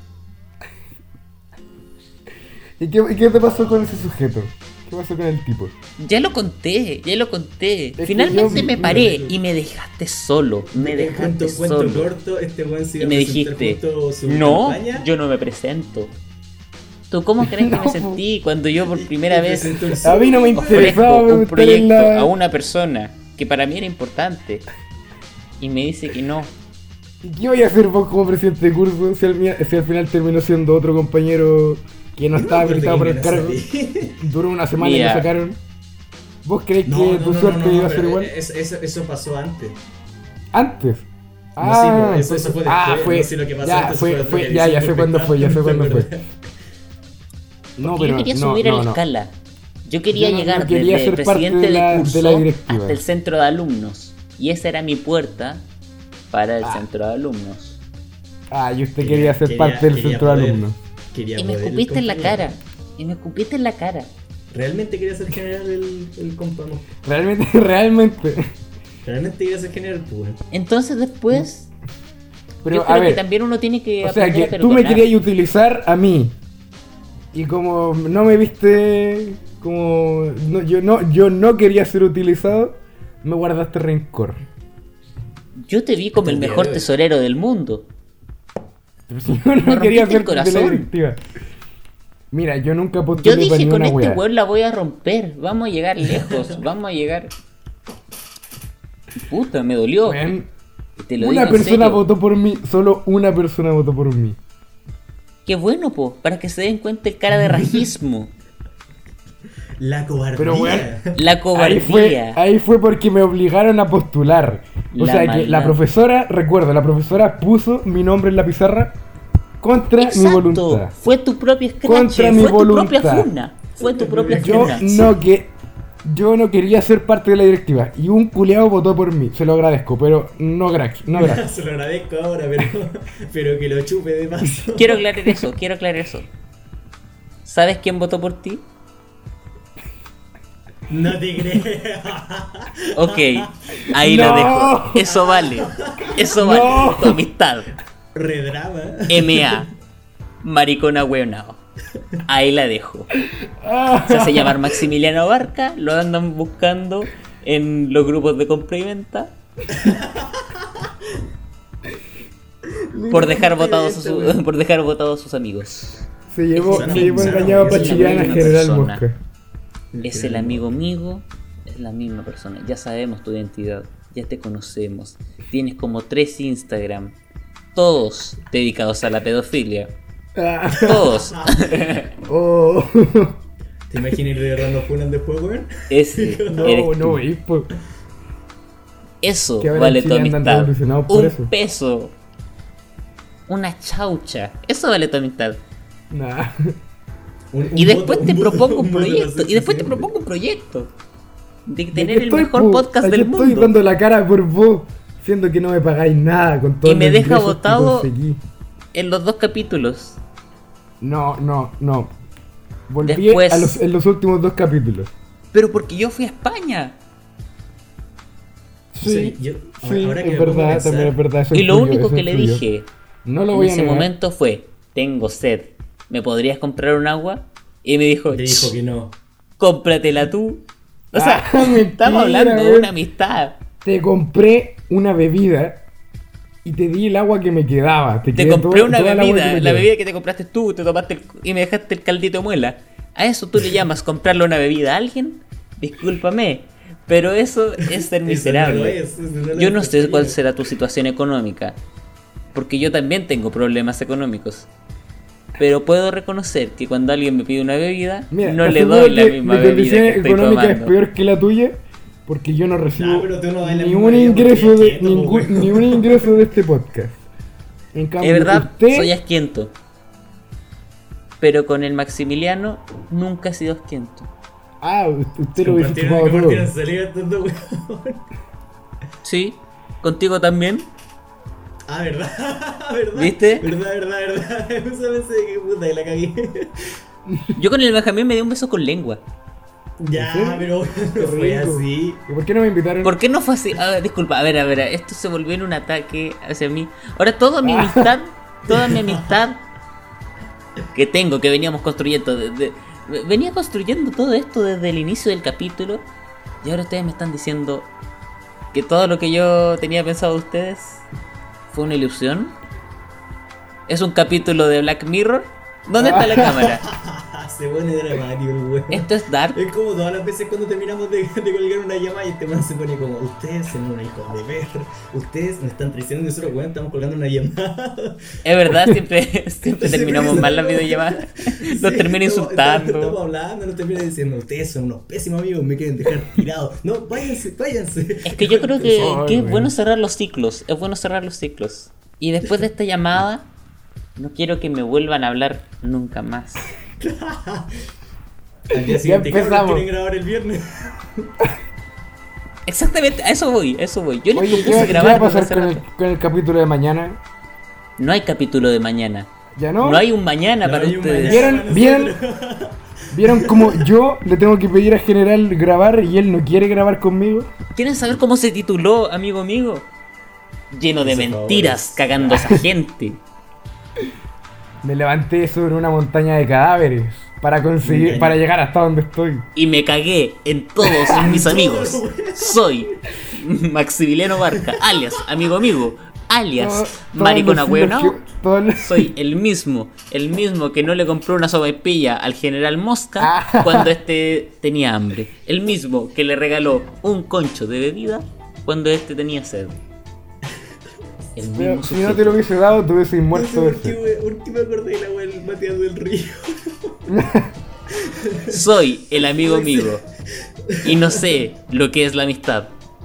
[SPEAKER 2] ¿Y qué, y qué te pasó con ese sujeto? ¿Qué pasó con el tipo?
[SPEAKER 1] Ya lo conté, ya lo conté.
[SPEAKER 2] que
[SPEAKER 1] Finalmente
[SPEAKER 2] yo-
[SPEAKER 1] me paré y me dejaste solo. Me
[SPEAKER 3] Cuento,
[SPEAKER 1] dejaste
[SPEAKER 3] cuento
[SPEAKER 1] solo.
[SPEAKER 3] corto, este weón se
[SPEAKER 1] Y
[SPEAKER 3] iba a
[SPEAKER 1] me
[SPEAKER 3] presentar
[SPEAKER 1] dijiste,
[SPEAKER 3] junto a su
[SPEAKER 1] no,
[SPEAKER 3] campaña.
[SPEAKER 1] yo no me presento. ¿Tú cómo crees que
[SPEAKER 2] No.
[SPEAKER 1] me sentí cuando yo por primera
[SPEAKER 3] Y
[SPEAKER 1] vez
[SPEAKER 3] presentó el
[SPEAKER 2] A mí no me
[SPEAKER 3] suyo,
[SPEAKER 2] interesa.
[SPEAKER 1] ofrezco un
[SPEAKER 2] estar en
[SPEAKER 1] proyecto
[SPEAKER 2] la-
[SPEAKER 1] a una persona que para mí era importante y me dice que no?
[SPEAKER 2] ¿Y qué voy a hacer vos como presidente de curso si al, mi- si al final terminó siendo otro compañero que no
[SPEAKER 3] weón.
[SPEAKER 2] estaba
[SPEAKER 3] No me
[SPEAKER 2] habilitado para
[SPEAKER 3] acuerdo
[SPEAKER 2] el
[SPEAKER 3] quién
[SPEAKER 2] cargo?
[SPEAKER 3] era ese.
[SPEAKER 2] Duró una semana y
[SPEAKER 1] Mira.
[SPEAKER 2] lo sacaron. ¿Vos crees
[SPEAKER 3] No,
[SPEAKER 2] que
[SPEAKER 3] no,
[SPEAKER 2] tu
[SPEAKER 3] no,
[SPEAKER 2] suerte
[SPEAKER 3] no, no,
[SPEAKER 2] iba a ser
[SPEAKER 3] pero
[SPEAKER 2] igual?
[SPEAKER 3] Eso, eso, eso pasó antes.
[SPEAKER 2] Antes.
[SPEAKER 3] No, sí, pero eso- eso fue
[SPEAKER 2] ah,
[SPEAKER 3] después,
[SPEAKER 2] fue,
[SPEAKER 3] no sé lo que pasó
[SPEAKER 2] ya,
[SPEAKER 3] antes,
[SPEAKER 2] fue,
[SPEAKER 3] fue
[SPEAKER 2] fue,
[SPEAKER 3] otra
[SPEAKER 2] ya, ya
[SPEAKER 3] televisión
[SPEAKER 2] sé cuándo fue, ya sé
[SPEAKER 3] ¿te
[SPEAKER 2] cuándo fue.
[SPEAKER 3] acuerdas?
[SPEAKER 2] No,
[SPEAKER 1] Porque
[SPEAKER 2] pero
[SPEAKER 1] yo quería
[SPEAKER 2] no,
[SPEAKER 1] subir a
[SPEAKER 2] no,
[SPEAKER 1] la
[SPEAKER 2] no.
[SPEAKER 1] escala. Yo quería
[SPEAKER 2] Yo no-
[SPEAKER 1] llegar
[SPEAKER 2] no quería
[SPEAKER 1] desde
[SPEAKER 2] ser parte
[SPEAKER 1] presidente
[SPEAKER 2] de la-
[SPEAKER 1] de
[SPEAKER 2] de
[SPEAKER 1] curso
[SPEAKER 2] la directiva.
[SPEAKER 1] hasta el centro de alumnos. Y esa era mi puerta para el
[SPEAKER 2] Ah.
[SPEAKER 1] centro de alumnos.
[SPEAKER 2] Ah, y usted quería, ser
[SPEAKER 3] quería-
[SPEAKER 2] parte del
[SPEAKER 3] quería
[SPEAKER 2] centro de
[SPEAKER 3] poder.
[SPEAKER 2] alumnos.
[SPEAKER 3] Quería
[SPEAKER 1] Y me
[SPEAKER 3] poder el
[SPEAKER 1] escupiste en la
[SPEAKER 3] compañero.
[SPEAKER 1] cara. Y me escupiste en la cara.
[SPEAKER 3] Realmente quería ser general el, el compa, no.
[SPEAKER 2] Realmente, realmente.
[SPEAKER 3] Realmente quería ser general, pues. weón.
[SPEAKER 1] Entonces después,
[SPEAKER 2] Pero
[SPEAKER 1] yo
[SPEAKER 2] a
[SPEAKER 1] creo
[SPEAKER 2] ver,
[SPEAKER 1] que también uno tiene que
[SPEAKER 2] o sea
[SPEAKER 1] aprender
[SPEAKER 2] que
[SPEAKER 1] a
[SPEAKER 2] tú me
[SPEAKER 1] perdonar.
[SPEAKER 2] querías utilizar a mí. Y como no me viste como no, yo no yo no quería ser utilizado, me guardaste rencor.
[SPEAKER 1] Yo te vi como el
[SPEAKER 3] Hasta el día
[SPEAKER 1] mejor
[SPEAKER 3] de hoy.
[SPEAKER 1] tesorero del mundo.
[SPEAKER 2] Pero si yo no
[SPEAKER 1] Me
[SPEAKER 2] quería
[SPEAKER 1] rompiste
[SPEAKER 2] ser
[SPEAKER 1] el
[SPEAKER 2] de
[SPEAKER 1] corazón.
[SPEAKER 2] la directiva. Mira, yo nunca
[SPEAKER 1] Yo
[SPEAKER 2] postulé para
[SPEAKER 1] dije,
[SPEAKER 2] ni
[SPEAKER 1] con
[SPEAKER 2] una
[SPEAKER 1] este
[SPEAKER 2] wea.
[SPEAKER 1] weón la voy a romper. Vamos a llegar lejos. Vamos a llegar. Puta, me dolió.
[SPEAKER 2] Weón,
[SPEAKER 1] Te lo
[SPEAKER 2] una
[SPEAKER 1] digo en
[SPEAKER 2] persona
[SPEAKER 1] serio.
[SPEAKER 2] votó por mí, solo una persona votó por mí.
[SPEAKER 1] Qué bueno, po, para que se den cuenta el cara de rajismo.
[SPEAKER 3] La cobardía.
[SPEAKER 2] Pero, weón,
[SPEAKER 1] La
[SPEAKER 2] Ahí
[SPEAKER 1] cobardía.
[SPEAKER 2] fue, ahí fue porque me obligaron a postular. O
[SPEAKER 1] La
[SPEAKER 2] sea que
[SPEAKER 1] maldad.
[SPEAKER 2] la profesora, recuerdo, la profesora puso mi nombre en la pizarra contra
[SPEAKER 1] Exacto.
[SPEAKER 2] mi voluntad.
[SPEAKER 1] Fue tu propio scratch.
[SPEAKER 2] Contra mi
[SPEAKER 1] fue tu
[SPEAKER 2] voluntad.
[SPEAKER 1] propia funa. Fue tu propia
[SPEAKER 2] Yo
[SPEAKER 1] funa.
[SPEAKER 2] no que yo no quería ser parte de la directiva y un culeado votó por mí. Se lo agradezco, pero no gracias, no gracias.
[SPEAKER 3] Se lo agradezco ahora, pero, pero que lo chupe de paso.
[SPEAKER 1] Quiero aclarar eso, quiero aclarar eso. ¿Sabes quién votó por ti?
[SPEAKER 3] No te crees.
[SPEAKER 1] Ok, ahí
[SPEAKER 2] No.
[SPEAKER 1] lo dejo. Eso vale. Eso vale.
[SPEAKER 2] No.
[SPEAKER 1] Tu amistad.
[SPEAKER 3] Redrama.
[SPEAKER 1] M A. Maricona hueonao. Ahí la dejo.
[SPEAKER 2] Ah,
[SPEAKER 1] Se hace llamar Maximiliano Barca. Lo andan buscando en los grupos de compra y venta. Por dejar votados a su- por dejar votados a sus amigos.
[SPEAKER 2] se llevó,
[SPEAKER 3] Suena-
[SPEAKER 2] se llevó
[SPEAKER 3] suena
[SPEAKER 2] engañado a
[SPEAKER 3] muy
[SPEAKER 2] Pachillana
[SPEAKER 1] buena
[SPEAKER 2] General
[SPEAKER 1] persona.
[SPEAKER 2] Mosca.
[SPEAKER 1] Es el amigo amigo, es la misma persona. Ya sabemos tu identidad, ya te conocemos. Tienes como tres Instagram, todos dedicados a la pedofilia.
[SPEAKER 2] Ah,
[SPEAKER 1] Todos.
[SPEAKER 2] oh.
[SPEAKER 3] ¿Te imaginas ir de Rando Funan después, weón?
[SPEAKER 1] Ese
[SPEAKER 2] No,
[SPEAKER 1] eres
[SPEAKER 2] no,
[SPEAKER 1] tú.
[SPEAKER 2] wey, po.
[SPEAKER 1] Eso
[SPEAKER 2] Que ahora
[SPEAKER 1] vale
[SPEAKER 2] en
[SPEAKER 1] tu
[SPEAKER 2] Chile andan
[SPEAKER 1] amistad.
[SPEAKER 2] revolucionados por
[SPEAKER 1] Un
[SPEAKER 2] eso.
[SPEAKER 1] peso. Una chaucha. Eso vale tu amistad.
[SPEAKER 2] Nah.
[SPEAKER 3] Un- un
[SPEAKER 1] Y después
[SPEAKER 3] voto-
[SPEAKER 1] te
[SPEAKER 3] un voto-
[SPEAKER 1] propongo un
[SPEAKER 3] voto
[SPEAKER 1] proyecto.
[SPEAKER 3] lo hace
[SPEAKER 1] Y después te
[SPEAKER 3] siempre.
[SPEAKER 1] propongo un proyecto. De
[SPEAKER 2] Aquí
[SPEAKER 1] tener el
[SPEAKER 2] estoy,
[SPEAKER 1] mejor
[SPEAKER 2] po.
[SPEAKER 1] podcast
[SPEAKER 2] Aquí
[SPEAKER 1] del
[SPEAKER 2] estoy
[SPEAKER 1] mundo.
[SPEAKER 2] dando la cara por vos, siendo que no me pagáis nada con todo
[SPEAKER 1] Y me deja botado-
[SPEAKER 2] conseguí.
[SPEAKER 1] En los dos capítulos.
[SPEAKER 2] No, no, no. Volví
[SPEAKER 1] Después-
[SPEAKER 2] a los, en los últimos dos capítulos.
[SPEAKER 1] Pero porque yo fui a España.
[SPEAKER 2] Sí,
[SPEAKER 3] Sí, yo-
[SPEAKER 2] sí,
[SPEAKER 3] ahora que
[SPEAKER 2] es
[SPEAKER 3] me pongo a
[SPEAKER 2] verdad,
[SPEAKER 3] pensar-
[SPEAKER 2] también es verdad. eso
[SPEAKER 1] Y lo
[SPEAKER 2] influyó,
[SPEAKER 1] único
[SPEAKER 2] eso
[SPEAKER 1] que le
[SPEAKER 2] influyó.
[SPEAKER 1] dije
[SPEAKER 2] No lo
[SPEAKER 1] en
[SPEAKER 2] voy a
[SPEAKER 1] ese
[SPEAKER 2] negar.
[SPEAKER 1] momento fue: tengo sed. ¿Me podrías comprar un agua? Y me dijo:
[SPEAKER 3] Te dijo que no.
[SPEAKER 1] cómpratela tú. O sea,
[SPEAKER 2] Ah, mentira,
[SPEAKER 1] estamos hablando de
[SPEAKER 2] weón.
[SPEAKER 1] una amistad.
[SPEAKER 2] Te compré una bebida y te di el agua que me quedaba. Te,
[SPEAKER 1] Te
[SPEAKER 2] quedé
[SPEAKER 1] compré
[SPEAKER 2] toda-
[SPEAKER 1] una
[SPEAKER 2] toda el agua que
[SPEAKER 1] bebida,
[SPEAKER 2] me
[SPEAKER 1] la
[SPEAKER 2] quedó.
[SPEAKER 1] bebida que te compraste tú, te tomaste el- y me dejaste el caldito de muela. ¿A eso tú le llamas comprarle una bebida a alguien? Discúlpame, pero eso es ser
[SPEAKER 3] Eso
[SPEAKER 1] miserable.
[SPEAKER 3] no lo es, eso no lo
[SPEAKER 1] Yo
[SPEAKER 3] es,
[SPEAKER 1] no sé
[SPEAKER 3] porque-
[SPEAKER 1] cuál será tu situación económica, porque yo también tengo problemas económicos. Pero puedo reconocer que cuando alguien me pide una bebida,
[SPEAKER 2] Mira,
[SPEAKER 1] no
[SPEAKER 2] te
[SPEAKER 1] le
[SPEAKER 2] aseguro
[SPEAKER 1] doy la
[SPEAKER 2] que
[SPEAKER 1] misma
[SPEAKER 2] mi
[SPEAKER 1] bebida
[SPEAKER 2] condición
[SPEAKER 1] que estoy
[SPEAKER 2] económica es
[SPEAKER 1] tomando.
[SPEAKER 2] peor que la tuya porque yo no recibo
[SPEAKER 3] No, pero tú no das la
[SPEAKER 2] ni
[SPEAKER 3] misma
[SPEAKER 2] un
[SPEAKER 3] bebida
[SPEAKER 2] ingreso
[SPEAKER 3] porque
[SPEAKER 2] de
[SPEAKER 3] es quieto,
[SPEAKER 2] ningún,
[SPEAKER 3] po, weón.
[SPEAKER 2] ni un ingreso de este podcast. En cambio,
[SPEAKER 1] Es verdad,
[SPEAKER 2] usted...
[SPEAKER 1] soy asquiento. Pero con el Maximiliano nunca he sido asquiento.
[SPEAKER 2] Ah, usted lo hubiese
[SPEAKER 3] Compartieron,
[SPEAKER 2] chupado todo.
[SPEAKER 3] compartieron salida estos dos weón.
[SPEAKER 1] Sí, contigo también.
[SPEAKER 3] Ah, verdad, verdad.
[SPEAKER 1] ¿Viste?
[SPEAKER 3] Verdad, verdad, verdad. Eso pensé que puta que la cagué.
[SPEAKER 1] Yo con el Benjamín me di un beso con lengua.
[SPEAKER 3] Ya,
[SPEAKER 2] ¿En serio?
[SPEAKER 3] pero
[SPEAKER 2] Qué
[SPEAKER 3] no fue
[SPEAKER 2] rico.
[SPEAKER 3] así.
[SPEAKER 2] ¿Y por qué no me invitaron?
[SPEAKER 1] ¿Por qué no fue así? A ver, disculpa, a ver, a ver, esto se volvió en un ataque hacia mí. Ahora toda mi amistad, toda mi amistad que tengo, que veníamos construyendo, desde, venía construyendo todo esto desde el inicio del capítulo, y ahora ustedes me están diciendo que todo lo que yo tenía pensado de ustedes fue una ilusión. ¿Es un capítulo de Black Mirror? ¿Dónde está la cámara?
[SPEAKER 3] Se pone dramático el weón.
[SPEAKER 1] Esto es Dark.
[SPEAKER 3] Es como todas las veces cuando terminamos de, de colgar una llamada y este weón se pone como: ustedes son unos hijos de perro, ustedes me están traicionando y nosotros, weón, estamos colgando una llamada.
[SPEAKER 1] Es verdad, siempre, siempre terminamos mal las videollamadas. Nos
[SPEAKER 3] Sí,
[SPEAKER 1] termina
[SPEAKER 3] estamos-
[SPEAKER 1] insultando.
[SPEAKER 3] Estamos, estamos hablando, nos termina diciendo: ustedes son unos pésimos amigos, me quieren dejar tirado. No, váyanse, váyanse.
[SPEAKER 1] Es que yo creo que,
[SPEAKER 2] Ay,
[SPEAKER 1] que es
[SPEAKER 2] güey.
[SPEAKER 1] bueno cerrar los ciclos. Es bueno cerrar los ciclos. Y después de esta llamada, no quiero que me vuelvan a hablar nunca más.
[SPEAKER 3] Al día siguiente, cabros,
[SPEAKER 2] empezamos.
[SPEAKER 3] quieren grabar el viernes.
[SPEAKER 1] Exactamente, a eso voy, a eso voy. Yo les
[SPEAKER 2] Oye, ¿qué,
[SPEAKER 1] propuse
[SPEAKER 2] va- qué
[SPEAKER 1] grabar
[SPEAKER 2] va a pasar
[SPEAKER 1] hace
[SPEAKER 2] con el,
[SPEAKER 1] rato.
[SPEAKER 2] con el capítulo de mañana?
[SPEAKER 1] No hay capítulo de mañana.
[SPEAKER 2] ¿Ya no?
[SPEAKER 1] No hay un mañana
[SPEAKER 3] No
[SPEAKER 1] para
[SPEAKER 3] hay un
[SPEAKER 1] ustedes.
[SPEAKER 3] mañana.
[SPEAKER 2] ¿Vieron?
[SPEAKER 3] para
[SPEAKER 2] ¿Vieron?
[SPEAKER 3] nosotros.
[SPEAKER 2] ¿Vieron cómo yo le tengo que pedir a General grabar y él no quiere grabar conmigo?
[SPEAKER 1] ¿Quieren saber cómo se tituló, amigo mío? Lleno de
[SPEAKER 3] Por
[SPEAKER 1] mentiras,
[SPEAKER 3] favor.
[SPEAKER 1] cagando a esa gente.
[SPEAKER 2] Me levanté sobre una montaña de cadáveres para conseguir,
[SPEAKER 3] Engaño.
[SPEAKER 2] para llegar hasta donde estoy.
[SPEAKER 1] Y me cagué en todos mis amigos.
[SPEAKER 3] todos,
[SPEAKER 1] Soy Maximiliano Barca, alias amigo amigo, alias
[SPEAKER 2] Todo- todos
[SPEAKER 1] maricona
[SPEAKER 2] los-
[SPEAKER 1] hueonao.
[SPEAKER 2] los que- todos los-
[SPEAKER 1] Soy el mismo, el mismo que no le compró una sopaipilla al general Mosca
[SPEAKER 2] Ah.
[SPEAKER 1] cuando este tenía hambre. El mismo que le regaló un concho de bebida cuando este tenía sed. El mismo
[SPEAKER 2] Pero si no
[SPEAKER 1] sujeto.
[SPEAKER 2] te lo hubiese dado, te hubiese
[SPEAKER 3] No sé
[SPEAKER 2] muerto.
[SPEAKER 3] por
[SPEAKER 2] de
[SPEAKER 3] qué,
[SPEAKER 2] sed.
[SPEAKER 3] weón, ¿por qué me acordé de la weá del Matías del Río?
[SPEAKER 1] Soy el amigo amigo. Y no sé lo que es la amistad.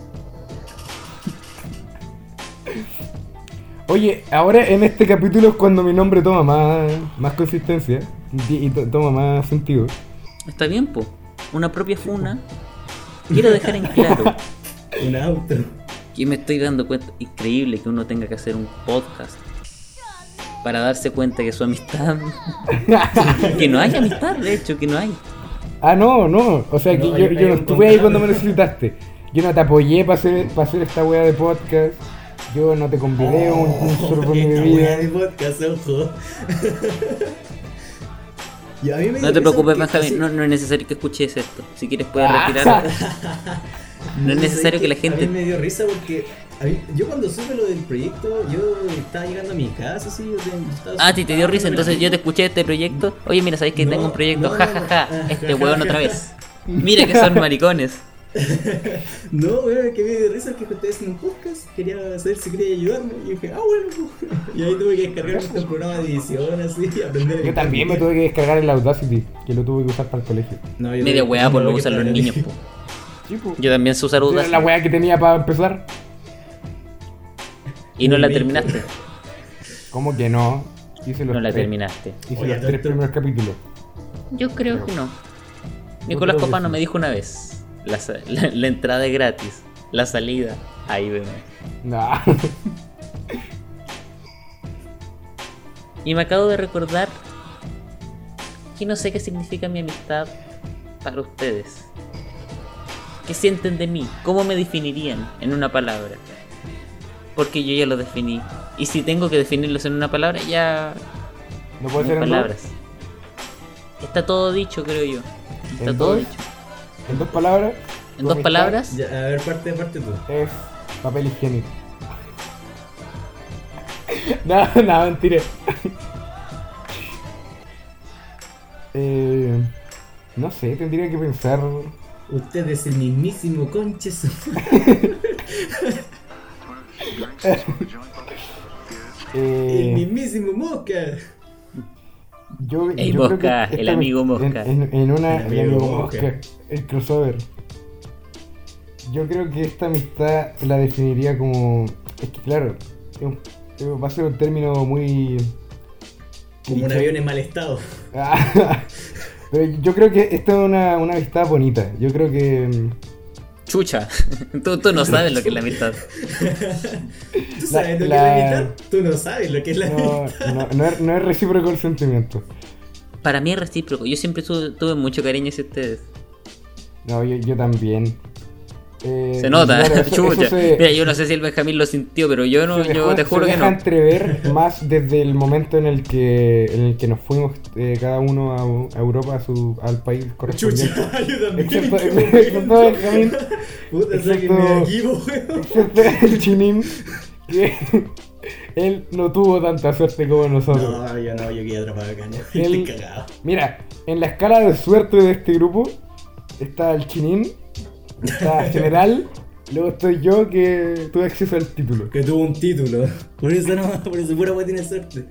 [SPEAKER 2] Oye, ahora en este capítulo es cuando mi nombre toma más, más consistencia y, y to- toma más sentido.
[SPEAKER 1] Está bien, po. Una propia funa. Quiero dejar en claro
[SPEAKER 3] Un auto.
[SPEAKER 1] que me estoy dando cuenta. Increíble que uno tenga que hacer un podcast para darse cuenta que su amistad. Que no hay amistad, de hecho, que no hay.
[SPEAKER 2] Ah, no, no. O sea, que
[SPEAKER 3] No,
[SPEAKER 2] yo,
[SPEAKER 3] hay-
[SPEAKER 2] yo
[SPEAKER 3] hay
[SPEAKER 2] no
[SPEAKER 3] un
[SPEAKER 2] estuve ahí cuando me
[SPEAKER 3] contrato.
[SPEAKER 2] necesitaste. Yo no te apoyé para hacer, para hacer esta wea de podcast. Yo no te convidé un, un sorbo de mi
[SPEAKER 3] Esta weá
[SPEAKER 2] vida.
[SPEAKER 3] de podcast, ojo. Y a mí me
[SPEAKER 1] No
[SPEAKER 3] dio
[SPEAKER 1] te
[SPEAKER 3] risa
[SPEAKER 1] preocupes,
[SPEAKER 3] porque
[SPEAKER 1] Benjamín.
[SPEAKER 3] así-
[SPEAKER 1] No, no es necesario que escuches esto. Si quieres, puedes
[SPEAKER 2] Ah.
[SPEAKER 1] retirar. No es
[SPEAKER 3] ¿sabes
[SPEAKER 1] necesario que la
[SPEAKER 3] A
[SPEAKER 1] gente.
[SPEAKER 3] mí me dio risa porque a mí- yo cuando supe lo del proyecto, yo estaba llegando a mi casa, así. Yo te- yo estaba
[SPEAKER 1] Ah, a ti te dio
[SPEAKER 3] súper-
[SPEAKER 1] risa, entonces yo te escuché este proyecto. Oye, mira, sabéis que
[SPEAKER 3] No,
[SPEAKER 1] tengo un proyecto.
[SPEAKER 3] no,
[SPEAKER 1] Ja, ja, ja.
[SPEAKER 3] no, no.
[SPEAKER 1] Este huevón otra vez. Mira que son maricones.
[SPEAKER 3] No, weón, que me dio risa que ustedes en un podcast, quería saber si quería ayudarme. Y dije, ah, bueno, pues. Y ahí tuve que descargar este programa de edición, así, y aprender a
[SPEAKER 2] Yo
[SPEAKER 3] editar.
[SPEAKER 2] también me tuve que descargar el Audacity, que lo tuve que usar para el colegio.
[SPEAKER 3] No, yo
[SPEAKER 1] Media
[SPEAKER 3] tuve-
[SPEAKER 1] weá
[SPEAKER 3] no,
[SPEAKER 1] por lo
[SPEAKER 3] que
[SPEAKER 1] usan los
[SPEAKER 3] para-
[SPEAKER 1] niños, po.
[SPEAKER 2] Sí, po.
[SPEAKER 1] Yo también sé usar
[SPEAKER 2] Era
[SPEAKER 1] Audacity.
[SPEAKER 2] la wea que tenía para empezar.
[SPEAKER 1] Y no la
[SPEAKER 3] Mito.
[SPEAKER 1] terminaste.
[SPEAKER 2] ¿Cómo que no? Hice los
[SPEAKER 1] No la
[SPEAKER 2] tres-
[SPEAKER 1] terminaste.
[SPEAKER 2] Hice
[SPEAKER 3] Oye,
[SPEAKER 2] los tres
[SPEAKER 3] doctor.
[SPEAKER 2] primeros capítulos.
[SPEAKER 1] Yo creo que no. Nicolás
[SPEAKER 2] creo que
[SPEAKER 1] Copano
[SPEAKER 2] sí.
[SPEAKER 1] me dijo una vez. La, sa- la- la entrada es gratis. La salida. Ahí vemos.
[SPEAKER 2] No.
[SPEAKER 1] Y me acabo de recordar que no sé qué significa mi amistad para ustedes. ¿Qué sienten de mí? ¿Cómo me definirían en una palabra? Porque yo ya lo definí. Y si tengo que definirlos en una palabra, ya...
[SPEAKER 2] ¿No
[SPEAKER 1] no
[SPEAKER 2] puede
[SPEAKER 1] hay
[SPEAKER 2] ser en dos?
[SPEAKER 1] palabras. Está todo dicho, creo yo. Está
[SPEAKER 2] ¿En
[SPEAKER 1] todo
[SPEAKER 2] dos?
[SPEAKER 1] dicho.
[SPEAKER 2] ¿En dos palabras?
[SPEAKER 1] En
[SPEAKER 2] Tu
[SPEAKER 1] dos
[SPEAKER 2] amistad
[SPEAKER 1] palabras.
[SPEAKER 3] Ya, a ver, parte, parte tú.
[SPEAKER 2] Es papel higiénico. No, no, mentira. eh, no sé, tendría que pensar.
[SPEAKER 3] Usted es el mismísimo Conches. El
[SPEAKER 2] Eh,
[SPEAKER 3] mismísimo Mosca.
[SPEAKER 2] yo,
[SPEAKER 1] Ey,
[SPEAKER 2] yo creo que
[SPEAKER 1] Mosca,
[SPEAKER 2] esta
[SPEAKER 1] el
[SPEAKER 2] me-
[SPEAKER 1] amigo Mosca.
[SPEAKER 2] En, en- en una.
[SPEAKER 3] El
[SPEAKER 2] El
[SPEAKER 3] amigo
[SPEAKER 2] amigo
[SPEAKER 3] Mosca.
[SPEAKER 2] Mosca. El crossover. Yo creo que esta amistad la definiría como. Es que claro, es un, eh, va a ser un término muy...
[SPEAKER 3] Como un avión en mal estado.
[SPEAKER 2] Pero yo creo que esto es una, una amistad bonita. Yo creo que...
[SPEAKER 1] Chucha, tú, tú no sabes lo que es la amistad.
[SPEAKER 3] ¿Tú sabes lo
[SPEAKER 2] la-
[SPEAKER 3] que es la
[SPEAKER 2] la-
[SPEAKER 3] amistad? Tú no sabes lo que es la
[SPEAKER 2] No,
[SPEAKER 3] amistad.
[SPEAKER 2] no, no es, no es recíproco el sentimiento.
[SPEAKER 1] Para mí es recíproco. Yo siempre tuve, tuve mucho cariño hacia ustedes.
[SPEAKER 2] No, yo, yo también. Eh,
[SPEAKER 1] Se nota,
[SPEAKER 2] claro, eso-
[SPEAKER 1] chucha.
[SPEAKER 2] eso se-
[SPEAKER 1] Mira, yo no sé si el Benjamín lo sintió, pero yo no,
[SPEAKER 2] se
[SPEAKER 1] yo
[SPEAKER 2] dejó-
[SPEAKER 1] te juro
[SPEAKER 2] se
[SPEAKER 1] que
[SPEAKER 2] deja
[SPEAKER 1] no.
[SPEAKER 2] entrever más desde el momento en el que en el que nos fuimos eh, cada uno a, a Europa, a su, al país correspondiente.
[SPEAKER 3] Chucha, ayúdame.
[SPEAKER 2] Excepto,
[SPEAKER 3] ¿qué momento?
[SPEAKER 2] excepto Benjamín,
[SPEAKER 3] Puta,
[SPEAKER 2] excepto-
[SPEAKER 3] sáquenme de aquí, weón.
[SPEAKER 2] excepto el Chinín, que él no tuvo tanta suerte como nosotros.
[SPEAKER 3] No, yo no, yo quedé atrapado acá, no.
[SPEAKER 2] Él-
[SPEAKER 3] Estoy cagado.
[SPEAKER 2] Mira, en la escala de suerte de este grupo está el Chinín, está General, luego estoy yo que tuve acceso al título.
[SPEAKER 3] Que tuvo un título. Por eso no, por eso pura weón tiene suerte.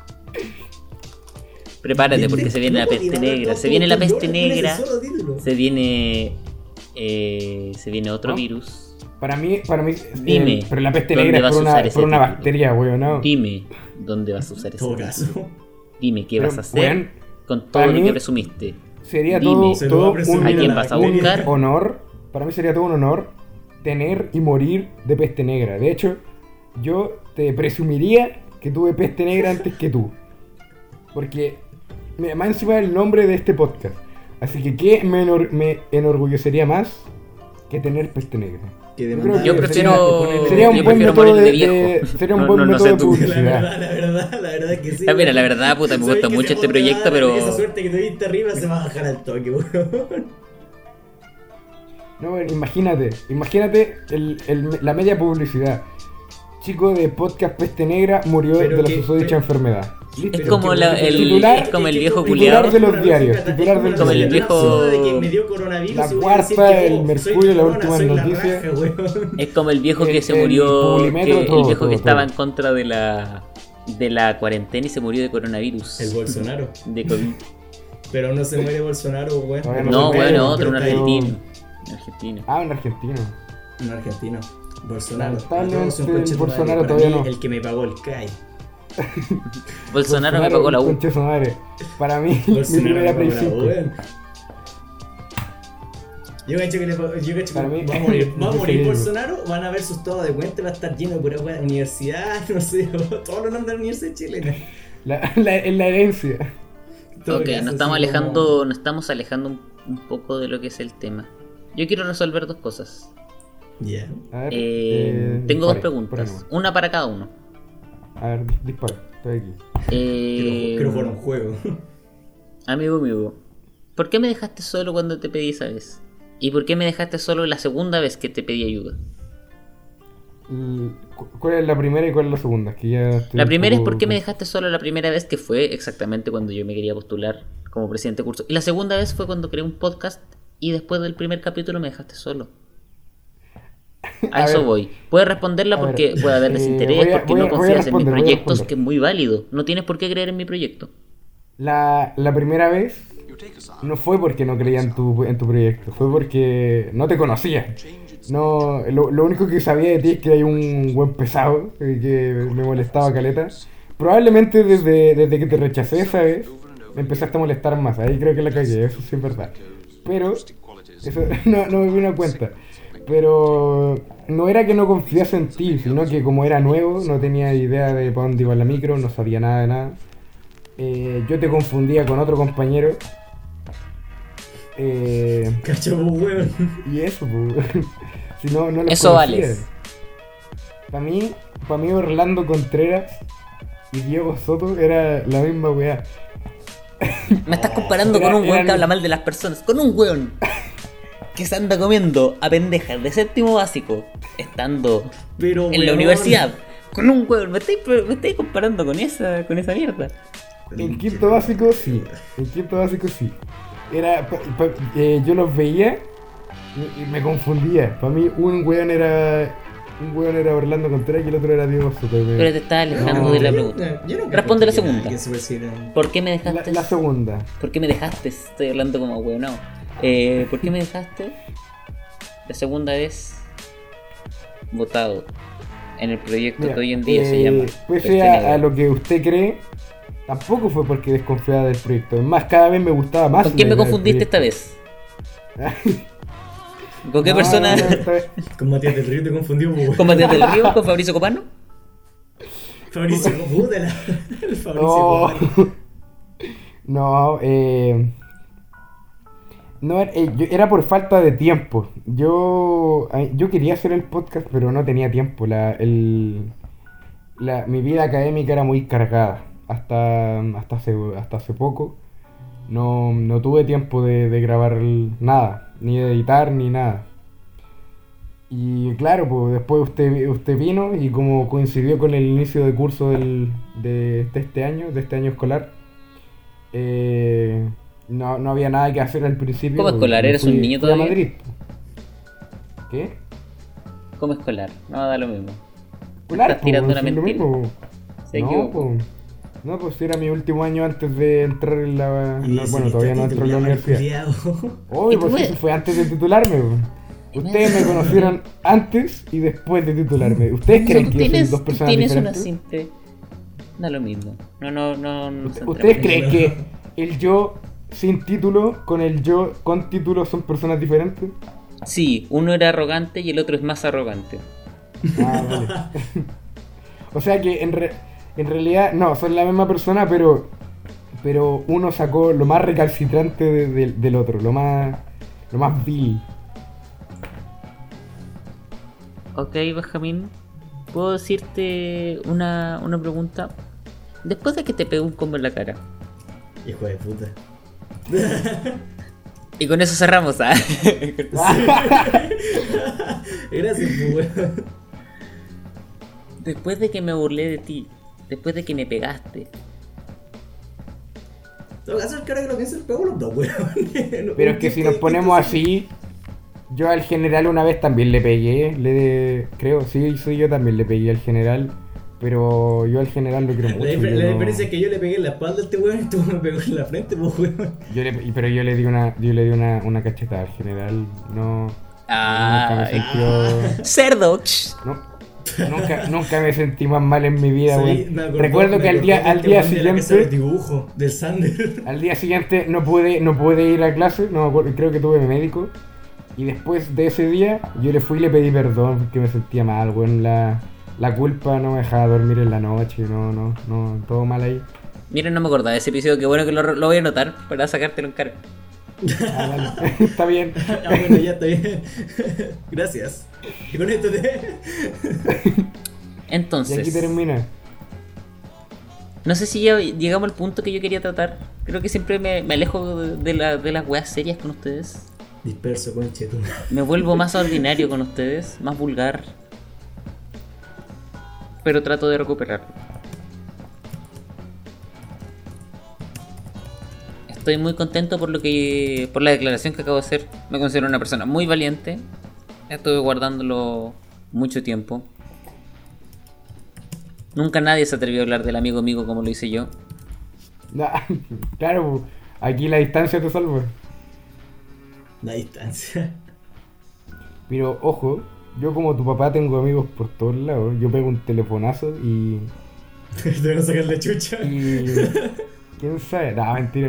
[SPEAKER 1] Prepárate porque se viene la
[SPEAKER 3] Loco,
[SPEAKER 1] peste
[SPEAKER 3] tiene
[SPEAKER 1] negra.
[SPEAKER 3] todo-
[SPEAKER 1] Se viene la
[SPEAKER 3] todo
[SPEAKER 1] peste
[SPEAKER 3] con ese
[SPEAKER 1] negra.
[SPEAKER 3] solo título.
[SPEAKER 1] Se viene. Eh, se viene otro
[SPEAKER 2] ¿No?
[SPEAKER 1] virus.
[SPEAKER 2] Para mí, para mí,
[SPEAKER 1] Dime,
[SPEAKER 2] eh, pero la peste
[SPEAKER 1] ¿dónde
[SPEAKER 2] negra es
[SPEAKER 1] vas
[SPEAKER 2] por
[SPEAKER 1] a
[SPEAKER 2] una,
[SPEAKER 1] usar ese
[SPEAKER 2] por una
[SPEAKER 1] título?
[SPEAKER 2] bacteria, weón, ¿no?
[SPEAKER 1] Dime dónde vas a usar
[SPEAKER 3] En
[SPEAKER 1] ese
[SPEAKER 3] todo
[SPEAKER 1] título.
[SPEAKER 3] caso.
[SPEAKER 1] Dime qué
[SPEAKER 2] Pero,
[SPEAKER 1] vas a hacer
[SPEAKER 2] weón,
[SPEAKER 1] con todo
[SPEAKER 2] para
[SPEAKER 1] lo
[SPEAKER 2] mí-
[SPEAKER 1] que presumiste.
[SPEAKER 2] Sería
[SPEAKER 1] Dime.
[SPEAKER 2] todo,
[SPEAKER 3] Se lo
[SPEAKER 2] todo
[SPEAKER 3] va a presumir
[SPEAKER 2] un
[SPEAKER 1] ¿A quién
[SPEAKER 3] la
[SPEAKER 1] vas a
[SPEAKER 3] bacteria.
[SPEAKER 1] buscar?
[SPEAKER 2] honor. Para mí sería todo un honor tener y morir de peste negra. De hecho, yo te presumiría que tuve peste negra antes que tú. Porque mira, más encima el nombre de este podcast. Así que ¿qué me, enor- me enorgullecería más que tener peste negra?
[SPEAKER 3] Que
[SPEAKER 2] Yo
[SPEAKER 3] demandar-
[SPEAKER 2] creo que
[SPEAKER 1] Yo prefiero.
[SPEAKER 3] sería-
[SPEAKER 2] Sería un
[SPEAKER 1] yo
[SPEAKER 2] buen
[SPEAKER 1] prefiero
[SPEAKER 2] método
[SPEAKER 1] morir de
[SPEAKER 2] de-
[SPEAKER 1] viejo.
[SPEAKER 2] de- sería un
[SPEAKER 1] No-
[SPEAKER 2] buen
[SPEAKER 1] no- no
[SPEAKER 2] método
[SPEAKER 1] sé
[SPEAKER 2] de
[SPEAKER 1] tú.
[SPEAKER 2] publicidad.
[SPEAKER 3] La verdad, la verdad, la verdad que sí.
[SPEAKER 1] Ah, mira, la
[SPEAKER 3] weón.
[SPEAKER 1] verdad, puta, me
[SPEAKER 3] Sabes
[SPEAKER 1] gusta
[SPEAKER 3] que
[SPEAKER 1] mucho
[SPEAKER 3] se
[SPEAKER 1] este
[SPEAKER 3] va a
[SPEAKER 1] proyecto,
[SPEAKER 3] dar,
[SPEAKER 1] pero-
[SPEAKER 3] Esa suerte que tuviste arriba se va a bajar al toque, weón.
[SPEAKER 2] No, bueno, imagínate, imagínate el, el- la media publicidad. Chico de podcast Peste Negra murió
[SPEAKER 3] Pero
[SPEAKER 2] de la
[SPEAKER 3] que-
[SPEAKER 2] susodicha
[SPEAKER 3] pero-
[SPEAKER 2] enfermedad. Listo.
[SPEAKER 1] Es como, la, el,
[SPEAKER 2] Titular-
[SPEAKER 1] es como el viejo
[SPEAKER 2] titular
[SPEAKER 1] culiado.
[SPEAKER 2] de los diarios, titular del
[SPEAKER 1] Como el
[SPEAKER 2] diario.
[SPEAKER 1] viejo-
[SPEAKER 3] de que me dio coronavirus
[SPEAKER 2] La
[SPEAKER 3] y voy a
[SPEAKER 2] cuarta,
[SPEAKER 3] decir que,
[SPEAKER 2] el
[SPEAKER 3] oh, soy
[SPEAKER 2] Mercurio, la
[SPEAKER 3] corona,
[SPEAKER 2] última
[SPEAKER 3] soy la
[SPEAKER 2] noticia.
[SPEAKER 3] raja, weón.
[SPEAKER 1] Es como el viejo que
[SPEAKER 2] El-
[SPEAKER 1] se
[SPEAKER 2] el
[SPEAKER 1] murió.
[SPEAKER 2] Publimetro,
[SPEAKER 1] que- el
[SPEAKER 2] todo,
[SPEAKER 1] viejo
[SPEAKER 2] todo,
[SPEAKER 1] que estaba
[SPEAKER 2] todo.
[SPEAKER 1] en contra de la de la cuarentena y se murió de coronavirus.
[SPEAKER 3] El Bolsonaro.
[SPEAKER 1] De COVID.
[SPEAKER 3] Pero no se muere Bolsonaro, weón.
[SPEAKER 2] Todavía
[SPEAKER 1] No,
[SPEAKER 2] se
[SPEAKER 1] bueno,
[SPEAKER 2] muere,
[SPEAKER 1] otro, un
[SPEAKER 3] pero está ahí.
[SPEAKER 1] argentino. Un argentino.
[SPEAKER 2] Ah, un argentino.
[SPEAKER 3] Un argentino. Bolsonaro.
[SPEAKER 2] Lamentablemente,
[SPEAKER 3] Todos son conchetumadre.
[SPEAKER 2] Bolsonaro
[SPEAKER 3] Para
[SPEAKER 2] todavía
[SPEAKER 3] mí,
[SPEAKER 2] no.
[SPEAKER 3] el que me pagó el C A I.
[SPEAKER 1] Bolsonaro me pagó la U.
[SPEAKER 2] concha de su madre. Para mí, mi
[SPEAKER 3] Bolsonaro
[SPEAKER 2] primera
[SPEAKER 3] me
[SPEAKER 2] Play
[SPEAKER 3] pagó la U,
[SPEAKER 2] cinco.
[SPEAKER 3] weón. Yo cacho que, le, yo cacho que
[SPEAKER 2] Para mí-
[SPEAKER 3] va a morir, va a
[SPEAKER 2] yo
[SPEAKER 3] morir
[SPEAKER 2] sí.
[SPEAKER 3] Bolsonaro, van a ver su estado de cuenta, va a estar lleno de pura weá, universidad, no sé, todos los nombres de la universidad chilena.
[SPEAKER 2] La, la, en la herencia.
[SPEAKER 3] Todo
[SPEAKER 1] Ok,
[SPEAKER 3] caso,
[SPEAKER 1] nos
[SPEAKER 3] así
[SPEAKER 1] estamos
[SPEAKER 3] como-
[SPEAKER 1] alejando, nos estamos alejando un, un poco de lo que es el tema. Yo quiero resolver dos cosas.
[SPEAKER 3] Ya.
[SPEAKER 2] A ver,
[SPEAKER 1] Eh,
[SPEAKER 2] eh,
[SPEAKER 1] tengo dos
[SPEAKER 2] dispare,
[SPEAKER 1] preguntas,
[SPEAKER 2] dispare
[SPEAKER 1] una para cada uno.
[SPEAKER 2] nomás. A ver, dis- dispara, estoy aquí.
[SPEAKER 3] Quiero,
[SPEAKER 1] Eh,
[SPEAKER 3] quiero jugar un juego.
[SPEAKER 1] Amigo mío, ¿por qué me dejaste solo cuando te pedí esa vez? ¿Y por qué me dejaste solo la segunda vez que te pedí ayuda?
[SPEAKER 2] L- cu- ¿Cuál es la primera y cuál es la segunda? Que ya estoy
[SPEAKER 1] La
[SPEAKER 2] un
[SPEAKER 1] primera es
[SPEAKER 2] poco-
[SPEAKER 1] por qué me dejaste solo la primera vez, que fue exactamente cuando yo me quería postular como presidente de curso. Y la segunda vez fue cuando creé un podcast y después del primer capítulo me dejaste solo. A,
[SPEAKER 2] A
[SPEAKER 1] eso
[SPEAKER 2] ver.
[SPEAKER 1] voy. Puedes responderla
[SPEAKER 2] A
[SPEAKER 1] porque
[SPEAKER 2] ver,
[SPEAKER 1] puede haber
[SPEAKER 2] eh,
[SPEAKER 1] desinterés,
[SPEAKER 2] voy a-
[SPEAKER 1] porque
[SPEAKER 2] voy a-
[SPEAKER 1] no
[SPEAKER 2] voy a
[SPEAKER 1] confías en mis
[SPEAKER 2] responder, voy a
[SPEAKER 1] proyectos,
[SPEAKER 2] responder.
[SPEAKER 1] que es muy válido. No tienes por qué creer en mi proyecto.
[SPEAKER 2] La, la primera vez no fue porque no creía en tu, en tu proyecto, fue porque no te conocía. No, lo, lo único que sabía de ti es que hay un buen pesado eh, que me molestaba caleta. Probablemente desde, desde que te rechacé esa vez me empezaste a molestar más. Ahí creo que la cagué, eso sí es verdad. Pero eso no, no me vino a cuenta. Pero no era que no confiase en ti, sino que como era nuevo, no tenía idea de para dónde iba la micro, no sabía nada de nada. Eh, yo te confundía con otro compañero. Eh,
[SPEAKER 3] Cacho, pues, weón.
[SPEAKER 2] y eso, pues. Si no, no los
[SPEAKER 1] Eso
[SPEAKER 2] conocía.
[SPEAKER 1] vale.
[SPEAKER 2] Para mí, para mí Orlando Contreras y Diego Soto era la misma weá.
[SPEAKER 1] Me estás comparando
[SPEAKER 2] Era-
[SPEAKER 1] con un weón
[SPEAKER 2] eran-
[SPEAKER 1] que habla mal de las personas. Con un weón que se anda comiendo a pendejas de séptimo básico estando
[SPEAKER 3] Pero,
[SPEAKER 1] en la
[SPEAKER 3] weón.
[SPEAKER 1] universidad. Con un weón. Me estáis, me estáis comparando con esa, con esa mierda.
[SPEAKER 2] En quinto básico sí. En quinto básico sí. Era, pa- pa- eh, yo los veía y, y me confundía. Para mí un weón era un weón era Orlando Contreras y el otro era Diego Soto. me-
[SPEAKER 1] Pero te estás alejando
[SPEAKER 2] No,
[SPEAKER 1] de la
[SPEAKER 2] yo-
[SPEAKER 1] pregunta.
[SPEAKER 3] Yo nunca
[SPEAKER 1] Responde la
[SPEAKER 3] escuché
[SPEAKER 1] segunda.
[SPEAKER 3] que se presidente.
[SPEAKER 1] ¿Por qué me
[SPEAKER 2] La,
[SPEAKER 1] dejaste?
[SPEAKER 2] la segunda.
[SPEAKER 1] ¿Por qué me dejaste? Estoy hablando como weón. Eh, ¿Por qué me dejaste? La segunda vez votado en el proyecto
[SPEAKER 2] Mira,
[SPEAKER 1] que hoy en día se
[SPEAKER 2] eh,
[SPEAKER 1] llama.
[SPEAKER 2] Pese
[SPEAKER 1] Peste
[SPEAKER 2] a,
[SPEAKER 1] Negra.
[SPEAKER 2] a lo que usted cree, tampoco fue porque desconfiaba del proyecto. Es más, cada vez me gustaba más.
[SPEAKER 1] ¿Con quién
[SPEAKER 2] la
[SPEAKER 1] me
[SPEAKER 2] idea del
[SPEAKER 1] confundiste esta
[SPEAKER 2] proyecto.
[SPEAKER 1] vez? ¿Con qué
[SPEAKER 2] No,
[SPEAKER 1] persona?
[SPEAKER 2] no, no, esta vez-
[SPEAKER 3] Con Matías del Río te confundió, pues, weón.
[SPEAKER 1] ¿Con Matías del Río? ¿Con Fabricio Copano?
[SPEAKER 3] Fabricio, puta la. El Fabricio.
[SPEAKER 2] No,
[SPEAKER 3] Copano.
[SPEAKER 2] no, eh, no eh, yo- era por falta de tiempo. Yo, eh, yo quería hacer el podcast, pero no tenía tiempo. La, el, la, mi vida académica era muy cargada. Hasta, hasta, hace, hasta hace poco no, no tuve tiempo de, de grabar el- nada, ni de editar, ni nada. Y claro, pues después usted, usted vino y como coincidió con el inicio de curso del, de, de este año, de este año escolar, eh, no, no había nada que hacer al principio.
[SPEAKER 1] ¿Cómo escolar?
[SPEAKER 2] Me
[SPEAKER 1] ¿Eres
[SPEAKER 2] fui-
[SPEAKER 1] un niño
[SPEAKER 2] fui a
[SPEAKER 1] todavía?
[SPEAKER 2] Madrid. ¿Qué?
[SPEAKER 1] Como escolar, no da lo mismo.
[SPEAKER 2] Escolar,
[SPEAKER 1] Estás tirando
[SPEAKER 2] pues,
[SPEAKER 1] una
[SPEAKER 2] es lo
[SPEAKER 1] mentira.
[SPEAKER 2] mismo.
[SPEAKER 1] Se
[SPEAKER 2] No,
[SPEAKER 1] equivocó.
[SPEAKER 2] pues, no, pues era mi último año antes de entrar en la...
[SPEAKER 3] Y
[SPEAKER 2] no,
[SPEAKER 3] dice,
[SPEAKER 2] bueno, todavía no
[SPEAKER 3] "Está
[SPEAKER 2] entro en la
[SPEAKER 3] titulado,
[SPEAKER 2] universidad.
[SPEAKER 3] culiao".
[SPEAKER 2] Obvio,
[SPEAKER 1] ¿Y tú
[SPEAKER 2] pues
[SPEAKER 1] ves?
[SPEAKER 2] eso fue antes de titularme. pues. Ustedes me conocieron antes y después de titularme. ¿Ustedes
[SPEAKER 1] No,
[SPEAKER 2] creen
[SPEAKER 1] tú
[SPEAKER 2] que yo soy
[SPEAKER 1] tienes,
[SPEAKER 2] dos
[SPEAKER 1] tú
[SPEAKER 2] personas
[SPEAKER 1] tienes una
[SPEAKER 2] diferentes?
[SPEAKER 1] simple. Da lo mismo. No, no, no. no se
[SPEAKER 2] ¿Ustedes
[SPEAKER 1] entretengan.
[SPEAKER 2] creen que el yo sin título con el yo con título son personas diferentes?
[SPEAKER 1] Sí, uno era arrogante y el otro es más arrogante.
[SPEAKER 2] Ah, vale. O sea que en, re- en realidad, no, son la misma persona, pero pero uno sacó lo más recalcitrante de- de- del otro, lo más lo más vil.
[SPEAKER 1] Ok, Benjamín, ¿puedo decirte una, una pregunta? Después de que te pegó un combo en la cara,
[SPEAKER 3] Hijo de puta.
[SPEAKER 1] y con eso cerramos, ¿ah?
[SPEAKER 3] Gracias, pues, weón.
[SPEAKER 1] Después de que me burlé de ti, después de que me pegaste,
[SPEAKER 3] En todo caso, el cara que lo piensa, pegó los dos, weón.
[SPEAKER 2] Pero es que si nos ponemos así, yo al general una vez también le pegué, le creo, sí, soy yo también le pegué al general, pero yo al general lo quiero mucho.
[SPEAKER 3] La, dif-
[SPEAKER 2] yo
[SPEAKER 3] la
[SPEAKER 2] no-
[SPEAKER 3] diferencia es que yo le pegué en la espalda a este weón y este weón me pegó en la frente, pues, weón.
[SPEAKER 2] yo le- pero yo le di una, yo le di una, una cachetada al general, no.
[SPEAKER 1] Ah,
[SPEAKER 2] nunca me sentí.
[SPEAKER 1] cerdo.
[SPEAKER 2] No, nunca, nunca me sentí más mal en mi vida,
[SPEAKER 3] Sí,
[SPEAKER 2] weón.
[SPEAKER 3] me acordó-
[SPEAKER 2] Recuerdo
[SPEAKER 3] me
[SPEAKER 2] que al
[SPEAKER 3] acordó
[SPEAKER 2] día,
[SPEAKER 3] de
[SPEAKER 2] al
[SPEAKER 3] este
[SPEAKER 2] día
[SPEAKER 3] weón de la casa del
[SPEAKER 2] siguiente,
[SPEAKER 3] dibujo, del Sander.
[SPEAKER 2] al día siguiente no pude, no pude ir a clase, no me acuerdo, creo que tuve mi médico. Y después de ese día, yo le fui y le pedí perdón porque me sentía mal, weón. La, la culpa no me dejaba dormir en la noche, no, no, no, todo mal ahí.
[SPEAKER 1] Miren, no me acordaba de ese episodio, qué bueno que lo, lo voy a anotar para sacártelo en cara.
[SPEAKER 2] Ah, vale. Está bien.
[SPEAKER 3] Ah, bueno, ya está bien. Gracias. Y con esto te.
[SPEAKER 2] Y aquí
[SPEAKER 1] Entonces,
[SPEAKER 2] termina.
[SPEAKER 1] no sé si ya llegamos al punto que yo quería tratar. Creo que siempre me, me alejo de, de, la- de las weas serias con ustedes.
[SPEAKER 3] Disperso, conche tú.
[SPEAKER 1] Me vuelvo más ordinario con ustedes, más vulgar. Pero trato de recuperarlo. Estoy muy contento por lo que por la declaración que acabo de hacer. Me considero una persona muy valiente. Estuve guardándolo mucho tiempo. Nunca nadie se atrevió a hablar del amigo amigo como lo hice yo.
[SPEAKER 2] Nah, claro, aquí la distancia te salva.
[SPEAKER 3] La distancia.
[SPEAKER 2] Pero ojo, yo como tu papá tengo amigos por todos lados. Yo pego un telefonazo y.
[SPEAKER 3] Te van a sacar la chucha.
[SPEAKER 2] y ¿quién sabe? No, mentira.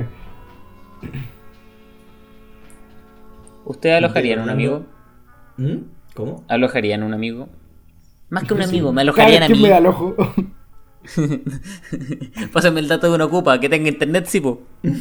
[SPEAKER 1] ¿Ustedes alojarían a un amigo?
[SPEAKER 3] ¿Mm? ¿Cómo?
[SPEAKER 1] ¿Alojarían a un amigo? Más que un
[SPEAKER 2] Sí.
[SPEAKER 1] amigo, me
[SPEAKER 2] Cada
[SPEAKER 1] alojarían a
[SPEAKER 2] vez
[SPEAKER 1] mí.
[SPEAKER 2] que me da el ojo.
[SPEAKER 1] Pásame el dato de una ocupa, que tenga internet, sí, po.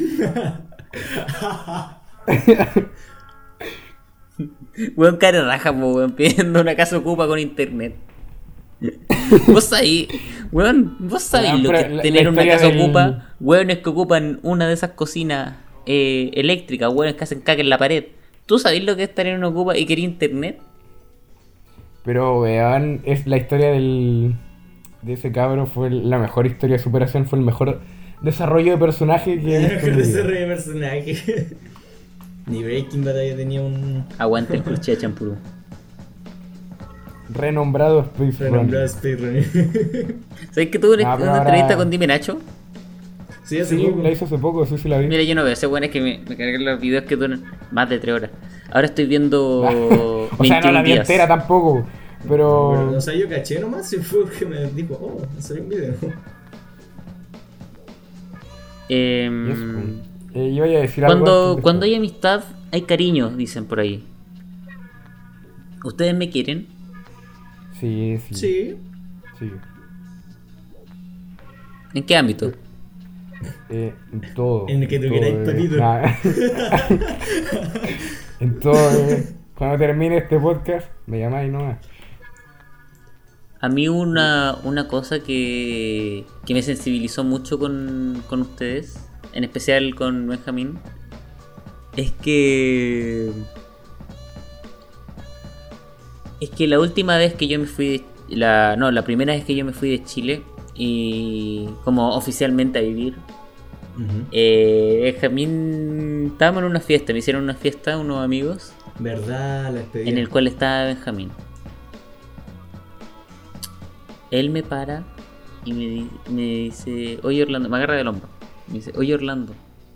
[SPEAKER 1] Weón, cara raja, po, weón, pidiendo una casa ocupa con internet. Vos sabés, weón, vos sabés
[SPEAKER 2] Weón,
[SPEAKER 1] lo que
[SPEAKER 2] pero
[SPEAKER 1] es
[SPEAKER 2] la-
[SPEAKER 1] tener
[SPEAKER 2] la
[SPEAKER 1] una
[SPEAKER 2] historia
[SPEAKER 1] casa
[SPEAKER 2] del-
[SPEAKER 1] ocupa, weones que ocupan una de esas cocinas eh, eléctricas, weones que hacen caca en la pared. ¿Tú sabés lo que es tener una ocupa y querer internet?
[SPEAKER 2] Pero weón, es la historia del de ese cabro fue la mejor historia de superación, fue el mejor desarrollo de personaje que he visto en
[SPEAKER 3] Con
[SPEAKER 2] mi
[SPEAKER 3] ese
[SPEAKER 2] vida.
[SPEAKER 3] rey de personaje. Ni Breaking Bad ya tenía un.
[SPEAKER 1] Aguante el cruche de champurú.
[SPEAKER 2] Renombrado Space
[SPEAKER 3] Renombrado
[SPEAKER 2] Runner.
[SPEAKER 3] speedrunner.
[SPEAKER 1] ¿Sabés que tuve una,
[SPEAKER 2] Ah, pero
[SPEAKER 1] una
[SPEAKER 2] ahora-
[SPEAKER 1] entrevista con Dime Nacho?
[SPEAKER 3] Sí, hace
[SPEAKER 2] Sí,
[SPEAKER 3] poco.
[SPEAKER 2] la hizo hace poco, sí, sí la vi.
[SPEAKER 1] Mira, yo no veo ese bueno, es que me, me cargué los videos que duran más de tres horas. Ahora estoy viendo
[SPEAKER 2] O sea, no la
[SPEAKER 1] veintiún
[SPEAKER 2] vi
[SPEAKER 1] días.
[SPEAKER 2] entera tampoco. Pero...
[SPEAKER 3] Pero, o sea, yo caché nomás y fue que me dijo, oh, salió un video.
[SPEAKER 1] Eh,
[SPEAKER 2] y eso, eh, iba a decir algo
[SPEAKER 1] cuando,
[SPEAKER 2] antes de
[SPEAKER 1] cuando
[SPEAKER 2] esto.
[SPEAKER 1] hay amistad, hay cariño, dicen por ahí. ¿Ustedes me quieren?
[SPEAKER 2] Sí, sí.
[SPEAKER 3] Sí.
[SPEAKER 2] Sí.
[SPEAKER 1] ¿En qué ámbito?
[SPEAKER 2] Eh, en todo.
[SPEAKER 3] En el que tú
[SPEAKER 2] todo,
[SPEAKER 3] queráis,
[SPEAKER 2] eh.
[SPEAKER 3] papito.
[SPEAKER 2] Nah. En todo, eh. Cuando termine este podcast, me llamáis nomás.
[SPEAKER 1] A mí una, una cosa que, que me sensibilizó mucho con, con ustedes, en especial con Benjamín, es que... Es que la última vez que yo me fui de, la, no, la primera vez que yo me fui de Chile y como oficialmente a vivir,
[SPEAKER 3] Uh-huh.
[SPEAKER 1] eh, Benjamín, estábamos en una fiesta, me hicieron una fiesta unos amigos
[SPEAKER 3] ¿Verdad? La despedida.
[SPEAKER 1] en el cual estaba Benjamín. Él me para y me, di- me dice, oye Orlando, me agarra del hombro, me dice, oye Orlando.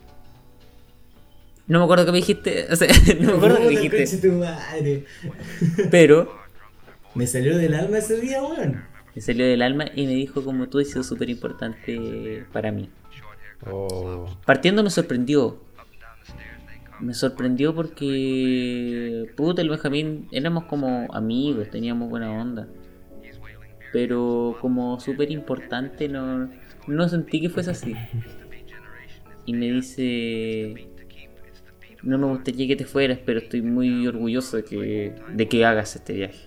[SPEAKER 1] No me acuerdo qué me dijiste, o sea, no me acuerdo qué me
[SPEAKER 3] Puta,
[SPEAKER 1] dijiste,
[SPEAKER 3] conche tu madre.
[SPEAKER 1] pero
[SPEAKER 3] Me salió del alma ese día, weón.
[SPEAKER 1] me salió del alma y me dijo como tú has sido súper importante para mí.
[SPEAKER 2] Oh.
[SPEAKER 1] Partiendo me sorprendió. Me sorprendió porque... Puta, el Benjamín, éramos como amigos, teníamos buena onda. Pero como súper importante no, no sentí que fuese así. Y me dice... No me gustaría que te fueras, pero estoy muy orgulloso de que, de que hagas este viaje.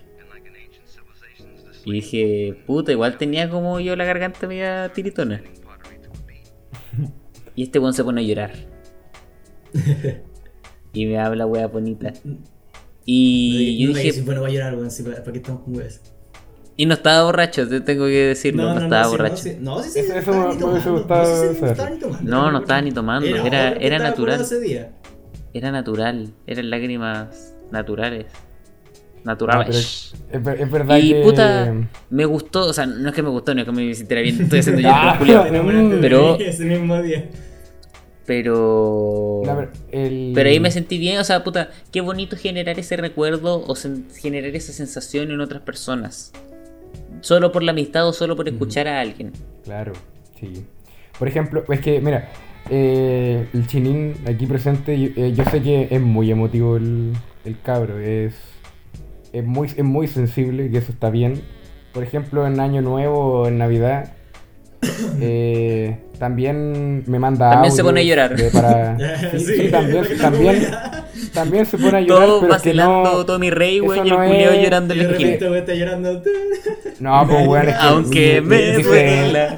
[SPEAKER 1] Y dije, puta, igual tenía como yo la garganta media tiritona. Y este weón se pone a llorar. Y me habla wea bonita. Y yo
[SPEAKER 3] no,
[SPEAKER 1] dije,
[SPEAKER 3] si bueno va a llorar, weón, si, ¿para, ¿para qué estamos con weas?
[SPEAKER 1] y no estaba borracho, te tengo que decirlo, no, estaba
[SPEAKER 3] sí,
[SPEAKER 1] borracho.
[SPEAKER 3] No, sí, no, sí, sí,
[SPEAKER 2] Eso-
[SPEAKER 3] no
[SPEAKER 2] eso
[SPEAKER 3] estaba
[SPEAKER 2] me-
[SPEAKER 3] ni
[SPEAKER 2] me hubiese
[SPEAKER 3] tomando.
[SPEAKER 2] gustado
[SPEAKER 3] No, sí, sí, no
[SPEAKER 2] saber.
[SPEAKER 3] estaba ni tomando.
[SPEAKER 1] No, no estaba ni tomando, era-
[SPEAKER 3] otro que
[SPEAKER 1] era
[SPEAKER 3] estaba
[SPEAKER 1] natural.
[SPEAKER 3] curado ese día.
[SPEAKER 1] Era natural, eran lágrimas naturales.
[SPEAKER 2] Ah, pero
[SPEAKER 1] Naturales.
[SPEAKER 2] es, es ver- es verdad
[SPEAKER 1] Y
[SPEAKER 2] que...
[SPEAKER 1] puta, me gustó, o sea, no es que me gustó, no es que me sintiera bien, estoy haciendo yo
[SPEAKER 2] Ah,
[SPEAKER 1] el culiao.
[SPEAKER 3] Te enamoraste de
[SPEAKER 1] Pero-
[SPEAKER 3] mí ese mismo día.
[SPEAKER 1] Pero...
[SPEAKER 2] La ver- el-
[SPEAKER 1] Pero ahí me sentí bien, o sea, puta, qué bonito generar ese recuerdo o sen- generar esa sensación en otras personas. Solo por la amistad o solo por escuchar a alguien.
[SPEAKER 2] Claro, sí. Por ejemplo, es que, mira, eh, el Chinín aquí presente, yo, eh, yo sé que es muy emotivo el, el cabro, es, es, muy, es muy sensible, y eso está bien. Por ejemplo, en Año Nuevo o en Navidad, eh, también me manda
[SPEAKER 1] También se
[SPEAKER 2] audios
[SPEAKER 1] pone a llorar.
[SPEAKER 2] de- para, sí,
[SPEAKER 3] Sí,
[SPEAKER 2] sí, también,
[SPEAKER 3] porque
[SPEAKER 2] también,
[SPEAKER 3] tampoco
[SPEAKER 2] también se pone a llorar,
[SPEAKER 1] Todo
[SPEAKER 2] pero es que
[SPEAKER 1] vacilando,
[SPEAKER 2] no...
[SPEAKER 1] Tommy Rey,
[SPEAKER 2] eso
[SPEAKER 1] weón, y el
[SPEAKER 2] no
[SPEAKER 1] culiao
[SPEAKER 2] es-
[SPEAKER 1] llorando
[SPEAKER 3] Y
[SPEAKER 1] en
[SPEAKER 3] de
[SPEAKER 1] la esquina.
[SPEAKER 3] repente, weón, está llorando.
[SPEAKER 2] No, pues weón, es que
[SPEAKER 1] Aunque me
[SPEAKER 2] dice-
[SPEAKER 1] duela.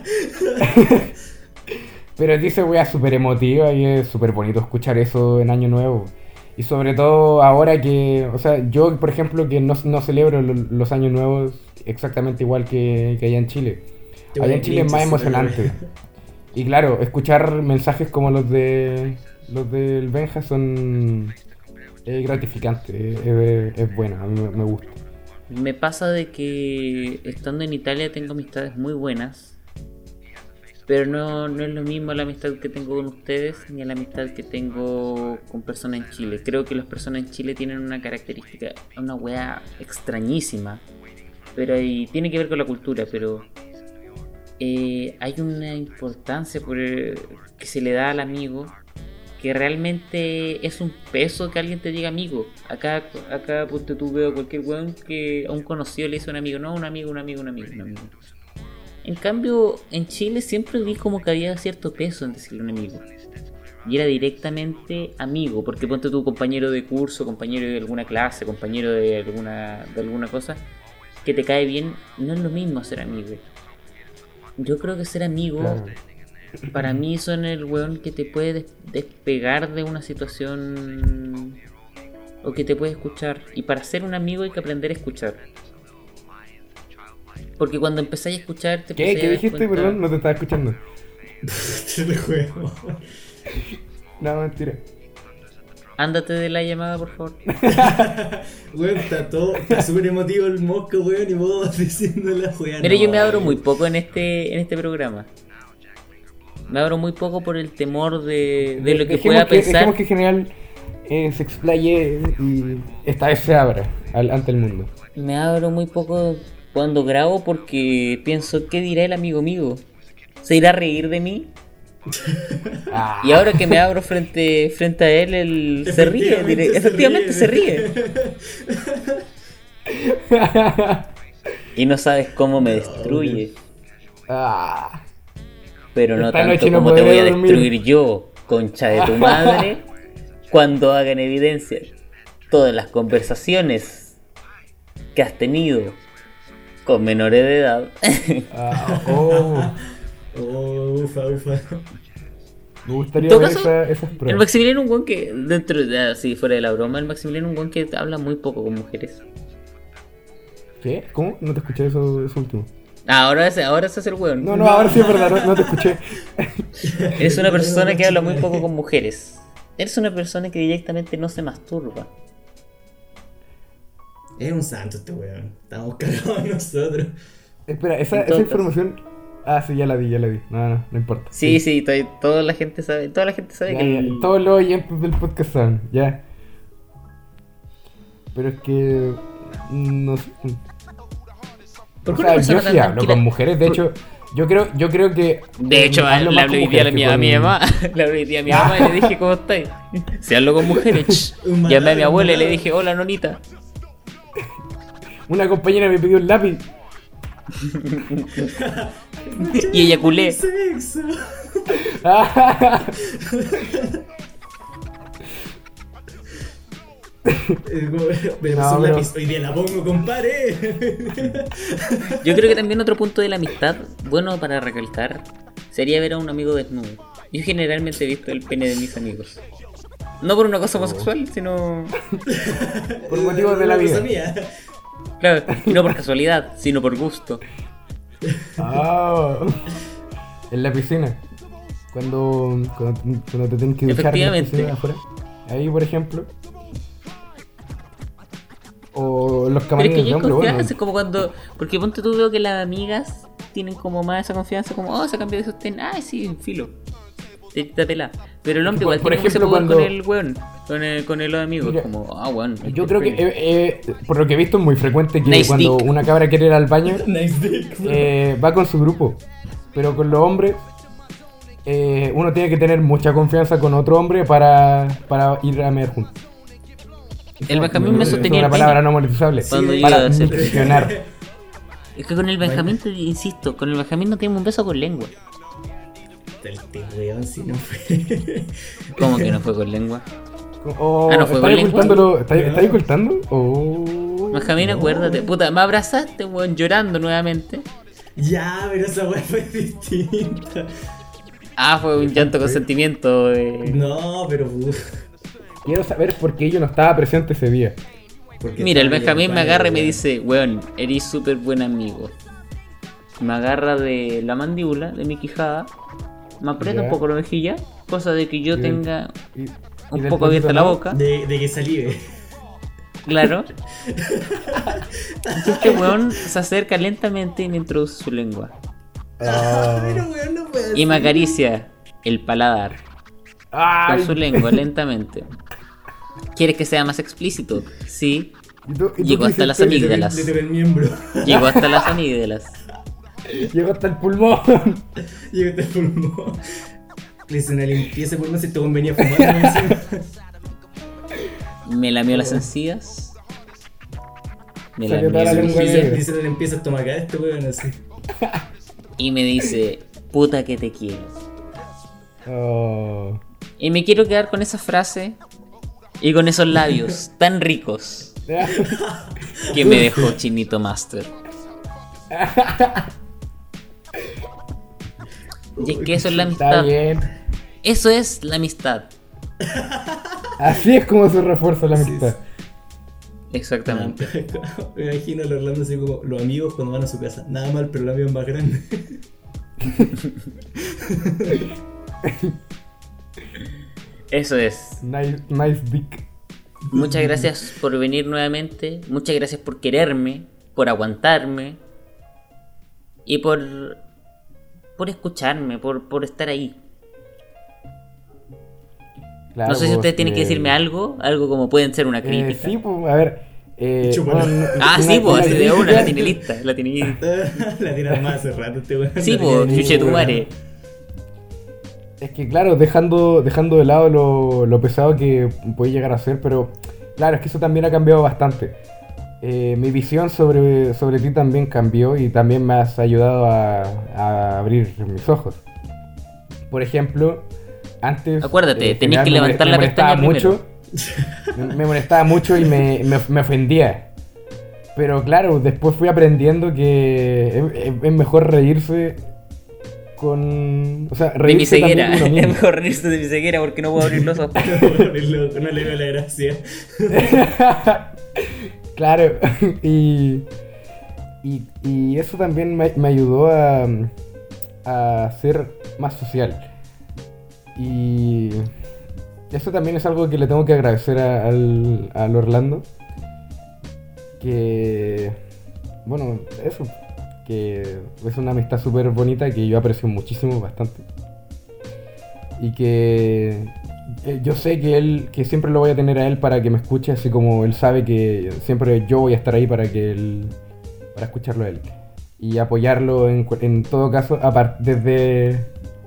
[SPEAKER 2] Pero dice wea súper emotiva y es súper bonito escuchar eso en Año Nuevo. Y sobre todo ahora que, o sea, yo por ejemplo que no, no celebro lo- los Años Nuevos exactamente igual que, que allá en Chile.
[SPEAKER 3] Te
[SPEAKER 2] Allá
[SPEAKER 3] voy
[SPEAKER 2] en
[SPEAKER 3] a
[SPEAKER 2] Chile es más
[SPEAKER 3] pinches,
[SPEAKER 2] emocionante.
[SPEAKER 3] wea.
[SPEAKER 2] Y claro, escuchar mensajes como los de los del Benja son es gratificante, es, es- es bueno, a mí me, me gusta.
[SPEAKER 1] Me pasa de que estando en Italia tengo amistades muy buenas. Pero no, no es lo mismo la amistad que tengo con ustedes ni la amistad que tengo con personas en Chile. Creo que las personas en Chile tienen una característica, una wea extrañísima. Pero ahí tiene que ver con la cultura, pero eh, hay una importancia por el- que se le da al amigo que realmente es un peso que alguien te diga amigo. Acá, acá ponte tú, veo a cualquier weón que a un conocido le dice a un amigo, no, un amigo, un amigo, un amigo, un amigo. En cambio, en Chile siempre vi como que había cierto peso en decirle un amigo. Y era directamente amigo, porque ponte tu compañero de curso, compañero de alguna clase, compañero de alguna, de alguna cosa, que te cae bien, no es lo mismo ser amigo. Yo creo que ser amigo,
[SPEAKER 2] Claro.
[SPEAKER 1] para mí son el weón que te puede des- despegar de una situación o que te puede escuchar. Y para ser un amigo hay que aprender a escuchar. Porque cuando empezáis a escuchar te
[SPEAKER 2] ¿Qué?
[SPEAKER 1] empezáis a
[SPEAKER 2] ¿Qué
[SPEAKER 1] dar
[SPEAKER 2] dijiste?
[SPEAKER 1] cuenta-
[SPEAKER 2] Perdón, no te estaba escuchando.
[SPEAKER 3] Te lo juego.
[SPEAKER 2] No, mentira.
[SPEAKER 1] Ándate de la llamada, por favor.
[SPEAKER 3] Weón, está todo, está súper emotivo el mosco, weón, y vos diciendo la weá.
[SPEAKER 1] Mira,
[SPEAKER 3] no,
[SPEAKER 1] yo me abro
[SPEAKER 3] weón.
[SPEAKER 1] muy poco en este en este programa. Me abro muy poco por el temor de, de lo que
[SPEAKER 2] Dejemos
[SPEAKER 1] pueda
[SPEAKER 2] que,
[SPEAKER 1] pensar.
[SPEAKER 2] Dejemos que en general eh, se explaye y esta vez se abra al, ante el mundo.
[SPEAKER 1] Me abro muy poco cuando grabo porque pienso, ¿qué dirá el amigo mío? ¿Se irá a reír de mí?
[SPEAKER 2] Ah.
[SPEAKER 1] Y ahora que me abro frente, frente a él, él se ríe. diré-
[SPEAKER 3] se
[SPEAKER 1] Efectivamente
[SPEAKER 3] ríe.
[SPEAKER 1] se ríe. Y no sabes cómo me destruye.
[SPEAKER 2] Ah.
[SPEAKER 1] Pero no
[SPEAKER 2] Esta
[SPEAKER 1] tanto
[SPEAKER 2] noche no
[SPEAKER 1] como te voy a
[SPEAKER 2] podré dormir.
[SPEAKER 1] destruir yo, concha de tu madre, cuando haga en evidencia todas las conversaciones que has tenido con menores de edad.
[SPEAKER 2] Ah, oh.
[SPEAKER 3] Oh, ufa, ufa.
[SPEAKER 2] Me gustaría
[SPEAKER 1] En todo
[SPEAKER 2] ver
[SPEAKER 1] caso,
[SPEAKER 2] esa- esas
[SPEAKER 1] El
[SPEAKER 2] pruebas.
[SPEAKER 1] Maximiliano es un weón que, dentro de así, fuera de la broma, el Maximiliano es un weón que habla muy poco con mujeres.
[SPEAKER 2] ¿Qué? ¿Cómo? No te escuché eso, eso último.
[SPEAKER 1] Ah, ahora es, ahora se hace el weón.
[SPEAKER 2] No, no, ahora sí es verdad, no, no te escuché.
[SPEAKER 1] Eres una persona que habla muy poco con mujeres. Eres una persona que directamente no se masturba.
[SPEAKER 3] Es un santo este weón. Estamos cagados nosotros.
[SPEAKER 2] Espera, esa,
[SPEAKER 1] En
[SPEAKER 2] esa
[SPEAKER 1] todo
[SPEAKER 2] información. Ah, sí, ya la di, ya la di. No, no, no importa.
[SPEAKER 1] Sí, sí, to- toda la gente sabe, toda la gente sabe
[SPEAKER 2] Ya,
[SPEAKER 1] que
[SPEAKER 2] ya,
[SPEAKER 1] el-
[SPEAKER 2] todos los oyentes del podcast saben, ya. Pero es que. No sé.
[SPEAKER 1] ¿Por
[SPEAKER 2] O
[SPEAKER 1] qué
[SPEAKER 2] sea,
[SPEAKER 1] una persona
[SPEAKER 2] yo
[SPEAKER 1] tan
[SPEAKER 2] sí hablo
[SPEAKER 1] tranquila?
[SPEAKER 2] con mujeres, de hecho, yo creo, yo creo que.
[SPEAKER 1] De hecho,
[SPEAKER 2] mm, hablo
[SPEAKER 1] le
[SPEAKER 2] más
[SPEAKER 1] hablé
[SPEAKER 2] con
[SPEAKER 1] hoy día a, la
[SPEAKER 2] mujeres
[SPEAKER 1] mi,
[SPEAKER 2] que
[SPEAKER 1] a mi
[SPEAKER 2] con-
[SPEAKER 1] mamá. Le hablé hoy día a mi mamá y le dije, ¿cómo estáis? Si hablo con mujeres.
[SPEAKER 3] Un
[SPEAKER 1] Llamé a mi
[SPEAKER 3] maladro,
[SPEAKER 1] abuela y le
[SPEAKER 3] un
[SPEAKER 1] dije, hola, nonita.
[SPEAKER 2] Una compañera me pidió un lápiz.
[SPEAKER 1] Y eyaculé.
[SPEAKER 3] Sexo. Eh, como, Me
[SPEAKER 2] No,
[SPEAKER 3] pasó un
[SPEAKER 2] pero-
[SPEAKER 3] lápiz, hoy día la pongo, compadre.
[SPEAKER 1] Yo creo que también otro punto de la amistad, bueno para recalcar, sería ver a un amigo desnudo. Yo generalmente he visto el pene de mis amigos. No por una cosa homosexual, sino...
[SPEAKER 2] Por motivos de la
[SPEAKER 3] Una cosa
[SPEAKER 2] vida.
[SPEAKER 3] mía.
[SPEAKER 1] Claro, y no por casualidad, sino por gusto.
[SPEAKER 2] Ah, en la piscina. Cuando, cuando, cuando te tienes que duchar en la
[SPEAKER 1] Efectivamente.
[SPEAKER 2] piscina de afuera. Ahí, por ejemplo. O los
[SPEAKER 1] Pero es
[SPEAKER 2] camarines
[SPEAKER 1] que
[SPEAKER 2] de
[SPEAKER 1] ya hay
[SPEAKER 2] hombre,
[SPEAKER 1] confianza,
[SPEAKER 2] bueno.
[SPEAKER 1] es como cuando... Porque ponte tú, veo que las amigas tienen como más esa confianza, como, oh, se cambió de sostén, ay, sí, filo. Te te pela. Pero el hombre
[SPEAKER 2] Por-
[SPEAKER 1] igual
[SPEAKER 2] por
[SPEAKER 1] tiene como ese
[SPEAKER 2] ejemplo,
[SPEAKER 1] poder
[SPEAKER 2] cuando-
[SPEAKER 1] con el weón, con el, con el amigo,
[SPEAKER 2] Mira,
[SPEAKER 1] como, ah, weón.
[SPEAKER 2] Yo creo que, eh, eh, por lo que he visto, es muy frecuente que
[SPEAKER 1] Nice
[SPEAKER 2] cuando
[SPEAKER 1] dick.
[SPEAKER 2] una cabra quiere ir al baño,
[SPEAKER 3] Nice dick.
[SPEAKER 2] eh, va con su grupo. Pero con los hombres, eh, uno tiene que tener mucha confianza con otro hombre para, para ir a mear juntos.
[SPEAKER 1] El Benjamín me
[SPEAKER 2] Es
[SPEAKER 1] sostenía
[SPEAKER 2] una
[SPEAKER 1] el
[SPEAKER 2] palabra
[SPEAKER 1] pene.
[SPEAKER 2] no monetizable.
[SPEAKER 1] Cuando yo
[SPEAKER 2] Para
[SPEAKER 1] iba a hacer-
[SPEAKER 2] miccionar.
[SPEAKER 1] Es que con el Benjamín, te insisto, con el Benjamín no tenemos un beso con lengua.
[SPEAKER 3] Este weón, si no fue.
[SPEAKER 1] ¿Cómo que no fue con lengua?
[SPEAKER 2] Oh,
[SPEAKER 1] Ah, ¿no fue con
[SPEAKER 2] ¿estáis
[SPEAKER 1] lengua?
[SPEAKER 2] ocultándolo? ¿Estáis estáis ocultando? Oh.
[SPEAKER 1] Benjamín, acuérdate, puta, me abrazaste, weón, llorando nuevamente.
[SPEAKER 3] Ya, pero esa weá fue distinta.
[SPEAKER 1] Ah, fue un llanto con sentimiento. eh.
[SPEAKER 3] No, pero. uf,
[SPEAKER 2] Quiero saber por qué yo no estaba presente ese día.
[SPEAKER 3] porque
[SPEAKER 1] Mira, el
[SPEAKER 3] estaba
[SPEAKER 1] Benjamín
[SPEAKER 3] bien,
[SPEAKER 1] me agarra y me
[SPEAKER 3] weón.
[SPEAKER 1] dice, weón, eres súper buen amigo. Me agarra de la mandíbula, de mi quijada, me aprieta
[SPEAKER 2] Ya.
[SPEAKER 1] un poco la mejilla, cosa de que yo
[SPEAKER 2] Y del-
[SPEAKER 1] tenga
[SPEAKER 2] Y- y
[SPEAKER 1] un
[SPEAKER 2] del
[SPEAKER 1] poco abierta la
[SPEAKER 2] poquito,
[SPEAKER 1] boca,
[SPEAKER 3] De, de que salive.
[SPEAKER 1] claro. Entonces este weón se acerca lentamente y me introduce su lengua.
[SPEAKER 2] ¿no? Ah.
[SPEAKER 3] Pero weón, no puede
[SPEAKER 1] Y me
[SPEAKER 3] ser.
[SPEAKER 1] acaricia el paladar
[SPEAKER 2] Ay.
[SPEAKER 1] con su lengua lentamente. ¿Quieres que sea más explícito? Sí.
[SPEAKER 2] ¿Y tú- y tú
[SPEAKER 1] Llegó
[SPEAKER 2] qué
[SPEAKER 1] hasta las
[SPEAKER 2] hiciste?
[SPEAKER 1] amígdalas.
[SPEAKER 3] Le toca el miembro.
[SPEAKER 1] Llegó hasta las amígdalas.
[SPEAKER 2] Llegó hasta el pulmón.
[SPEAKER 3] Llega hasta el pulmón. Le hice una limpieza por no si este weón venía fumando encima.
[SPEAKER 1] Me lamió las encías. Me
[SPEAKER 2] Salió
[SPEAKER 1] lamió
[SPEAKER 2] toda la
[SPEAKER 1] las
[SPEAKER 2] lengua
[SPEAKER 1] mejillas.
[SPEAKER 2] negra.
[SPEAKER 3] Dice una limpieza estomacal este weón así.
[SPEAKER 1] Y me dice, puta que te quiero.
[SPEAKER 2] Oh.
[SPEAKER 1] Y me quiero quedar con esa frase y con esos labios tan ricos que me dejó Chinito Master. Y es que eso es la
[SPEAKER 2] Está
[SPEAKER 1] amistad.
[SPEAKER 2] bien.
[SPEAKER 1] Eso es la amistad.
[SPEAKER 2] Así es como se refuerza la
[SPEAKER 3] Sí,
[SPEAKER 2] amistad.
[SPEAKER 1] Exactamente.
[SPEAKER 3] Me imagino a Orlando así como los amigos cuando van a su casa. Nada mal, pero el amigo es más grande.
[SPEAKER 1] Eso es.
[SPEAKER 2] Nice, nice dick.
[SPEAKER 1] Muchas gracias por venir nuevamente. Muchas gracias por quererme, por aguantarme y por por escucharme, por, por estar ahí.
[SPEAKER 2] Claro,
[SPEAKER 1] No sé si
[SPEAKER 2] pues,
[SPEAKER 1] ustedes tienen que
[SPEAKER 2] eh,
[SPEAKER 1] decirme algo, algo como pueden ser una
[SPEAKER 2] eh,
[SPEAKER 1] crítica.
[SPEAKER 2] sí, pues, a ver. Eh,
[SPEAKER 3] Chúpalo.
[SPEAKER 2] bueno,
[SPEAKER 1] Ah,
[SPEAKER 2] una-
[SPEAKER 1] sí, pues,
[SPEAKER 2] una
[SPEAKER 1] así de una,
[SPEAKER 2] crítica-
[SPEAKER 1] la tiene lista, la tiene...
[SPEAKER 3] La tiran más hace rato este weón.
[SPEAKER 1] Sí,
[SPEAKER 3] La
[SPEAKER 1] pues,
[SPEAKER 3] tiene-
[SPEAKER 1] chuche tu madre.
[SPEAKER 2] Es que claro, dejando, dejando de lado lo, lo pesado que puede llegar a ser, pero claro, es que eso también ha cambiado bastante. Eh, mi visión sobre, sobre ti también cambió y también me has ayudado a, a abrir mis ojos. Por ejemplo, antes...
[SPEAKER 1] Acuérdate,
[SPEAKER 2] eh,
[SPEAKER 1] tenés que
[SPEAKER 2] general me mole-
[SPEAKER 1] levantar
[SPEAKER 2] me
[SPEAKER 1] la
[SPEAKER 2] molestaba
[SPEAKER 1] pestaña
[SPEAKER 2] mucho, me, me molestaba mucho y me, me, me ofendía. Pero claro, después fui aprendiendo que es, es- es mejor reírse con... O sea,
[SPEAKER 1] De mi
[SPEAKER 2] reírse también
[SPEAKER 1] ceguera.
[SPEAKER 2] de uno
[SPEAKER 1] Es
[SPEAKER 2] mismo.
[SPEAKER 1] mejor reírse de mi ceguera porque no puedo abrir los ojos.
[SPEAKER 3] No, no le veo la gracia.
[SPEAKER 2] Claro, y, y, y eso también me, me ayudó a, a ser más social. Y eso también es algo que le tengo que agradecer a- al, al Orlando. Que, bueno, eso, que es una amistad súper bonita que yo aprecio muchísimo, bastante. Y que eh, yo sé que él, que siempre lo voy a tener a él para que me escuche, así como él sabe que siempre yo voy a estar ahí para que él, para escucharlo a él. Y apoyarlo en, cu- en todo caso, apar- desde,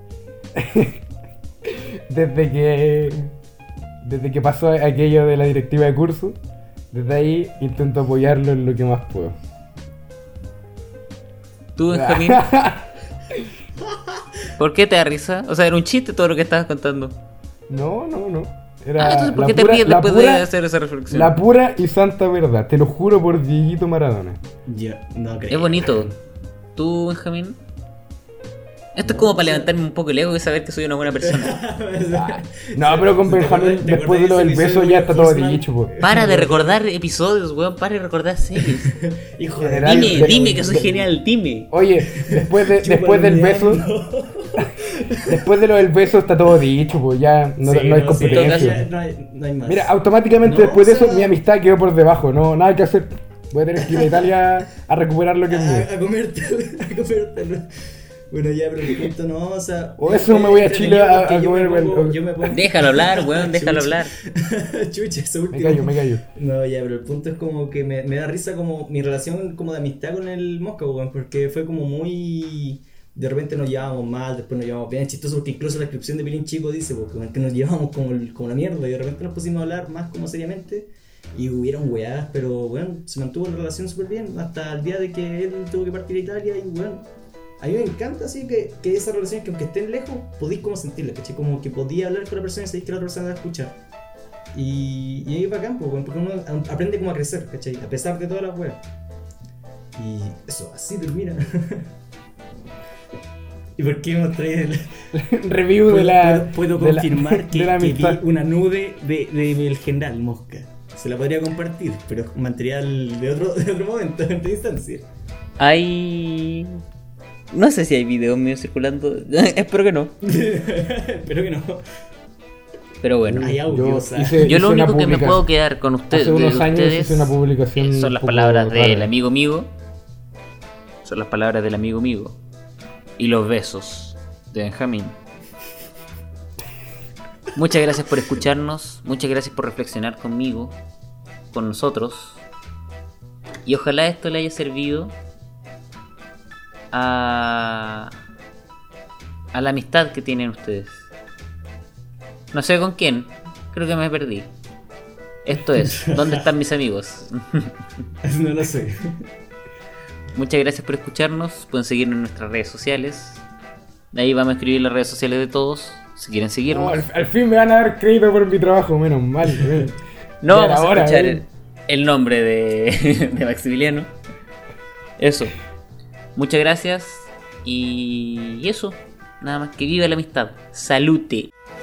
[SPEAKER 2] desde que, desde que pasó aquello de la directiva de curso, desde ahí intento apoyarlo en lo que más puedo.
[SPEAKER 1] Tú, Benjamín, ¿por qué te da risa? O sea, era un chiste todo lo que estabas contando.
[SPEAKER 2] No, no, no. Era
[SPEAKER 1] Ah, entonces, ¿por
[SPEAKER 2] la
[SPEAKER 1] qué te
[SPEAKER 2] pura-
[SPEAKER 1] ríes
[SPEAKER 2] la
[SPEAKER 1] después de
[SPEAKER 2] pura-
[SPEAKER 1] hacer esa reflexión?
[SPEAKER 2] La pura y santa verdad, te lo juro por Dieguito Maradona.
[SPEAKER 3] Yo no creo.
[SPEAKER 1] Es bonito. ¿Tú, Benjamín? Esto es como para levantarme un poco el ego y saber que soy una buena persona.
[SPEAKER 2] No, pero con
[SPEAKER 3] ¿Te
[SPEAKER 2] Benjamín,
[SPEAKER 3] acuerdas- te
[SPEAKER 2] después de lo
[SPEAKER 3] acuerdas
[SPEAKER 2] del
[SPEAKER 3] de ese
[SPEAKER 2] beso,
[SPEAKER 3] episodio
[SPEAKER 2] ya
[SPEAKER 3] de
[SPEAKER 2] está todo
[SPEAKER 3] Horseman?
[SPEAKER 2] dicho, po.
[SPEAKER 1] Para de recordar episodios, weón. Para de recordar series.
[SPEAKER 3] Hijo de
[SPEAKER 2] General,
[SPEAKER 1] Dime,
[SPEAKER 2] de-
[SPEAKER 1] dime que soy
[SPEAKER 2] de-
[SPEAKER 1] genial, dime.
[SPEAKER 2] Oye, después, de,
[SPEAKER 3] Chúpalo,
[SPEAKER 2] después del beso,
[SPEAKER 3] mierda.
[SPEAKER 2] después de lo del beso está todo dicho, pues ya no,
[SPEAKER 3] Sí,
[SPEAKER 2] no hay
[SPEAKER 3] sí,
[SPEAKER 2] competencia.
[SPEAKER 3] no hay, no hay más.
[SPEAKER 2] Mira, automáticamente
[SPEAKER 3] No,
[SPEAKER 2] después de
[SPEAKER 3] o sea-
[SPEAKER 2] eso mi amistad quedó por debajo, no, nada que hacer. Voy a tener que ir a Italia a recuperar lo que es mío.
[SPEAKER 3] a, a comértelo, a comértelo. Bueno, ya, pero el punto no, o sea.
[SPEAKER 2] O eso
[SPEAKER 3] es
[SPEAKER 2] me voy a
[SPEAKER 3] entretenido
[SPEAKER 2] Chile a-
[SPEAKER 3] porque
[SPEAKER 2] a
[SPEAKER 3] yo me
[SPEAKER 2] comer
[SPEAKER 3] pongo-
[SPEAKER 2] el-
[SPEAKER 3] yo me pongo-
[SPEAKER 1] Déjalo hablar, weón, déjalo
[SPEAKER 3] Chucha.
[SPEAKER 1] hablar.
[SPEAKER 3] Chucha, eso
[SPEAKER 2] Me
[SPEAKER 3] último.
[SPEAKER 2] callo, me callo.
[SPEAKER 3] No, ya, pero el punto es como que me, me da risa como mi relación como de amistad con el Mosca, weón, porque fue como muy... De repente nos llevábamos mal, después nos llevábamos bien, es chistoso porque incluso la descripción de Pilín Chico dice porque, weón, que nos llevábamos como, el- como la mierda y de repente nos pusimos a hablar más como seriamente y hubieron weadas, pero bueno, se mantuvo la relación súper bien hasta el día de que él tuvo que partir a Italia y bueno, a mí me encanta así que, que esa relación que aunque estén lejos, podéis como sentirla, ¿cachai? Como que podía hablar con la persona y sabéis que la otra persona va a escuchar. Y, y ahí es bacán, pues, weón, porque uno a- aprende como a crecer, ¿cachai? A pesar de todas las weas. Y eso, así termina. ¿Y por qué hemos traído el...
[SPEAKER 2] Review de
[SPEAKER 3] Puedo,
[SPEAKER 2] la.
[SPEAKER 3] puedo
[SPEAKER 2] de la-
[SPEAKER 3] confirmar que,
[SPEAKER 2] de la
[SPEAKER 3] que vi
[SPEAKER 2] amistad.
[SPEAKER 3] una nude de, de, del general Mosca. Se la podría compartir, pero es material de otro, de otro momento, de otra instancia.
[SPEAKER 1] Hay... No sé si hay videos míos circulando. Espero que no.
[SPEAKER 3] Espero que no.
[SPEAKER 1] Pero bueno.
[SPEAKER 3] Hay audios, ¿ah?
[SPEAKER 2] hice-
[SPEAKER 1] Yo
[SPEAKER 2] hice
[SPEAKER 1] lo
[SPEAKER 2] una
[SPEAKER 1] único que me
[SPEAKER 2] publica-
[SPEAKER 1] puedo quedar con ustedes,
[SPEAKER 2] Hace unos
[SPEAKER 1] de
[SPEAKER 2] años
[SPEAKER 1] ustedes
[SPEAKER 2] hice una publicación
[SPEAKER 1] eh, son
[SPEAKER 2] un
[SPEAKER 1] las
[SPEAKER 2] poco
[SPEAKER 1] palabras del
[SPEAKER 2] rara.
[SPEAKER 1] amigo amigo. Son las palabras del amigo amigo. Y los besos de Benjamín. Muchas gracias por escucharnos. Muchas gracias por reflexionar conmigo, con nosotros. Y ojalá esto le haya servido a, a la amistad que tienen ustedes. No sé con quién. Creo que me perdí. Esto es, ¿dónde están mis amigos?
[SPEAKER 3] No lo sé.
[SPEAKER 1] Muchas gracias por escucharnos. Pueden seguirnos en nuestras redes sociales. De ahí vamos a escribir las redes sociales de todos. Si quieren
[SPEAKER 2] No,
[SPEAKER 1] seguirnos.
[SPEAKER 2] al, al fin me van a dar crédito por mi trabajo, menos mal. eh.
[SPEAKER 1] No
[SPEAKER 2] Ya
[SPEAKER 1] vamos
[SPEAKER 2] era
[SPEAKER 1] a
[SPEAKER 2] hora,
[SPEAKER 1] escuchar
[SPEAKER 2] eh.
[SPEAKER 1] el, el nombre de, de Maximiliano. Eso. Muchas gracias. Y, y eso. Nada más que viva la amistad. Salute.